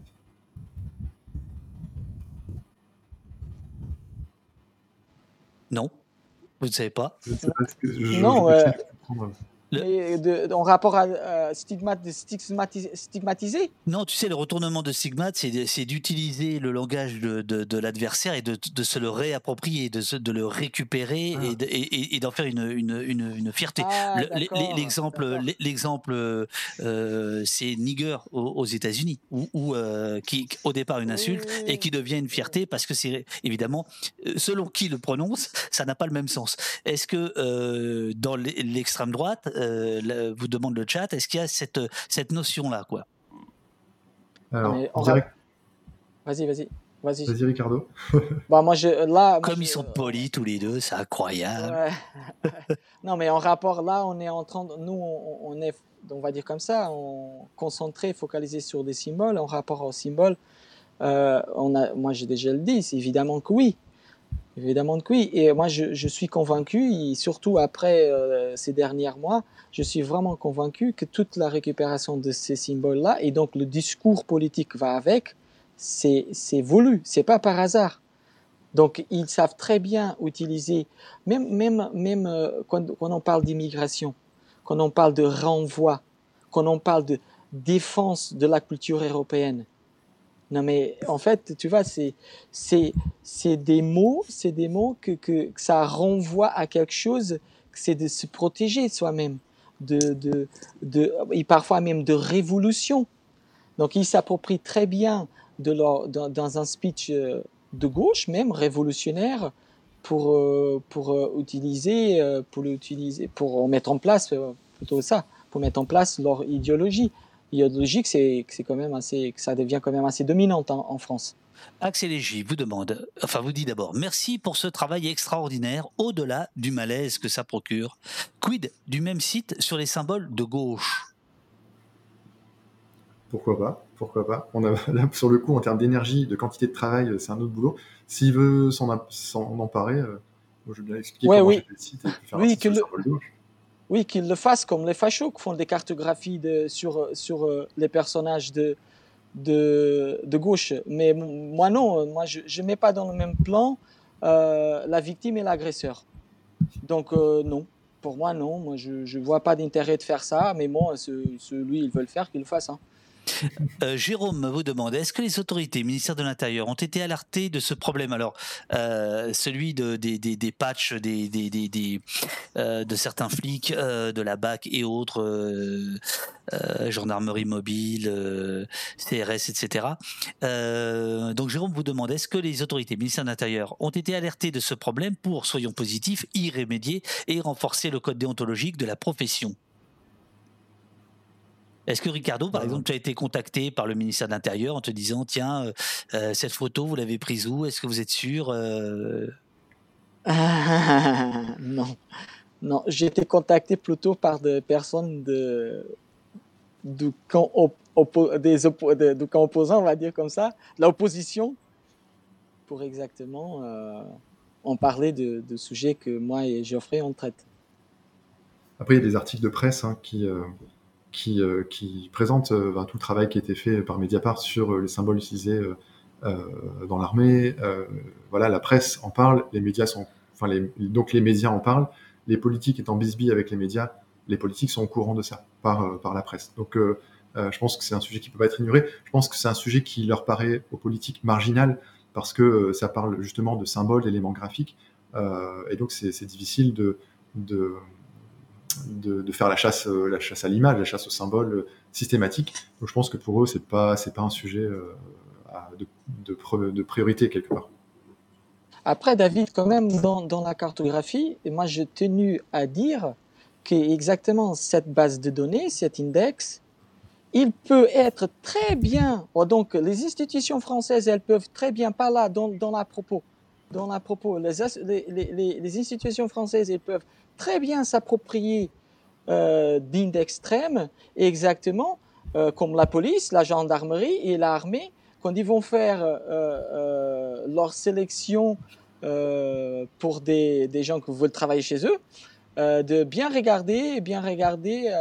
Non, vous ne savez pas. Je sais pas ce que Non, Le- Mais en rapport à stigmatiser. Non, tu sais, le retournement de stigmate, c'est d'utiliser le langage de l'adversaire et de se le réapproprier, de le récupérer Ah. et d'en faire une fierté. Ah, d'accord, L'exemple, d'accord. l'exemple, c'est nigger aux États-Unis, qui au départ une Oui, insulte oui, et oui. qui devient une fierté parce que c'est évidemment, selon qui le prononce, ça n'a pas le même sens. Est-ce que dans l'extrême droite, vous demande le chat, est-ce qu'il y a cette notion-là, quoi? Alors, Mais je dirais... Vas-y. Vas-y, Ricardo. Bah, moi, Comme ils sont polis tous les deux, c'est incroyable. ouais. Non, mais en rapport là, on est en train de, nous, on est, on va dire comme ça, concentré, focalisé sur des symboles. En rapport aux symboles, moi, j'ai déjà le dit, c'est évidemment que oui. Évidemment que oui. Et moi, je suis convaincu, et surtout après ces derniers mois, je suis vraiment convaincu que toute la récupération de ces symboles-là, et donc le discours politique va avec, c'est voulu, c'est pas par hasard. Donc, ils savent très bien utiliser, même quand on parle d'immigration, quand on parle de renvoi, quand on parle de défense de la culture européenne. Non, mais en fait, tu vois, c'est des mots que ça renvoie à quelque chose, c'est de se protéger soi-même, et parfois même de révolution. Donc, ils s'approprient très bien dans un speech de gauche, même révolutionnaire, pour mettre en place plutôt ça, pour mettre en place leur idéologie. Idéologique, c'est quand même assez, que ça devient quand même assez dominante en France. Axel Légy vous dit d'abord merci pour ce travail extraordinaire au-delà du malaise que ça procure. Quid du même site sur les symboles de gauche? Pourquoi pas. On a, là, sur le coup, en termes d'énergie, de quantité de travail, c'est un autre boulot. S'il veut s'en emparer, moi, je vais bien expliquer Ouais, comment oui. j'ai fait le site et puis faire un Oui, site sur le symbole de gauche. Oui, qu'ils le fassent comme les fachos qui font des cartographies sur les personnages de gauche. Mais moi, non, moi, je ne mets pas dans le même plan la victime et l'agresseur. Donc, non. Pour moi, non. Moi, je ne vois pas d'intérêt de faire ça. Mais bon, celui, il veut le faire, qu'il le fasse. Hein. Jérôme vous demande est-ce que les autorités, ministère de l'Intérieur, ont été alertées de ce problème? Alors, celui des patchs de certains flics, de la BAC et autres, gendarmerie mobile, CRS, etc. Donc Jérôme vous demande est-ce que les autorités, ministère de l'Intérieur, ont été alertées de ce problème pour, soyons positifs, y remédier et renforcer le code déontologique de la profession? Est-ce que Ricardo, par exemple, tu as été contacté par le ministère de l'Intérieur en te disant tiens, cette photo, vous l'avez prise où? Est-ce que vous êtes sûr? Non, j'ai été contacté plutôt par des personnes du camp opposant, on va dire comme ça, l'opposition, pour exactement en parler de sujets que moi et Geoffrey on traite. Après, il y a des articles de presse qui présentent tout le travail qui a été fait par Mediapart sur les symboles utilisés dans l'armée. Voilà, la presse en parle, les médias donc les médias en parlent. Les politiques étant bisbis avec les médias, les politiques sont au courant de ça par la presse. Donc, je pense que c'est un sujet qui ne peut pas être ignoré. Je pense que c'est un sujet qui leur paraît aux politiques marginal parce que ça parle justement de symboles, d'éléments graphiques. Et donc, c'est difficile de faire la chasse à l'image, la chasse au symbole systématique. Donc je pense que pour eux, c'est pas un sujet de priorité quelque part. Après, David, quand même, dans la cartographie, moi, j'ai tenu à dire qu'exactement cette base de données, cet index, il peut être très bien, donc les institutions françaises, elles peuvent très bien, pas là, dans la propos, les institutions françaises, elles peuvent très bien s'approprier d'index extrême, exactement comme la police, la gendarmerie et l'armée, quand ils vont faire leur sélection pour des gens qui veulent travailler chez eux, de bien regarder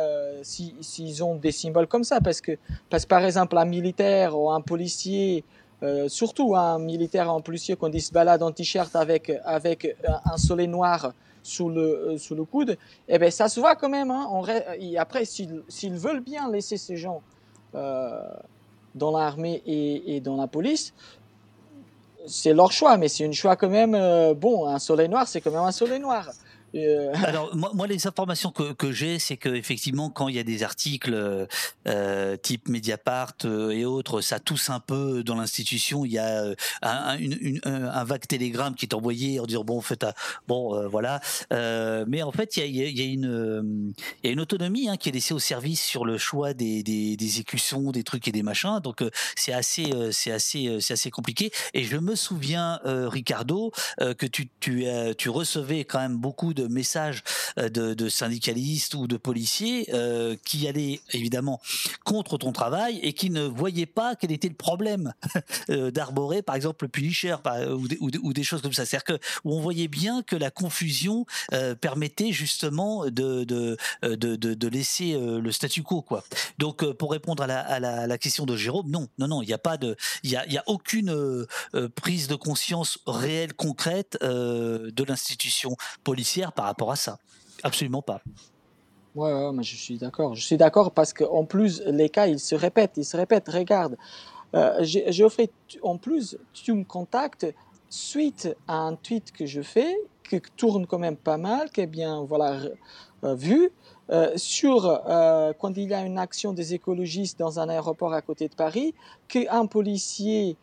s'ils ont des symboles comme ça, parce que par exemple un militaire ou un policier surtout un militaire, un policier, quand il se balade en t-shirt avec un soleil noir sous le coude, eh ben ça se voit quand même. Hein. Et après, s'ils veulent bien laisser ces gens dans l'armée et dans la police, c'est leur choix, mais c'est un choix quand même. Bon, un soleil noir, c'est quand même un soleil noir. Alors moi les informations que j'ai, c'est que effectivement quand il y a des articles type Mediapart et autres, ça tousse un peu dans l'institution. Il y a un vague télégramme qui est envoyé en disant bon voilà. Mais en fait il y a une autonomie qui est laissée au service sur le choix des écussons, des trucs et des machins. Donc c'est assez compliqué. Et je me souviens Ricardo que tu recevais quand même beaucoup de messages de syndicalistes ou de policiers qui allaient évidemment contre ton travail et qui ne voyaient pas quel était le problème d'arborer par exemple le Punisher ou des choses comme ça. C'est-à-dire que où on voyait bien que la confusion permettait justement de laisser le statu quo, quoi. Donc pour répondre à la question de Jérôme, non, il n'y a pas il y a aucune prise de conscience réelle, concrète de l'institution policière par rapport à ça. Absolument pas. Ouais, mais je suis d'accord. Je suis d'accord parce qu'en plus, les cas, ils se répètent. Regarde, Geoffrey, en plus, tu me contactes suite à un tweet que je fais, qui tourne quand même pas mal, qui est bien vu, sur quand il y a une action des écologistes dans un aéroport à côté de Paris, qu'un policier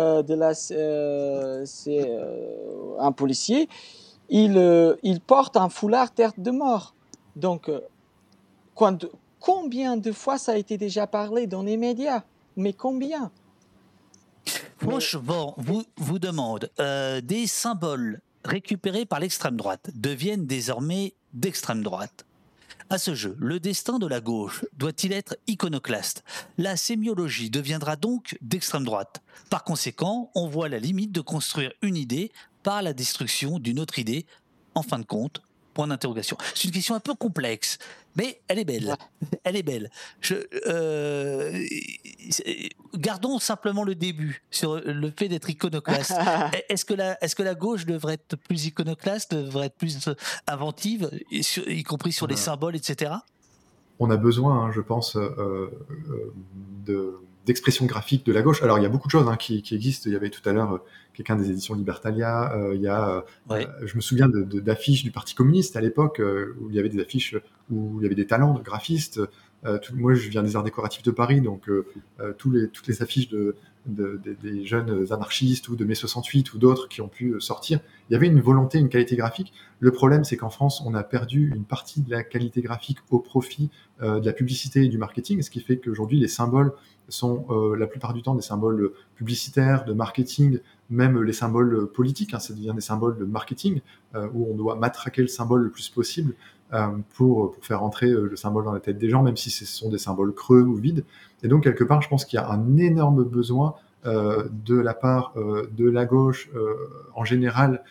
un policier, il porte un foulard tête de mort. Donc, combien de fois ça a été déjà parlé dans les médias? Mais combien? Franchement, vous demande des symboles récupérés par l'extrême droite deviennent désormais d'extrême droite. À ce jeu, le destin de la gauche doit-il être iconoclaste? La sémiologie deviendra donc d'extrême droite. Par conséquent, on voit la limite de construire une idée par la destruction d'une autre idée. En fin de compte, point d'interrogation. C'est une question un peu complexe, mais elle est belle. Ouais. Elle est belle. Gardons simplement le début sur le fait d'être iconoclaste. Est-ce que la gauche devrait être plus iconoclaste, devrait être plus inventive, y compris sur les symboles, etc. On a besoin, je pense, d'expression graphique de la gauche. Alors, il y a beaucoup de choses qui existent. Il y avait tout à l'heure quelqu'un des éditions Libertalia. Je me souviens d'affiches du Parti communiste à l'époque, où il y avait des affiches où il y avait des talents de graphistes. Moi, je viens des arts décoratifs de Paris, donc toutes les affiches des jeunes anarchistes ou de mai 68 ou d'autres qui ont pu sortir, il y avait une volonté, une qualité graphique. Le problème, c'est qu'en France, on a perdu une partie de la qualité graphique au profit de la publicité et du marketing, ce qui fait qu'aujourd'hui, les symboles sont la plupart du temps des symboles publicitaires, de marketing, même les symboles politiques, ça devient des symboles de marketing, où on doit matraquer le symbole le plus possible pour faire entrer le symbole dans la tête des gens, même si ce sont des symboles creux ou vides. Et donc, quelque part, je pense qu'il y a un énorme besoin de la part de la gauche en général,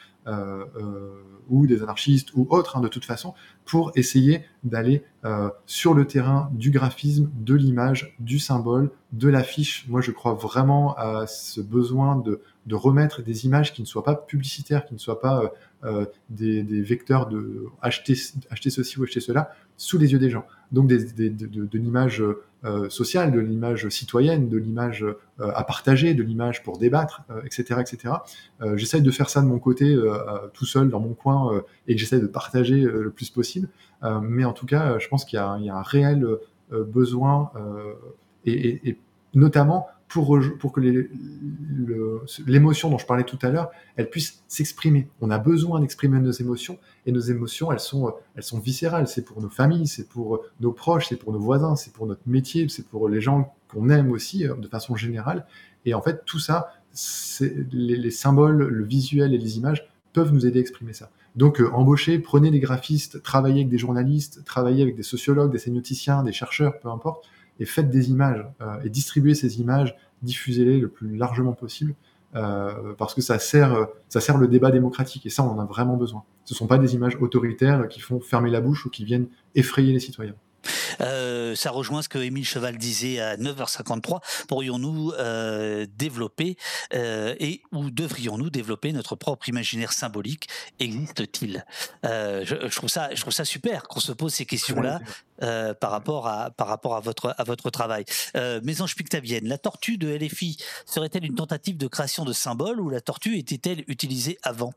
ou des anarchistes ou autres, de toute façon, pour essayer d'aller sur le terrain du graphisme, de l'image, du symbole, de l'affiche. Moi, je crois vraiment à ce besoin de remettre des images qui ne soient pas publicitaires, qui ne soient pas des vecteurs de acheter ceci ou acheter cela, sous les yeux des gens. Donc de l'image sociale, de l'image citoyenne, de l'image à partager, de l'image pour débattre, etc. etc. J'essaye de faire ça de mon côté, tout seul, dans mon coin, et que j'essaye de partager le plus possible. Mais en tout cas, je pense qu'il y a un réel besoin, et notamment pour que l'émotion dont je parlais tout à l'heure, elle puisse s'exprimer. On a besoin d'exprimer nos émotions, et nos émotions, elles sont viscérales. C'est pour nos familles, c'est pour nos proches, c'est pour nos voisins, c'est pour notre métier, c'est pour les gens qu'on aime aussi, de façon générale. Et en fait, tout ça, les symboles, le visuel et les images peuvent nous aider à exprimer ça. Donc, embauchez, prenez des graphistes, travaillez avec des journalistes, travaillez avec des sociologues, des sémioticiens, des chercheurs, peu importe, et faites des images, et distribuez ces images, diffusez-les le plus largement possible, parce que ça sert le débat démocratique, et ça, on en a vraiment besoin. Ce ne sont pas des images autoritaires qui font fermer la bouche ou qui viennent effrayer les citoyens. Ça rejoint ce que Émile Cheval disait à 9h53. Pourrions-nous développer ou devrions-nous développer notre propre imaginaire symbolique? Existe-t-il? Je trouve ça super qu'on se pose ces questions-là par rapport à votre travail. Mésange Pictavienne, la tortue de LFI serait-elle une tentative de création de symboles ou la tortue était-elle utilisée avant?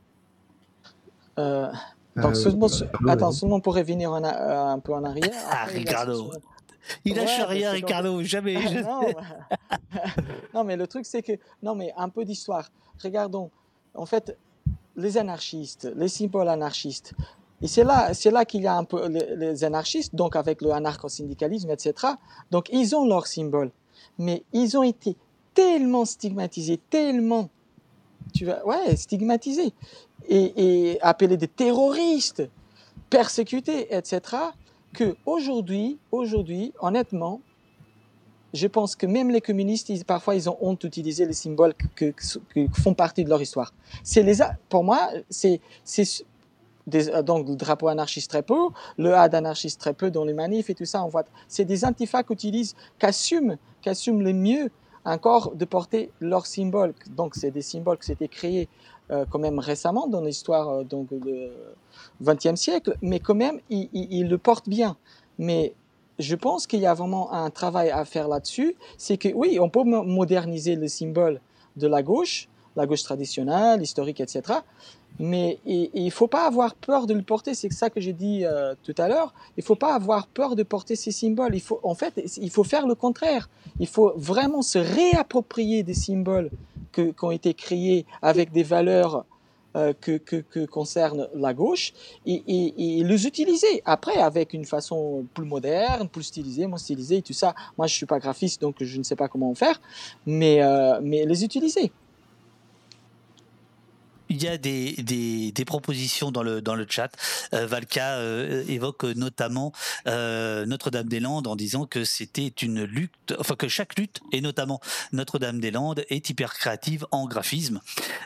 Donc, seulement pour revenir un peu en arrière. Après, Ricardo. Il lâche rien, Ricardo, jamais. Non, mais le truc, c'est que... Non, mais un peu d'histoire. Regardons, en fait, les anarchistes, les symboles anarchistes, et c'est là qu'il y a un peu les anarchistes, donc avec le anarcho-syndicalisme, etc. Donc, ils ont leurs symboles, mais ils ont été tellement stigmatisés, stigmatisés, et appelés des terroristes, persécutés, etc., qu'aujourd'hui, honnêtement, je pense que même les communistes, parfois, ils ont honte d'utiliser les symboles qui font partie de leur histoire. Pour moi, donc le drapeau anarchiste très peu, le A d'anarchiste très peu dans les manifs et tout ça, on voit. C'est des antifas qui assument le mieux encore de porter leurs symboles. Donc c'est des symboles qui s'étaient créés quand même récemment dans l'histoire du XXe siècle, mais quand même ils le portent bien. Mais je pense qu'il y a vraiment un travail à faire là-dessus. C'est que oui, on peut moderniser le symbole de la gauche traditionnelle, historique, etc. Mais il ne faut pas avoir peur de le porter. C'est ça que j'ai dit tout à l'heure. Il ne faut pas avoir peur de porter ces symboles. Il faut faire le contraire. Il faut vraiment se réapproprier des symboles qui ont été créés avec des valeurs que concerne la gauche et les utiliser. Après, avec une façon plus moderne, plus stylisée, moins stylisée, tout ça. Moi, je ne suis pas graphiste, donc je ne sais pas comment faire, mais les utiliser. Il y a des propositions dans le chat. Valka évoque notamment Notre-Dame-des-Landes en disant que c'était une lutte, enfin que chaque lutte, et notamment Notre-Dame-des-Landes, est hyper créative en graphisme.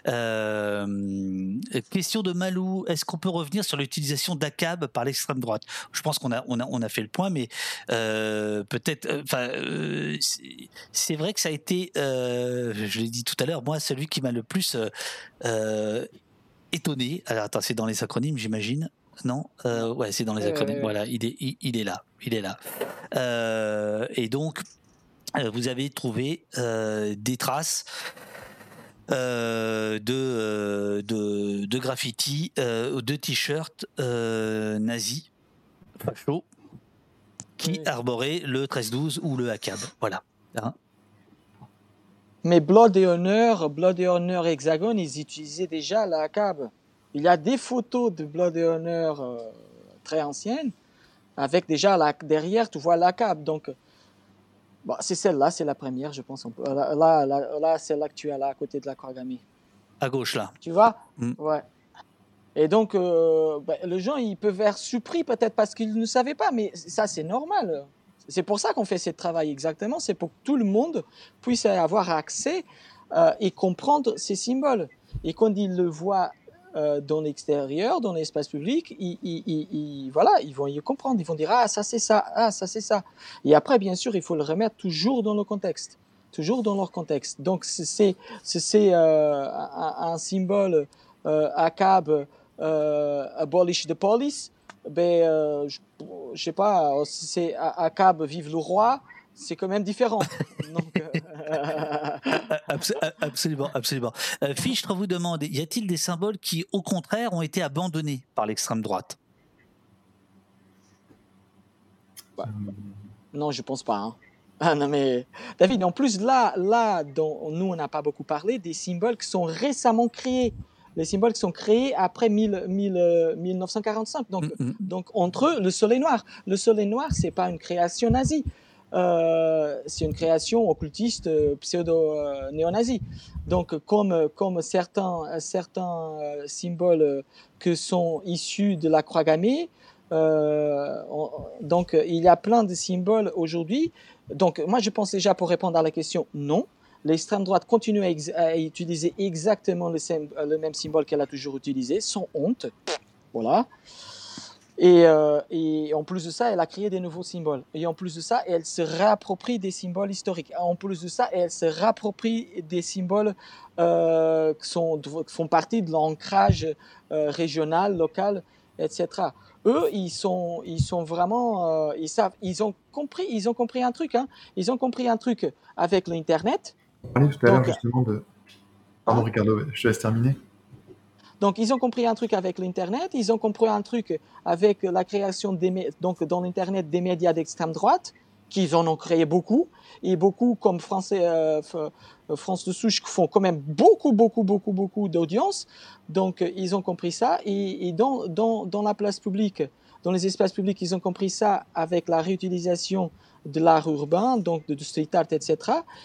Question de Malou, est-ce qu'on peut revenir sur l'utilisation d'ACAB par l'extrême droite? Je pense qu'on a fait le point, mais peut-être, c'est vrai que ça a été, je l'ai dit tout à l'heure, moi celui qui m'a le plus étonné. Alors attends, c'est dans les acronymes, j'imagine. Non, ouais, c'est dans les acronymes. Voilà, il est là. Et donc, vous avez trouvé des traces de graffiti, de t-shirts nazis, facho, qui arboraient le 13-12 ou le ACAB. Voilà. Hein. Mais Blood et Honor Hexagone, ils utilisaient déjà la ACAB. Il y a des photos de Blood et Honor très anciennes, avec déjà derrière, tu vois la ACAB. Donc, bon, c'est celle-là, c'est la première, je pense. Là, celle-là que tu as là, à côté de la croix gammée. À gauche, là. Tu vois? Ouais. Et donc, les gens, ils peuvent être surpris peut-être parce qu'ils ne savaient pas, mais ça, c'est normal. C'est pour ça qu'on fait ce travail exactement, c'est pour que tout le monde puisse avoir accès et comprendre ces symboles. Et quand ils le voient dans l'extérieur, dans l'espace public, ils vont y comprendre, ils vont dire « Ah, ça c'est ça, ah, ça c'est ça ». Et après, bien sûr, il faut le remettre toujours dans le contexte, toujours dans leur contexte. Donc, c'est un symbole ACAB, Abolish the Police. Ben, je sais pas, si c'est ACAB, vive le roi, c'est quand même différent. Donc, Absolument. Fichtre vous demande, y a-t-il des symboles qui, au contraire, ont été abandonnés par l'extrême droite? Non, je pense pas. Hein. Ah, non, mais David, en plus, là dont nous, on n'a pas beaucoup parlé, des symboles qui sont récemment créés. Les symboles qui sont créés après 1945. Donc, entre eux, le soleil noir. Le soleil noir, c'est pas une création nazie. C'est une création occultiste pseudo-néo-nazie. Donc, comme certains symboles qui sont issus de la croix gammée, donc il y a plein de symboles aujourd'hui. Donc, moi, je pense déjà, pour répondre à la question, non. L'extrême droite continue à utiliser exactement le même symbole qu'elle a toujours utilisé, sans honte. Voilà. Et en plus de ça, elle a créé des nouveaux symboles. Et en plus de ça, elle se réapproprie des symboles historiques. En plus de ça, elle se réapproprie des symboles qui font partie de l'ancrage régional, local, etc. Eux, ils sont vraiment, ils ont compris un truc. Hein. Ils ont compris un truc avec l'Internet. On parlait tout à l'heure Donc, justement de... Pardon Ricardo, je te laisse terminer. Donc, ils ont compris un truc avec l'Internet, ils ont compris un truc avec la création donc dans l'Internet des médias d'extrême droite, qu'ils en ont créé beaucoup, et beaucoup comme France de Souche font quand même beaucoup d'audience. Donc, ils ont compris ça, et dans la place publique, dans les espaces publics, ils ont compris ça avec la réutilisation de l'art urbain, donc de street art, etc.,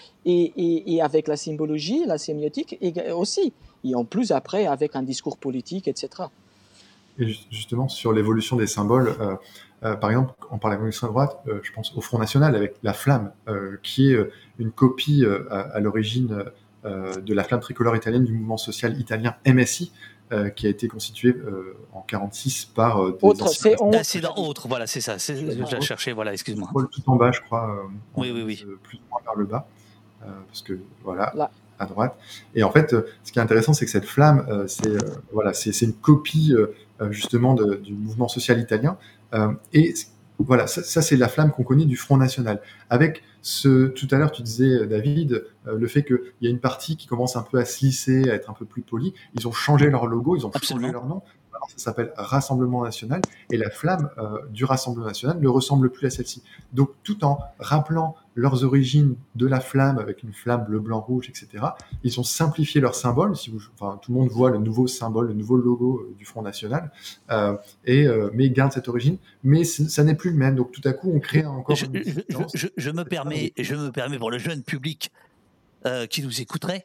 et avec la symbologie, la sémiotique et aussi. Et en plus, après, avec un discours politique, etc. Et justement, sur l'évolution des symboles, par exemple, on parle de l'extrême droite, je pense au Front National avec la flamme, qui est une copie à l'origine de la flamme tricolore italienne du mouvement social italien MSI, qui a été constitué en 1946 par des anciens... C'est dans Autre, voilà, c'est ça. Je la cherchais, voilà, excuse-moi. Tout en bas, je crois. Oui. Plus ou moins vers le bas. Parce que, voilà... Là. À droite. Et en fait, ce qui est intéressant, c'est que cette flamme, c'est une copie justement du mouvement social italien. Et voilà, ça c'est la flamme qu'on connaît du Front National. Avec tout à l'heure, tu disais, David, le fait qu'il y a une partie qui commence un peu à se lisser, à être un peu plus polie. Ils ont changé leur logo, ils ont changé leur nom. Maintenant, ça s'appelle Rassemblement National. Et la flamme du Rassemblement National ne ressemble plus à celle-ci. Donc, tout en rappelant leurs origines de la flamme, avec une flamme bleu, blanc, rouge, etc., ils ont simplifié leur symbole. Tout le monde voit le nouveau symbole, le nouveau logo du Front National, mais ils gardent cette origine. Mais ça n'est plus le même. Donc, tout à coup, on crée encore une différence. Je me permets pour le jeune public qui nous écouterait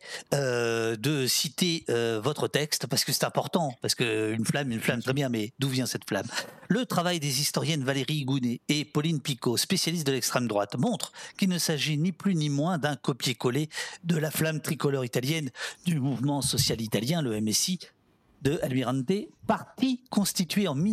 de citer votre texte, parce que c'est important, parce qu'une flamme très bien, mais d'où vient cette flamme? Le travail des historiennes Valérie Gounet et Pauline Picot, spécialistes de l'extrême droite, montre qu'il ne s'agit ni plus ni moins d'un copier-coller de la flamme tricolore italienne du mouvement social italien, le MSI, de Almirante, parti constitué en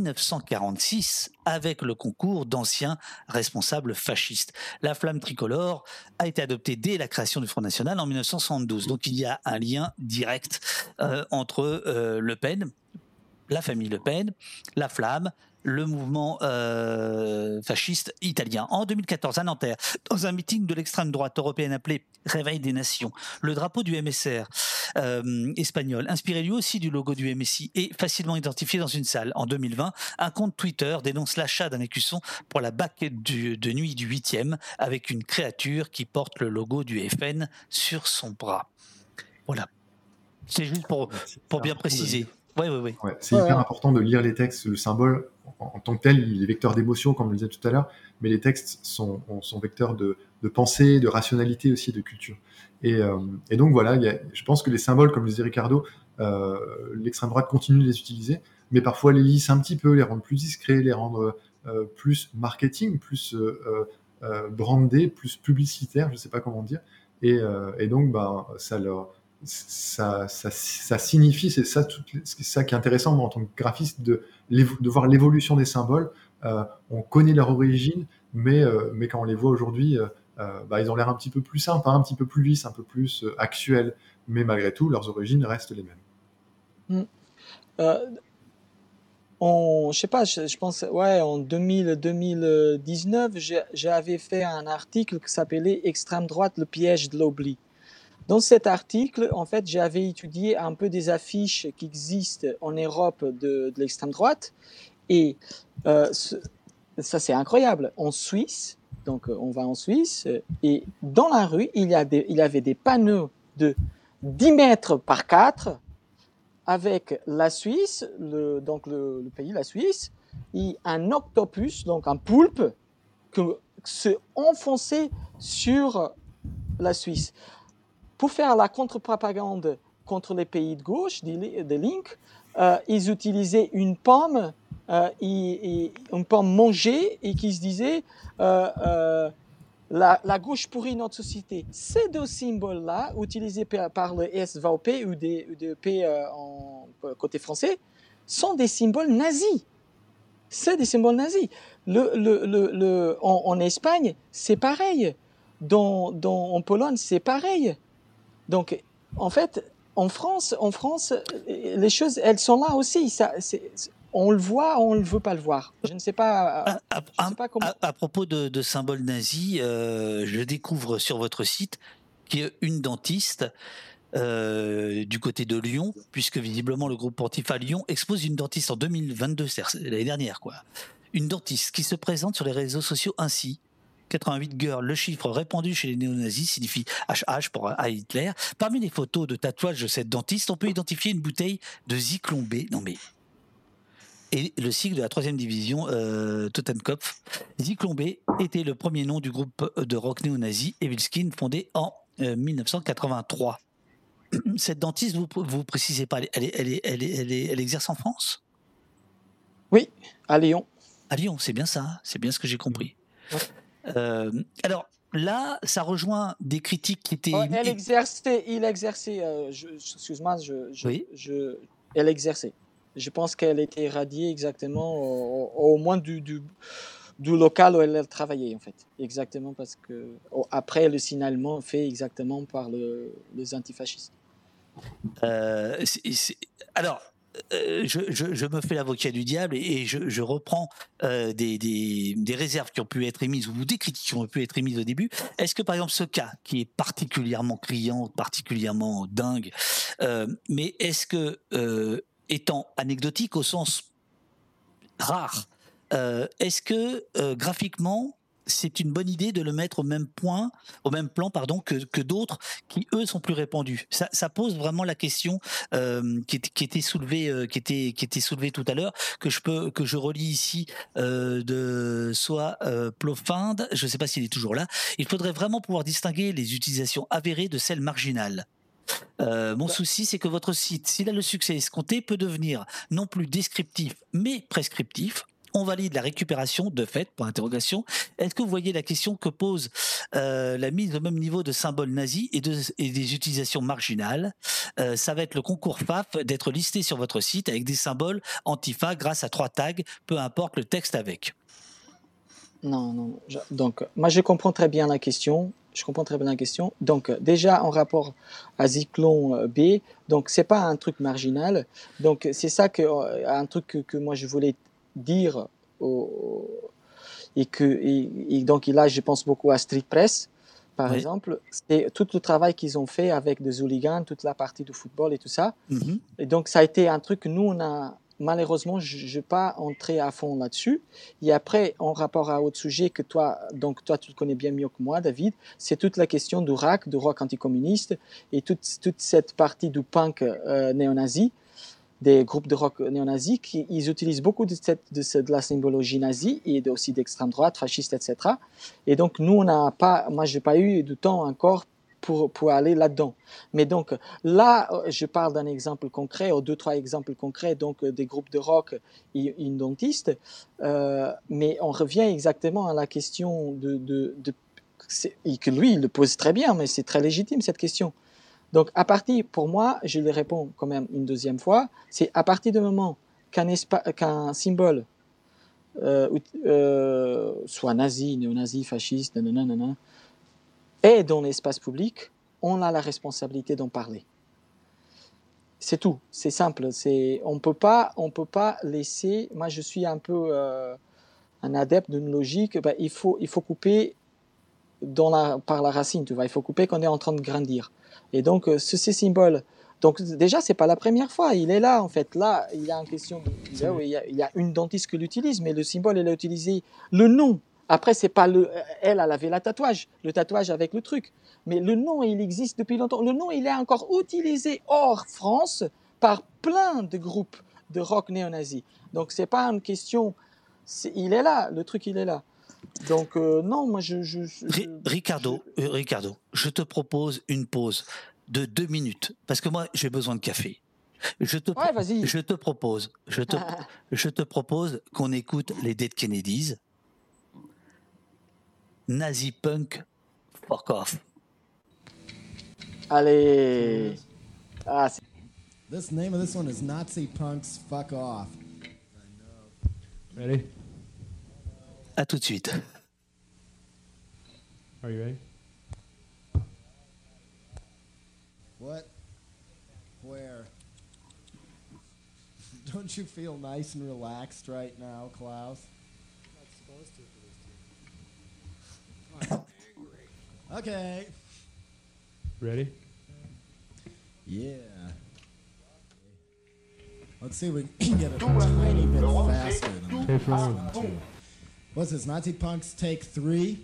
1946 avec le concours d'anciens responsables fascistes. La flamme tricolore a été adoptée dès la création du Front National en 1972. Donc il y a un lien direct entre Le Pen, la famille Le Pen, la flamme, le mouvement fasciste italien. En 2014, à Nanterre, dans un meeting de l'extrême droite européenne appelé Réveil des Nations, le drapeau du MSR espagnol, inspiré lui aussi du logo du MSI, est facilement identifié dans une salle. En 2020, un compte Twitter dénonce l'achat d'un écusson pour la BAC de nuit du 8e avec une créature qui porte le logo du FN sur son bras. Voilà. C'est juste pour bien préciser. Oui. Ouais, c'est hyper important de lire les textes. Le symbole, en tant que tel, il est vecteur d'émotion, comme je le disais tout à l'heure, mais les textes sont vecteurs de pensée, de rationalité aussi, de culture. Et donc voilà, je pense que les symboles, comme le disait Ricardo, l'extrême droite continue de les utiliser, mais parfois les lisse un petit peu, les rendre plus discrets, les rendre plus marketing, plus brandés, plus publicitaires, je ne sais pas comment dire. Et donc, ça signifie, c'est ça qui est intéressant, moi, en tant que graphiste, de voir l'évolution des symboles. On connaît leur origine, mais quand on les voit aujourd'hui, ils ont l'air un petit peu plus simples, un petit peu plus lisses, un peu plus actuels, mais malgré tout, leurs origines restent les mêmes. Je sais pas, je pense, en 2019, j'avais fait un article qui s'appelait Extrême droite, le piège de l'oubli. Dans cet article, en fait, j'avais étudié un peu des affiches qui existent en Europe de l'extrême droite. Et ça, c'est incroyable. En Suisse, donc on va en Suisse, et dans la rue, il y avait des panneaux de 10 mètres par 4 avec la Suisse, donc le pays, la Suisse, et un octopus, donc un poulpe, qui se enfonçait sur la Suisse. Pour faire la contre-propagande contre les pays de gauche, des Link, ils utilisaient une pomme, une pomme mangée, et qui se disait la gauche pourrit notre société. Ces deux symboles-là, utilisés par le SVP ou DP côté français, sont des symboles nazis. C'est des symboles nazis. En Espagne, c'est pareil. En Pologne, c'est pareil. Donc, en fait, en France, les choses, elles sont là aussi. On le voit, on ne veut pas le voir. Je ne sais pas, comment. À propos de symboles nazis, je découvre sur votre site qu'une dentiste du côté de Lyon, puisque visiblement le groupe Antifa Lyon expose une dentiste en 2022, c'est l'année dernière, quoi. Une dentiste qui se présente sur les réseaux sociaux ainsi. 88 girls, le chiffre répandu chez les néo-nazis signifie HH pour Hitler. Parmi les photos de tatouage de cette dentiste, on peut identifier une bouteille de Zyklon B. Non mais... Et le sigle de la 3e division Totenkopf. Zyklon B était le premier nom du groupe de rock néo-nazi Evilskin, fondé en 1983. Cette dentiste, vous précisez pas, elle exerce en France? Oui, à Lyon. À Lyon, c'est bien ça, c'est bien ce que j'ai compris. Alors là, ça rejoint des critiques qui étaient... Il exerçait, excuse-moi, Oui. elle exerçait. Je pense qu'elle était irradiée exactement au moins du local où elle travaillait, en fait. Exactement, parce que après, le signalement fait exactement par les antifascistes. Alors, je me fais l'avocat du diable et je reprends des réserves qui ont pu être émises ou des critiques qui ont pu être émises au début. Est-ce que par exemple ce cas qui est particulièrement criant, particulièrement dingue, mais est-ce que étant anecdotique au sens rare, est-ce que graphiquement c'est une bonne idée de le mettre au même plan, que d'autres qui eux sont plus répandus. Ça pose vraiment la question qui était soulevée tout à l'heure, que je relis ici de Soa Plofind. Je ne sais pas s'il est toujours là. Il faudrait vraiment pouvoir distinguer les utilisations avérées de celles marginales. Mon souci, c'est que votre site, s'il a le succès escompté, peut devenir non plus descriptif, mais prescriptif. On valide la récupération de fait, pour interrogation. Est-ce que vous voyez la question que pose la mise au même niveau de symboles nazis et des utilisations marginales? Ça va être le concours FAF d'être listé sur votre site avec des symboles antifa grâce à 3 tags, peu importe le texte avec. Non. Donc, moi, je comprends très bien la question. Donc, déjà, en rapport à Zyklon B, donc, c'est pas un truc marginal. Donc, c'est ça un truc que moi, je voulais dire. Et donc, là, je pense beaucoup à Street Press, par exemple. C'est tout le travail qu'ils ont fait avec des hooligans, toute la partie du football et tout ça. Mm-hmm. Et donc, ça a été un truc que nous, on a... Malheureusement, je ne vais pas entrer à fond là-dessus. Et après, en rapport à autre sujet que toi, tu le connais bien mieux que moi, David, c'est toute la question du RAC, du rock anticommuniste, et toute cette partie du punk néo-nazi, des groupes de rock néo-nazis, ils utilisent beaucoup de la symbologie nazie et aussi d'extrême droite, fasciste, etc. Et donc, nous, moi, je n'ai pas eu de temps encore pour aller là-dedans. Mais donc, là, je parle d'un exemple concret, ou 2-3 exemples concrets, donc des groupes de rock et une dentiste, mais on revient exactement à la question et que lui, il le pose très bien, mais c'est très légitime, cette question. Donc, pour moi, je lui réponds quand même une deuxième fois, c'est à partir du moment qu'un symbole, soit nazi, néo-nazi, fasciste, nanana, et dans l'espace public, on a la responsabilité d'en parler. C'est tout, c'est simple. On peut pas laisser. Moi, je suis un peu un adepte d'une logique. Il faut couper par la racine, tu vois. Il faut couper quand on est en train de grandir. Et donc, ces symboles. Donc, déjà, c'est pas la première fois. Il est là, en fait. Là, il y a une question. Il y a une dentiste qui l'utilise, mais le symbole, elle a utilisé le nom. Après, c'est pas elle avait le tatouage avec le truc. Mais le nom, il existe depuis longtemps. Le nom, il est encore utilisé hors France par plein de groupes de rock néo-nazi. Donc, c'est pas une question... il est là, le truc, il est là. Donc, non, moi, Ricardo, je te propose une pause de 2 minutes, parce que moi, j'ai besoin de café. Vas-y. Je te propose qu'on écoute les Dead Kennedys. Nazi Punk, fuck off. Allez. This name of this one is Nazi Punks, fuck off. Ready? À tout de suite. Are you ready? What? Where? Don't you feel nice and relaxed right now, Klaus? Okay. Ready? Yeah. Let's see if we can get it a tiny bit faster than Hey, this Fran. one, too. What's this, Nazi Punks take 3?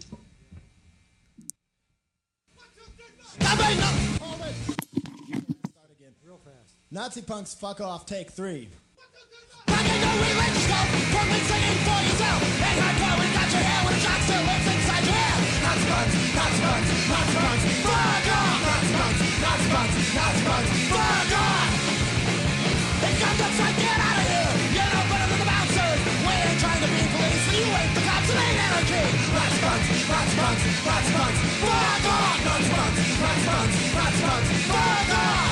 Stop it! No! Hold it! Start again. Real fast. Nazi Punks, fuck off, take 3. Fucking no religious go! Fucking singing for yourself! Hey, hardcore, we got your hair when a shot still lives inside your head! Nazi Punks, Nazi Punks, Nazi Punks, fuck off! Nazi Punks, Nazi Punks, Nazi Punks, fuck off! It comes up, so get out of here! You're no better than the bouncers! We ain't trying to be police, and you ain't the cops, it ain't anarchy! Nazi Punks, Nazi Punks, Nazi Punks, fuck off! Nazi Punks, Nazi Punks, Nazi Punks, fuck off!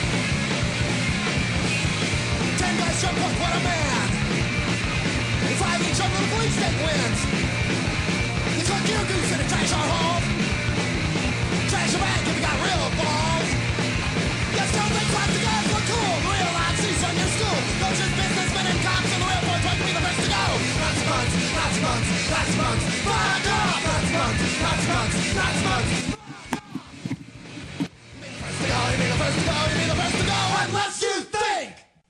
10 guys jump up, what a man! 5 each jump, the police state wins! You cook your goose in a trash our home! Trash your bank if you got real balls! Yes, don't think plastic guys look cool! The real Nazis run your school! Those just businessmen and cops and the real boys want to be the first to go! Nazi punks, Nazi punks, Nazi punks, fuck off! Nazi punks, Nazi punks, Nazi punks! You be the first to go, you be the first to go, unless you think!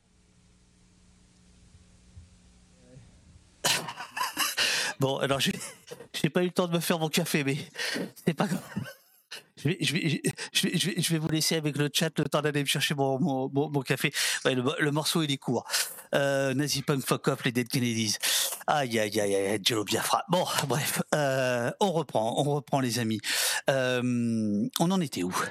Bon, alors j'ai pas eu le temps de me faire mon café, mais c'est pas grave. Je vais vous laisser avec le chat le temps d'aller me chercher mon café. Ouais, le morceau il est court. Nazi Punk Fuck Off, les Dead Kennedys. Aïe aïe aïe aïe, Jello Biafra. Bon, bref, on reprend les amis. On en était où?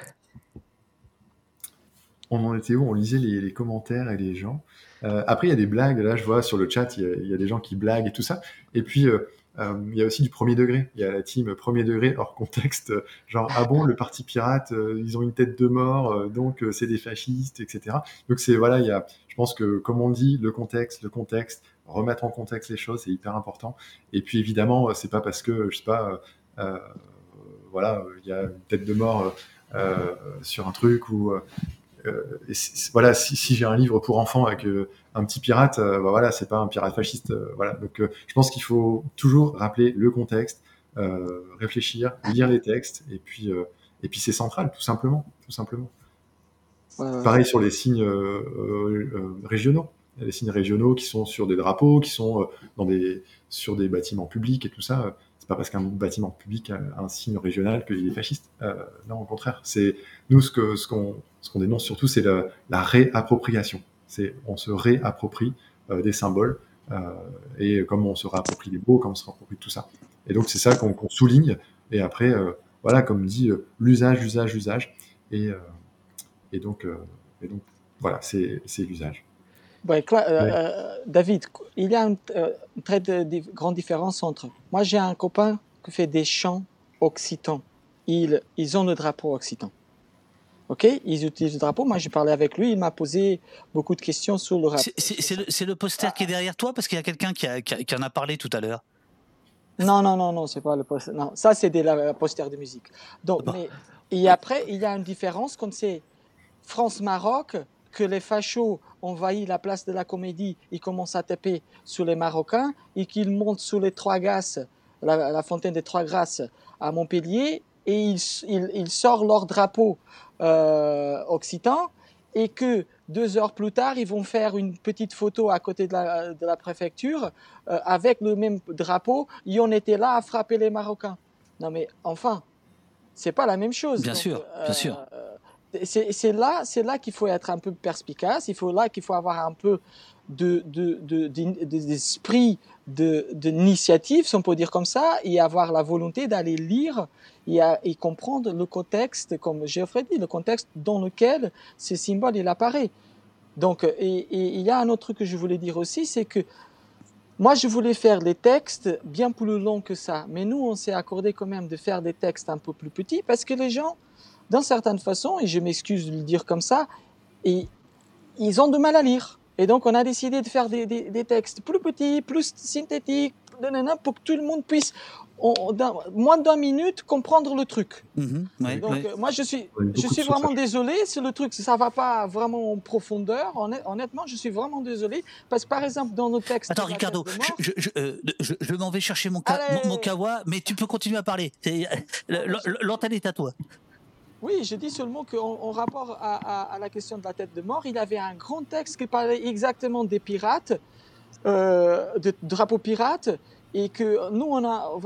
On lisait les commentaires et les gens. Après, il y a des blagues. Là, je vois sur le chat, il y a des gens qui blaguent et tout ça. Et puis, il y a aussi du premier degré. Il y a la team premier degré hors contexte. Genre, ah bon, le parti pirate, ils ont une tête de mort, donc c'est des fascistes, etc. Donc, voilà, je pense que, comme on dit, le contexte, remettre en contexte les choses, c'est hyper important. Et puis, évidemment, c'est pas parce que, je sais pas, voilà, il y a une tête de mort sur un truc ou... voilà, si j'ai un livre pour enfants avec un petit pirate, voilà, c'est pas un pirate fasciste, voilà. Donc, je pense qu'il faut toujours rappeler le contexte, réfléchir, lire les textes, et puis c'est central, tout simplement. Ouais. Pareil sur les signes régionaux. Il y a des signes régionaux qui sont sur des drapeaux, qui sont sur des bâtiments publics et tout ça. C'est pas parce qu'un bâtiment public a un signe régional qu'il est fasciste. Non, au contraire. C'est nous ce qu'on dénonce surtout, c'est la réappropriation. On se réapproprie des symboles et comme on se réapproprie les mots, comme on se réapproprie tout ça. Et donc c'est ça qu'on souligne. Et après, voilà, comme dit, l'usage. Et donc voilà, c'est l'usage. Ouais, David, il y a une très grande différence entre... Moi, j'ai un copain qui fait des chants occitans. Ils ont le drapeau occitan. Ok, ils utilisent le drapeau. Moi, j'ai parlé avec lui. Il m'a posé beaucoup de questions sur le rap. C'est le poster qui est derrière toi, parce qu'il y a quelqu'un qui en a parlé tout à l'heure. Non, c'est pas le poster. Non, ça, c'est la poster de musique. Donc, bon. Et après, il y a une différence quand c'est France-Maroc, que les fachos envahissent la place de la Comédie, ils commencent à taper sur les Marocains et qu'ils montent sur les Trois Grâces, la fontaine des Trois Grâces à Montpellier, et ils sortent leur drapeau occitan, et que 2 heures plus tard, ils vont faire une petite photo à côté de la préfecture avec le même drapeau, et on était là à frapper les Marocains. Non mais enfin, c'est pas la même chose. Bien sûr. C'est là qu'il faut être un peu perspicace, qu'il faut avoir un peu d'esprit d'initiative, si on peut dire comme ça, et avoir la volonté d'aller lire et comprendre le contexte, comme Geoffrey dit, le contexte dans lequel ce symbole il apparaît. Donc, et il y a un autre truc que je voulais dire aussi, c'est que moi, je voulais faire les textes bien plus longs que ça, mais nous, on s'est accordé quand même de faire des textes un peu plus petits, parce que les gens, d'une certaine façon, et je m'excuse de le dire comme ça, et ils ont du mal à lire. Et donc, on a décidé de faire des textes plus petits, plus synthétiques, pour que tout le monde puisse, dans moins d'1 minute, comprendre le truc. Ouais, Donc, ouais. moi, je suis beaucoup de sources vraiment à chaque désolé, c'est le truc, ça va pas vraiment en profondeur. Honnêtement, je suis vraiment désolé. Parce que, par exemple, dans nos textes... Attends, de la Ricardo, tête de mort, je m'en vais chercher mon allez, kawa, mais tu peux continuer à parler. L'antenne est à toi. oui, je dis seulement qu'en rapport à la question de la tête de mort, il avait un grand texte qui parlait exactement des pirates, de drapeaux pirates, et que nous, on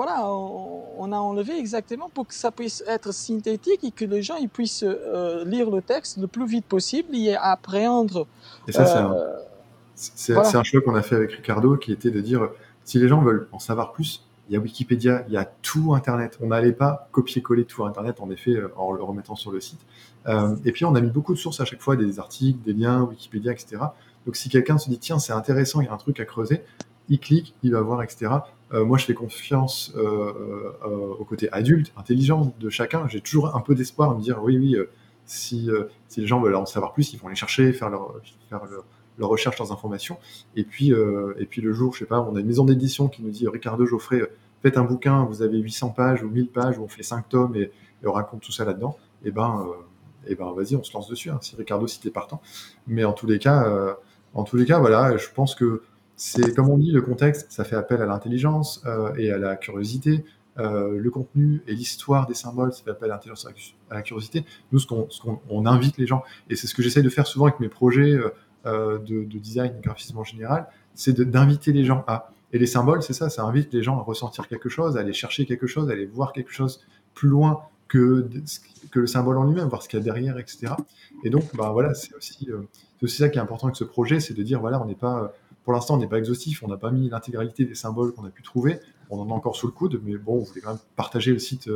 a enlevé exactement pour que ça puisse être synthétique et que les gens ils puissent lire le texte le plus vite possible et appréhender. Et ça, c'est Voilà. un choix qu'on a fait avec Ricardo, qui était de dire, si les gens veulent en savoir plus, il y a Wikipédia, il y a tout Internet. On n'allait pas copier-coller tout Internet, en effet, en le remettant sur le site. Et puis, on a mis beaucoup de sources à chaque fois, des articles, des liens, Wikipédia, etc. Donc, si quelqu'un se dit, tiens, c'est intéressant, il y a un truc à creuser, il clique, il va voir, etc. Moi, je fais confiance au côté adulte, intelligent de chacun. J'ai toujours un peu d'espoir à me dire, oui, si les gens veulent en savoir plus, ils vont aller chercher, faire leur recherche, leurs informations. Et puis le jour, je sais pas, on a une maison d'édition qui nous dit, Ricardo Geoffrey, faites un bouquin, vous avez 800 pages ou 1000 pages, où on fait 5 tomes et on raconte tout ça là-dedans. Et ben vas-y, on se lance dessus, hein, si Ricardo, si t'es partant. Mais en tous les cas, voilà, je pense que c'est, comme on dit, le contexte, ça fait appel à l'intelligence et à la curiosité. Le contenu et l'histoire des symboles, ça fait appel à l'intelligence, à la curiosité. Nous, on invite les gens, et c'est ce que j'essaye de faire souvent avec mes projets de design et graphisme en général, c'est d'inviter les gens à. Et les symboles, c'est ça invite les gens à ressentir quelque chose, à aller chercher quelque chose, à aller voir quelque chose plus loin que le symbole en lui-même, voir ce qu'il y a derrière, etc. Et donc, voilà, c'est aussi ça qui est important avec ce projet, c'est de dire, voilà, on n'est pas, pour l'instant, on n'est pas exhaustif, on n'a pas mis l'intégralité des symboles qu'on a pu trouver, on en a encore sous le coude, mais bon, on voulait quand même partager le site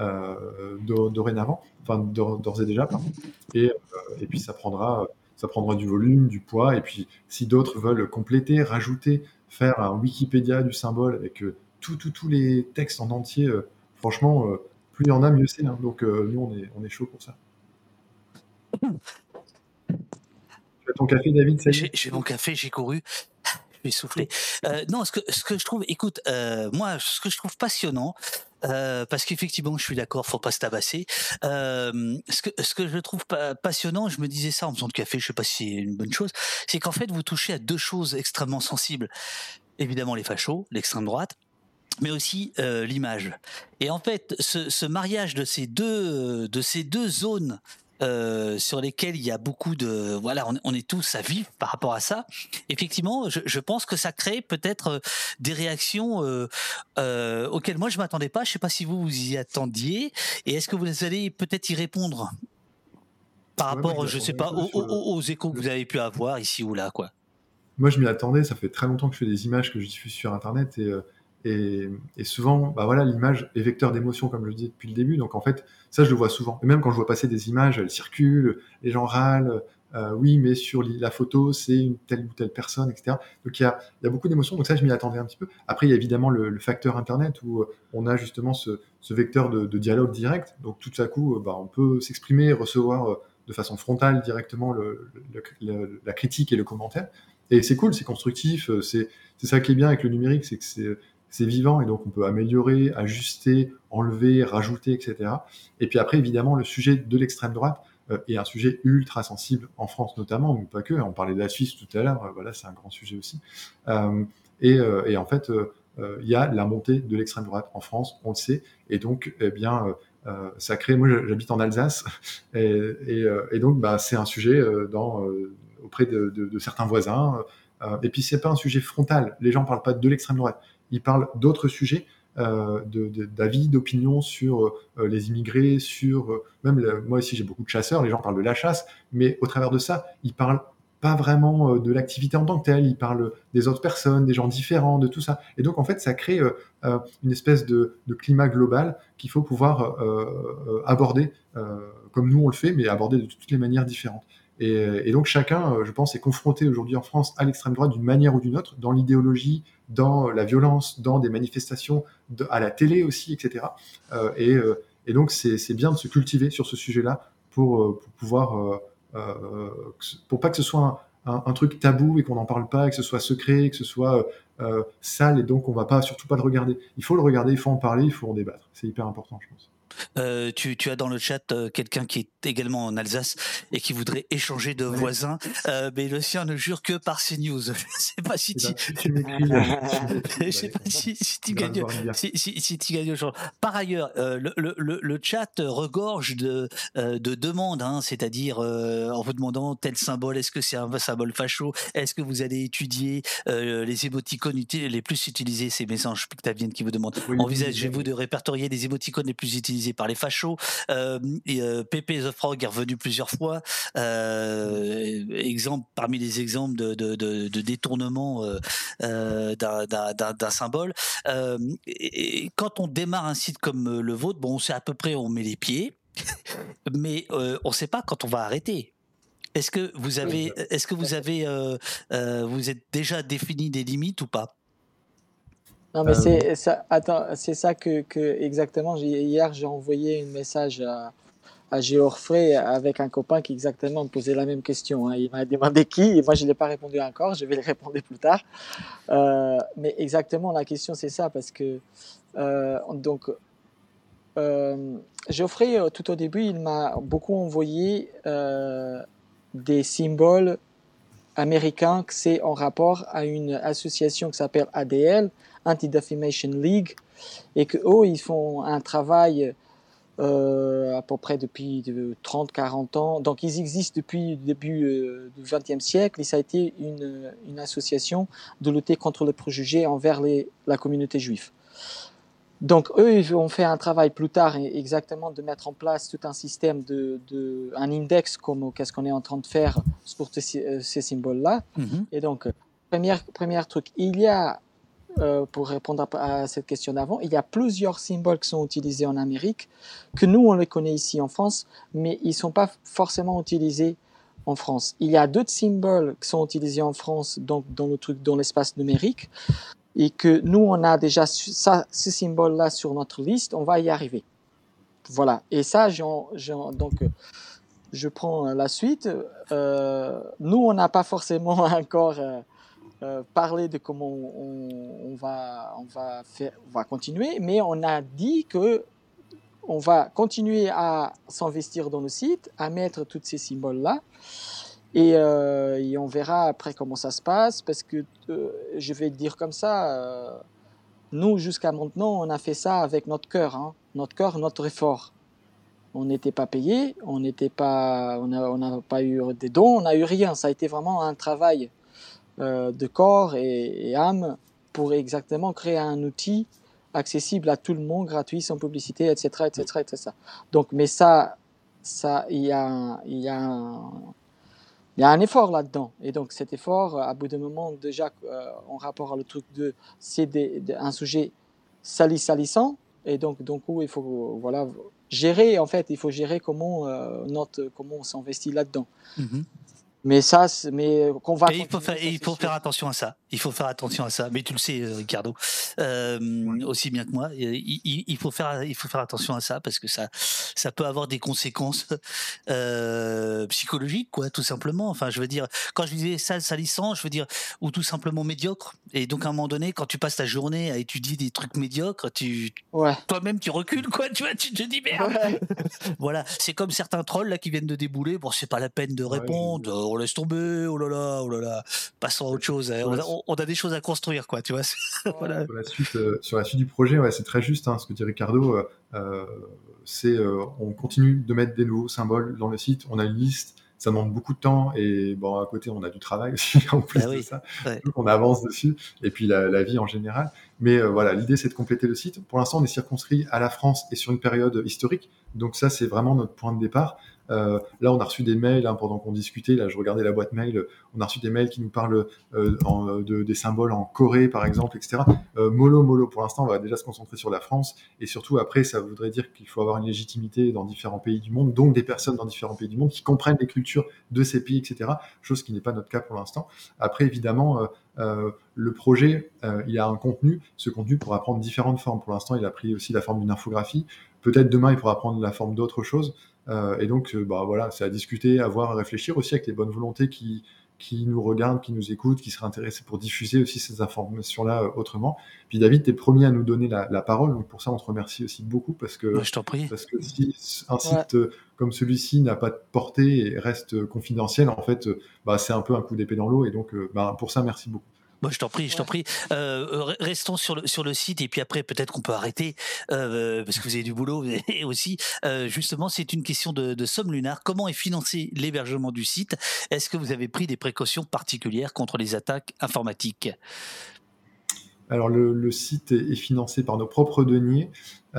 dorénavant, enfin d'ores et déjà, pardon. Et puis ça prendra du volume, du poids, et puis si d'autres veulent compléter, rajouter, faire un Wikipédia du symbole avec tous les textes en entier, franchement, plus il y en a, mieux c'est, hein. Donc nous, on est chaud pour ça. Tu as ton café, David? Ça y est. J'ai mon café, j'ai couru. Je vais souffler. Non, ce que je trouve, écoute, moi, ce que je trouve passionnant, parce qu'effectivement, je suis d'accord, faut pas se tabasser. Ce que je trouve passionnant, je me disais ça en faisant le café, je sais pas si c'est une bonne chose, c'est qu'en fait, vous touchez à deux choses extrêmement sensibles. Évidemment, les fachos, l'extrême droite, mais aussi l'image. Et en fait, ce mariage de ces deux zones sur lesquelles il y a beaucoup de... Voilà, on est tous à vivre par rapport à ça. Effectivement, je pense que ça crée peut-être des réactions auxquelles moi je m'attendais pas. Je sais pas si vous y attendiez. Et est-ce que vous allez peut-être y répondre par rapport, je sais pas, aux échos que vous avez pu avoir ici ou là, quoi. Moi, je m'y attendais. Ça fait très longtemps que je fais des images que je diffuse sur Internet et souvent, voilà, l'image est vecteur d'émotion, comme je le dis depuis le début. Donc, en fait, ça, je le vois souvent. Et même quand je vois passer des images, elles circulent, les gens râlent. Oui, mais sur la photo, c'est une telle ou telle personne, etc. Donc, il y a beaucoup d'émotions. Donc, ça, je m'y attendais un petit peu. Après, il y a évidemment le facteur Internet où on a justement ce vecteur de dialogue direct. Donc, tout à coup, on peut s'exprimer, recevoir de façon frontale directement la critique et le commentaire. Et c'est cool, c'est constructif, c'est ça qui est bien avec le numérique, c'est que c'est vivant et donc on peut améliorer, ajuster, enlever, rajouter, etc. Et puis après, évidemment, le sujet de l'extrême droite est un sujet ultra sensible en France notamment, mais pas que. On parlait de la Suisse tout à l'heure, voilà, c'est un grand sujet aussi. Et en fait, il y a la montée de l'extrême droite en France, on le sait, et donc, eh bien, ça crée. Moi, j'habite en Alsace, et donc, c'est un sujet auprès de certains voisins. Et puis, c'est pas un sujet frontal. Les gens parlent pas de l'extrême droite. Ils parlent d'autres sujets, d'avis, d'opinion sur les immigrés, sur moi ici j'ai beaucoup de chasseurs. Les gens parlent de la chasse, mais au travers de ça, ils parlent pas vraiment de l'activité en tant que telle. Ils parlent des autres personnes, des gens différents, de tout ça. Et donc, en fait, ça crée une espèce de climat global qu'il faut pouvoir aborder comme nous on le fait, mais aborder de toutes les manières différentes. Et donc chacun, je pense, est confronté aujourd'hui en France à l'extrême droite d'une manière ou d'une autre, dans l'idéologie, dans la violence, dans des manifestations, à la télé aussi, etc. Et donc c'est bien de se cultiver sur ce sujet-là pour pouvoir, pour pas que ce soit un truc tabou et qu'on n'en parle pas, que ce soit secret, que ce soit sale, et donc on va pas, surtout pas le regarder. Il faut le regarder, il faut en parler, il faut en débattre. C'est hyper important, je pense. Tu as dans le chat quelqu'un qui est également en Alsace et qui voudrait échanger de voisins, mais le sien ne jure que par CNews. Je sais pas si tu... Tu m'écris. Je sais pas si tu gagnes. Si tu gagnes au jour. Par ailleurs, le chat regorge de demandes, hein, c'est-à-dire en vous demandant tel symbole, est-ce que c'est un symbole facho, est-ce que vous allez étudier les émoticônes les plus utilisés, ces messages Pictavienne qui vous demandent. Envisagez-vous de répertorier les émoticônes les plus utilisés par les fachos. Pepe the Frog est revenu plusieurs fois. Exemple parmi les exemples de détournement d'un symbole. Et quand on démarre un site comme le vôtre, bon, on sait à peu près où on met les pieds, mais on ne sait pas quand on va arrêter. Est-ce que vous vous êtes déjà défini des limites ou pas? Non, mais c'est ça. Attends, c'est ça que exactement. Hier, j'ai envoyé un message à Géorfrey avec un copain qui exactement me posait la même question. Hein. Il m'a demandé qui, et moi je ne l'ai pas répondu encore. Je vais le répondre plus tard. Mais exactement, la question c'est ça, parce que Geoffrey, tout au début, il m'a beaucoup envoyé des symboles américains que c'est en rapport à une association qui s'appelle ADL, Anti-Defamation League, et qu'eux, ils font un travail à peu près depuis 30-40 ans. Donc, ils existent depuis le début du XXe siècle, et ça a été une association de lutter contre les préjugés envers la communauté juive. Donc, eux, ils ont fait un travail plus tard exactement de mettre en place tout un système un index comme qu'est-ce qu'on est en train de faire pour ces symboles-là. Mm-hmm. Et donc, premier truc, il y a, pour répondre à cette question d'avant, il y a plusieurs symboles qui sont utilisés en Amérique, que nous, on les connaît ici en France, mais ils ne sont pas forcément utilisés en France. Il y a d'autres symboles qui sont utilisés en France, donc dans l'espace numérique, et que nous, on a déjà ce symbole-là sur notre liste, on va y arriver. Voilà. Et ça, donc, je prends la suite. Nous, on n'a pas forcément encore parlé de comment on va continuer, mais on a dit que on va continuer à s'investir dans le site, à mettre tous ces symboles-là. Et on verra après comment ça se passe, parce que je vais dire comme ça, nous jusqu'à maintenant on a fait ça avec notre cœur, hein, notre effort. On n'était pas payé, on n'a pas eu des dons, on n'a eu rien. Ça a été vraiment un travail de corps et âme pour exactement créer un outil accessible à tout le monde, gratuit, sans publicité, etc., etc., etc. Donc, mais ça, il y a un effort là-dedans. Et donc, cet effort, à bout d'un moment, déjà, en rapport à le truc c'est un sujet salissant. Et donc il faut gérer, en fait, il faut gérer comment on s'investit là-dedans. Mm-hmm. Mais qu'on va. Il faut faire attention à ça. Il faut faire attention à ça. Mais tu le sais, Ricardo, aussi bien que moi. Il faut faire attention à ça, parce que ça peut avoir des conséquences psychologiques, quoi, tout simplement. Enfin, je veux dire, quand je disais salissant, je veux dire, ou tout simplement médiocre. Et donc, à un moment donné, quand tu passes ta journée à étudier des trucs médiocres, toi-même, tu recules, quoi. Tu vois, tu te dis merde. Ouais. Voilà. C'est comme certains trolls là qui viennent de débouler. Bon, c'est pas la peine de répondre. On laisse tomber, oh là là, passons à autre chose. Hein. On a des choses à construire, quoi, tu vois. Voilà. Sur la suite du projet, c'est très juste, hein, ce que dit Ricardo. On continue de mettre des nouveaux symboles dans le site. On a une liste, ça demande beaucoup de temps, et bon, à côté, on a du travail aussi en plus de ça. Ouais. Donc, on avance dessus, et puis la vie en général. Mais voilà, l'idée, c'est de compléter le site. Pour l'instant, on est circonscrit à la France et sur une période historique. Donc ça, c'est vraiment notre point de départ. Là, on a reçu des mails, hein, pendant qu'on discutait. Là, je regardais la boîte mail. On a reçu des mails qui nous parlent des symboles en Corée, par exemple, etc. Mollo. Pour l'instant, on va déjà se concentrer sur la France. Et surtout, après, ça voudrait dire qu'il faut avoir une légitimité dans différents pays du monde, donc des personnes dans différents pays du monde qui comprennent les cultures de ces pays, etc. Chose qui n'est pas notre cas pour l'instant. Après, évidemment, le projet, il a un contenu. Ce contenu pourra prendre différentes formes. Pour l'instant, il a pris aussi la forme d'une infographie. Peut-être demain, il pourra prendre la forme d'autre chose. Et donc, voilà, c'est à discuter, à voir, à réfléchir aussi avec les bonnes volontés qui qui nous regardent, qui nous écoutent, qui seraient intéressés pour diffuser aussi ces informations-là autrement. Puis David, t'es le premier à nous donner la parole, donc pour ça on te remercie aussi beaucoup parce que Je t'en prie. si un site comme celui-ci n'a pas de portée et reste confidentiel, en fait, c'est un peu un coup d'épée dans l'eau et donc pour ça merci beaucoup. Je t'en prie, je t'en prie. Restons sur le site et puis après peut-être qu'on peut arrêter parce que vous avez du boulot et aussi justement c'est une question de somme lunaire. Comment est financé l'hébergement du site? Est-ce que vous avez pris des précautions particulières contre les attaques informatiques? Alors le site est financé par nos propres deniers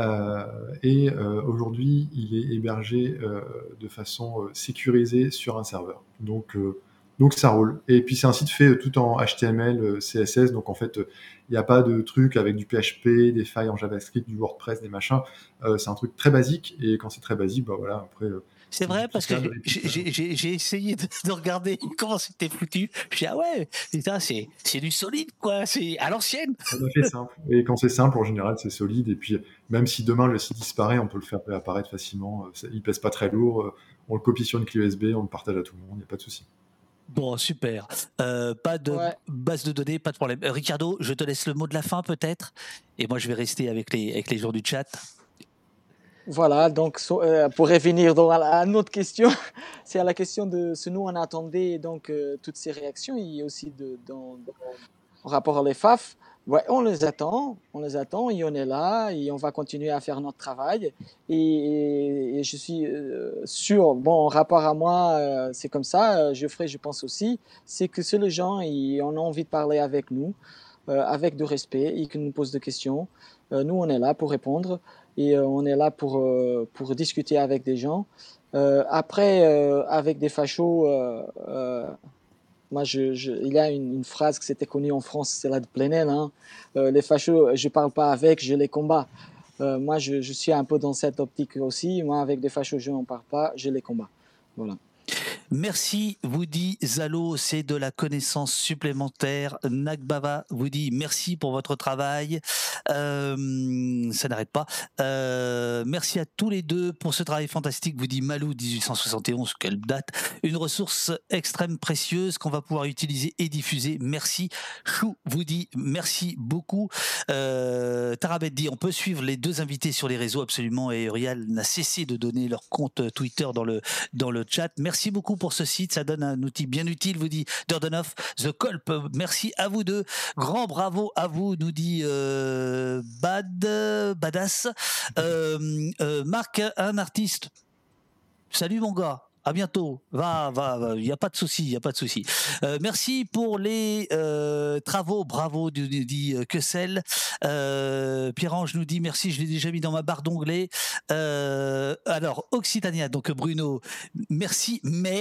et aujourd'hui il est hébergé de façon sécurisée sur un serveur. Donc ça roule. Et puis c'est un site fait tout en HTML, CSS, donc en fait il n'y a pas de truc avec du PHP, des failles en JavaScript, du WordPress, des machins. C'est un truc très basique et quand c'est très basique, après. C'est vrai parce que j'ai essayé de regarder comment c'était foutu. Je dis ah ouais, putain c'est du solide quoi, c'est à l'ancienne. On a fait simple. Et quand c'est simple en général c'est solide et puis même si demain le site disparaît, on peut le faire réapparaître facilement. Il pèse pas très lourd. On le copie sur une clé USB, on le partage à tout le monde, il n'y a pas de souci. Bon, super. Pas de base de données, pas de problème. Ricardo, je te laisse le mot de la fin peut-être. Et moi, je vais rester avec les gens du chat. Voilà, donc pour revenir à notre question, c'est à la question de ce nous on attendait donc toutes ces réactions et aussi en rapport à les FAF. Ouais, on les attend et on est là et on va continuer à faire notre travail et je suis sûr, en rapport à moi, c'est comme ça, Geoffrey, je pense aussi, c'est que les gens, ils ont envie de parler avec nous, avec de respect et qu'ils nous posent des questions. Nous, on est là pour répondre et on est là pour discuter avec des gens. Après, avec des fachos, moi, il y a une phrase qui s'était connue en France, c'est la de Plenel. Les fachos, je ne parle pas avec, je les combats. Moi, je suis un peu dans cette optique aussi. Moi, avec des fachos, je n'en parle pas, je les combats. Voilà. Merci, vous dit Zalo, c'est de la connaissance supplémentaire. Nagbava vous dit merci pour votre travail. Ça n'arrête pas. Merci à tous les deux pour ce travail fantastique, vous dit Malou 1871, quelle date. Une ressource extrêmement précieuse qu'on va pouvoir utiliser et diffuser. Merci. Chou vous dit merci beaucoup. Tarabet dit on peut suivre les deux invités sur les réseaux absolument et Uriel n'a cessé de donner leur compte Twitter dans le chat. Merci beaucoup pour ce site, ça donne un outil bien utile, vous dit Durdenov. The Colp, merci à vous deux. Grand bravo à vous, nous dit Badass. Marc, un artiste. Salut mon gars. À bientôt. Va. Il n'y a pas de souci, merci pour les travaux. Bravo, dit Quessel. Pierre-Ange nous dit merci, je l'ai déjà mis dans ma barre d'onglet. Alors, Occitania, donc Bruno, merci, mais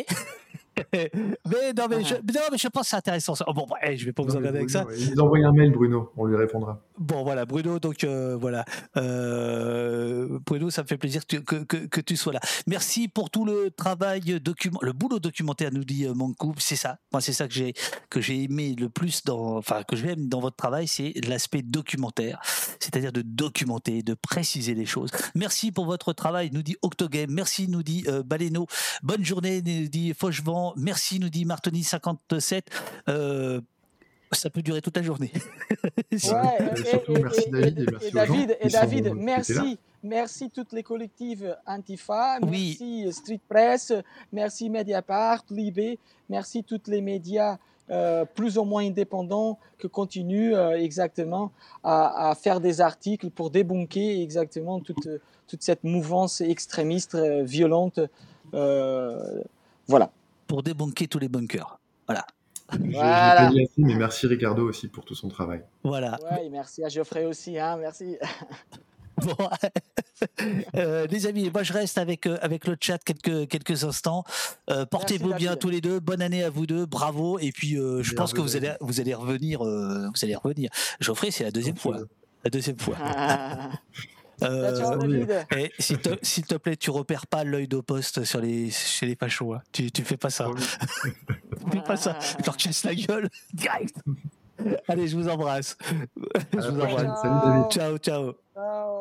je pense que c'est intéressant. Je vais pas vous engager avec ça. Il nous envoie un mail, Bruno, on lui répondra. Bon, voilà, Bruno, donc voilà. Bruno, ça me fait plaisir que tu sois là. Merci pour tout le travail le boulot documentaire, nous dit Mankou. C'est ça. Moi, c'est ça que j'ai aimé le plus que j'aime dans votre travail, c'est l'aspect documentaire. C'est-à-dire de documenter, de préciser les choses. Merci pour votre travail, nous dit Octogame. Merci, nous dit Baleno. Bonne journée, nous dit Fauchevent. Merci, nous dit Martoni 57. Ça peut durer toute la journée. Merci David et David, merci toutes les collectives Antifa, merci Street Press, merci Mediapart, Libé, merci toutes les médias plus ou moins indépendants qui continuent exactement à faire des articles pour débunker exactement toute cette mouvance extrémiste, violente. Voilà. Pour débunker tous les bunkers. Voilà. Voilà. Mais merci Ricardo aussi pour tout son travail. Voilà. Ouais, merci à Geoffrey aussi, merci. Bon, les amis, moi je reste avec le chat quelques instants. Portez-vous bien tous les deux. Bonne année à vous deux. Bravo. Et puis je pense que vous allez revenir. Geoffrey, c'est la deuxième fois. Et s'il te plaît, tu repères pas l'œil d'Oposte chez les fachos. Hein. Tu fais pas ça. Tu fais pas ça. Je leur casse la gueule direct. Allez, je vous embrasse. Salut David. Ciao. Ciao.